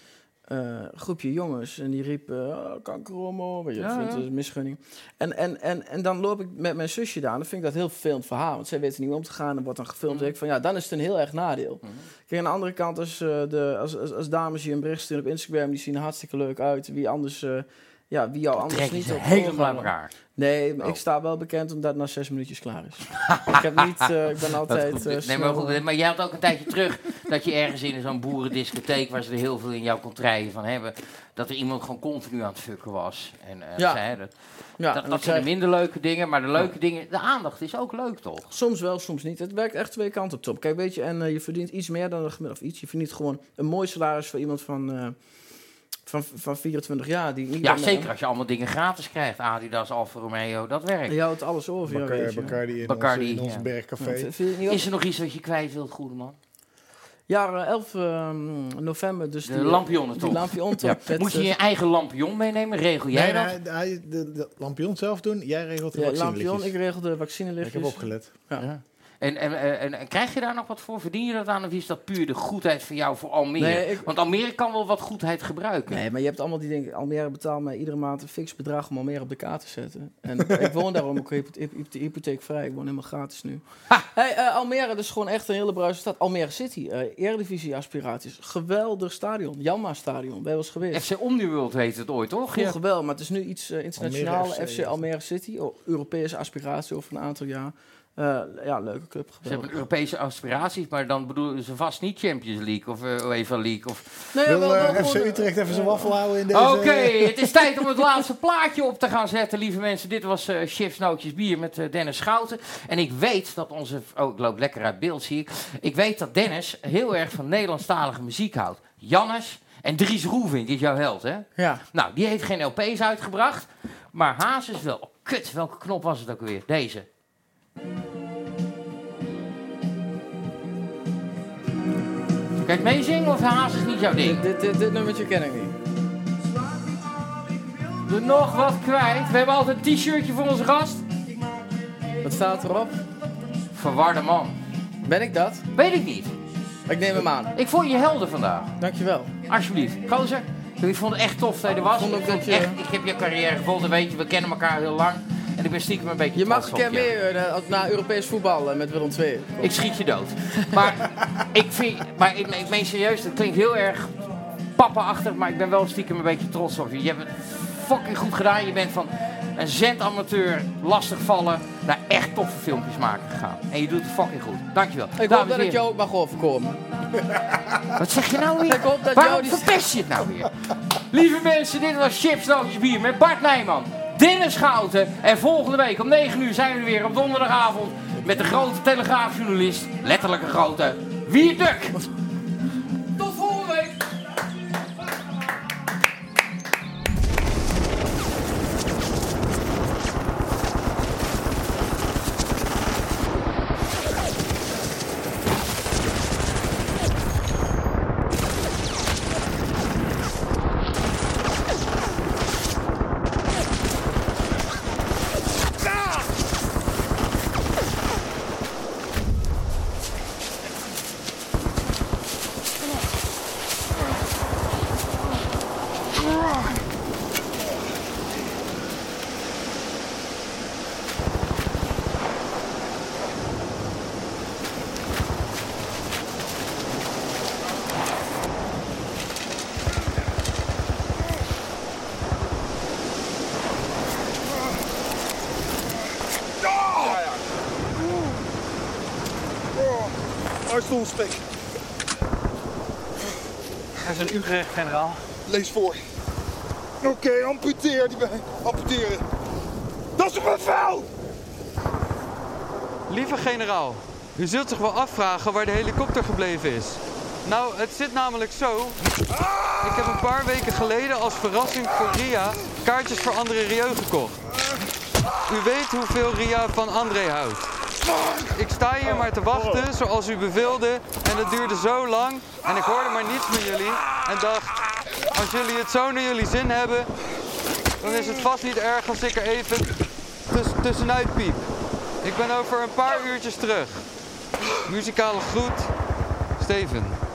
groepje jongens en die riepen kankerhomo, weet je, dat is een misgunning. En dan loop ik met mijn zusje daar en dan vind ik dat een heel vervelend verhaal, want zij weten niet meer om te gaan en wordt dan gefilmd. En ik van ja, dan is het een heel erg nadeel. Kijk, aan de andere kant, als dames je een bericht sturen op Instagram, die zien er hartstikke leuk uit. Wie jou anders niet op
helemaal bij elkaar.
Nee, ik sta wel bekend omdat het na 6 minuutjes klaar is. Ik ben altijd...
Maar jij had ook een tijdje terug dat je ergens in zo'n boerendiscotheek, waar ze er heel veel in jou contraien van hebben, dat er iemand gewoon continu aan het fucken was. Dat zijn de minder leuke dingen, maar de leuke dingen, de aandacht is ook leuk, toch?
Soms wel, soms niet. Het werkt echt 2 kanten op top. Kijk, weet je, en je verdient iets meer dan je verdient gewoon een mooi salaris voor iemand van 24 jaar.
Zeker als je allemaal dingen gratis krijgt. Adidas, Alfa Romeo, dat werkt.
Je houdt alles over.
Bacardi in ons bergcafé.
Is er nog iets wat je kwijt wilt, goede man?
Ja, 11 november. Dus
de Lampion toch? Moet je je eigen Lampion meenemen? Regel jij dat?
De Lampion zelf doen, jij regelt de vaccinelichtjes.
Lampion, ik regel de vaccinelichtjes.
Ik heb opgelet.
Ja.
En krijg je daar nog wat voor? Verdien je dat aan of is dat puur de goedheid van jou voor Almere? Want Almere kan wel wat goedheid gebruiken.
Nee, maar je hebt allemaal die dingen. Almere betaalt mij iedere maand een fix bedrag om Almere op de kaart te zetten. En ik woon daarom ook hypotheekvrij. Ik woon helemaal gratis nu. Almere is gewoon echt een hele bruise stad. Almere City, Eredivisie aspiraties. Geweldig stadion. Janma Stadion, ben je wel eens geweest.
FC Omniworld heet het ooit, toch?
Vroeger wel, maar het is nu iets internationaal. FC Almere City, Europese aspiratie over een aantal jaar. Leuke club.
Ze hebben Europese aspiraties, maar dan bedoelen ze vast niet Champions League of UEFA League.
Wil FC Utrecht even zijn waffel houden in deze...
Oké, het is tijd om het laatste plaatje op te gaan zetten, lieve mensen. Dit was Chips, Nootjes, Bier met Dennis Schouten. En ik weet dat onze... Oh, ik loop lekker uit beeld, zie ik. Ik weet dat Dennis heel erg van Nederlandstalige muziek houdt. Jannes en Dries Roelvink, die is jouw held, hè?
Ja.
Nou, die heeft geen LP's uitgebracht, maar Hazes wel. Oh, kut, welke knop was het ook weer? Deze. Kijk, meezingen of Hazes niet jouw ding?
Dit nummertje ken ik niet.
Doe nog wat kwijt. We hebben altijd een t-shirtje voor onze gast.
Wat staat erop?
Verwarde man.
Ben ik dat?
Weet ik niet.
Ik neem hem aan.
Ik vond je helder vandaag.
Dankjewel.
Alsjeblieft. Gozer, ik vond het echt tof dat je er was. Ik heb je carrière gevolgd, weet je, we kennen elkaar heel lang. En ik ben stiekem een beetje
je mag een keer meer naar Europees voetbal met Willem II.
Ik schiet je dood. Maar ik meen serieus, dat klinkt heel erg papa-achtig, maar ik ben wel stiekem een beetje trots op je. Je hebt het fucking goed gedaan. Je bent van een zendamateur lastigvallen naar echt toffe filmpjes maken gegaan. En je doet het fucking goed. Dankjewel.
Ik hoop dat het jou ook mag overkomen.
Wat zeg je nou weer?
Ik hoop dat
Waarom verpest je het nou weer? Lieve mensen, dit was Chips, Nootjes, Bier met Bart Nijman, Dennis Schouten. En volgende week om 9 uur zijn we weer op donderdagavond met de grote telegraafjournalist, letterlijk een grote, Wierduk. Tot volgende week.
Stoelspik.
Er is een U-gerecht, generaal.
Lees voor. Oké, amputeer die been. Amputeren. Dat is een bevel!
Lieve generaal, u zult zich wel afvragen waar de helikopter gebleven is. Nou, het zit namelijk zo. Ik heb een paar weken geleden als verrassing voor Ria kaartjes voor André Rieu gekocht. U weet hoeveel Ria van André houdt. Ik sta hier maar te wachten zoals u beveelde en het duurde zo lang en ik hoorde maar niets van jullie en dacht, als jullie het zo naar jullie zin hebben, dan is het vast niet erg als ik er even tussenuit piep. Ik ben over een paar uurtjes terug. Muzikale groet, Steven.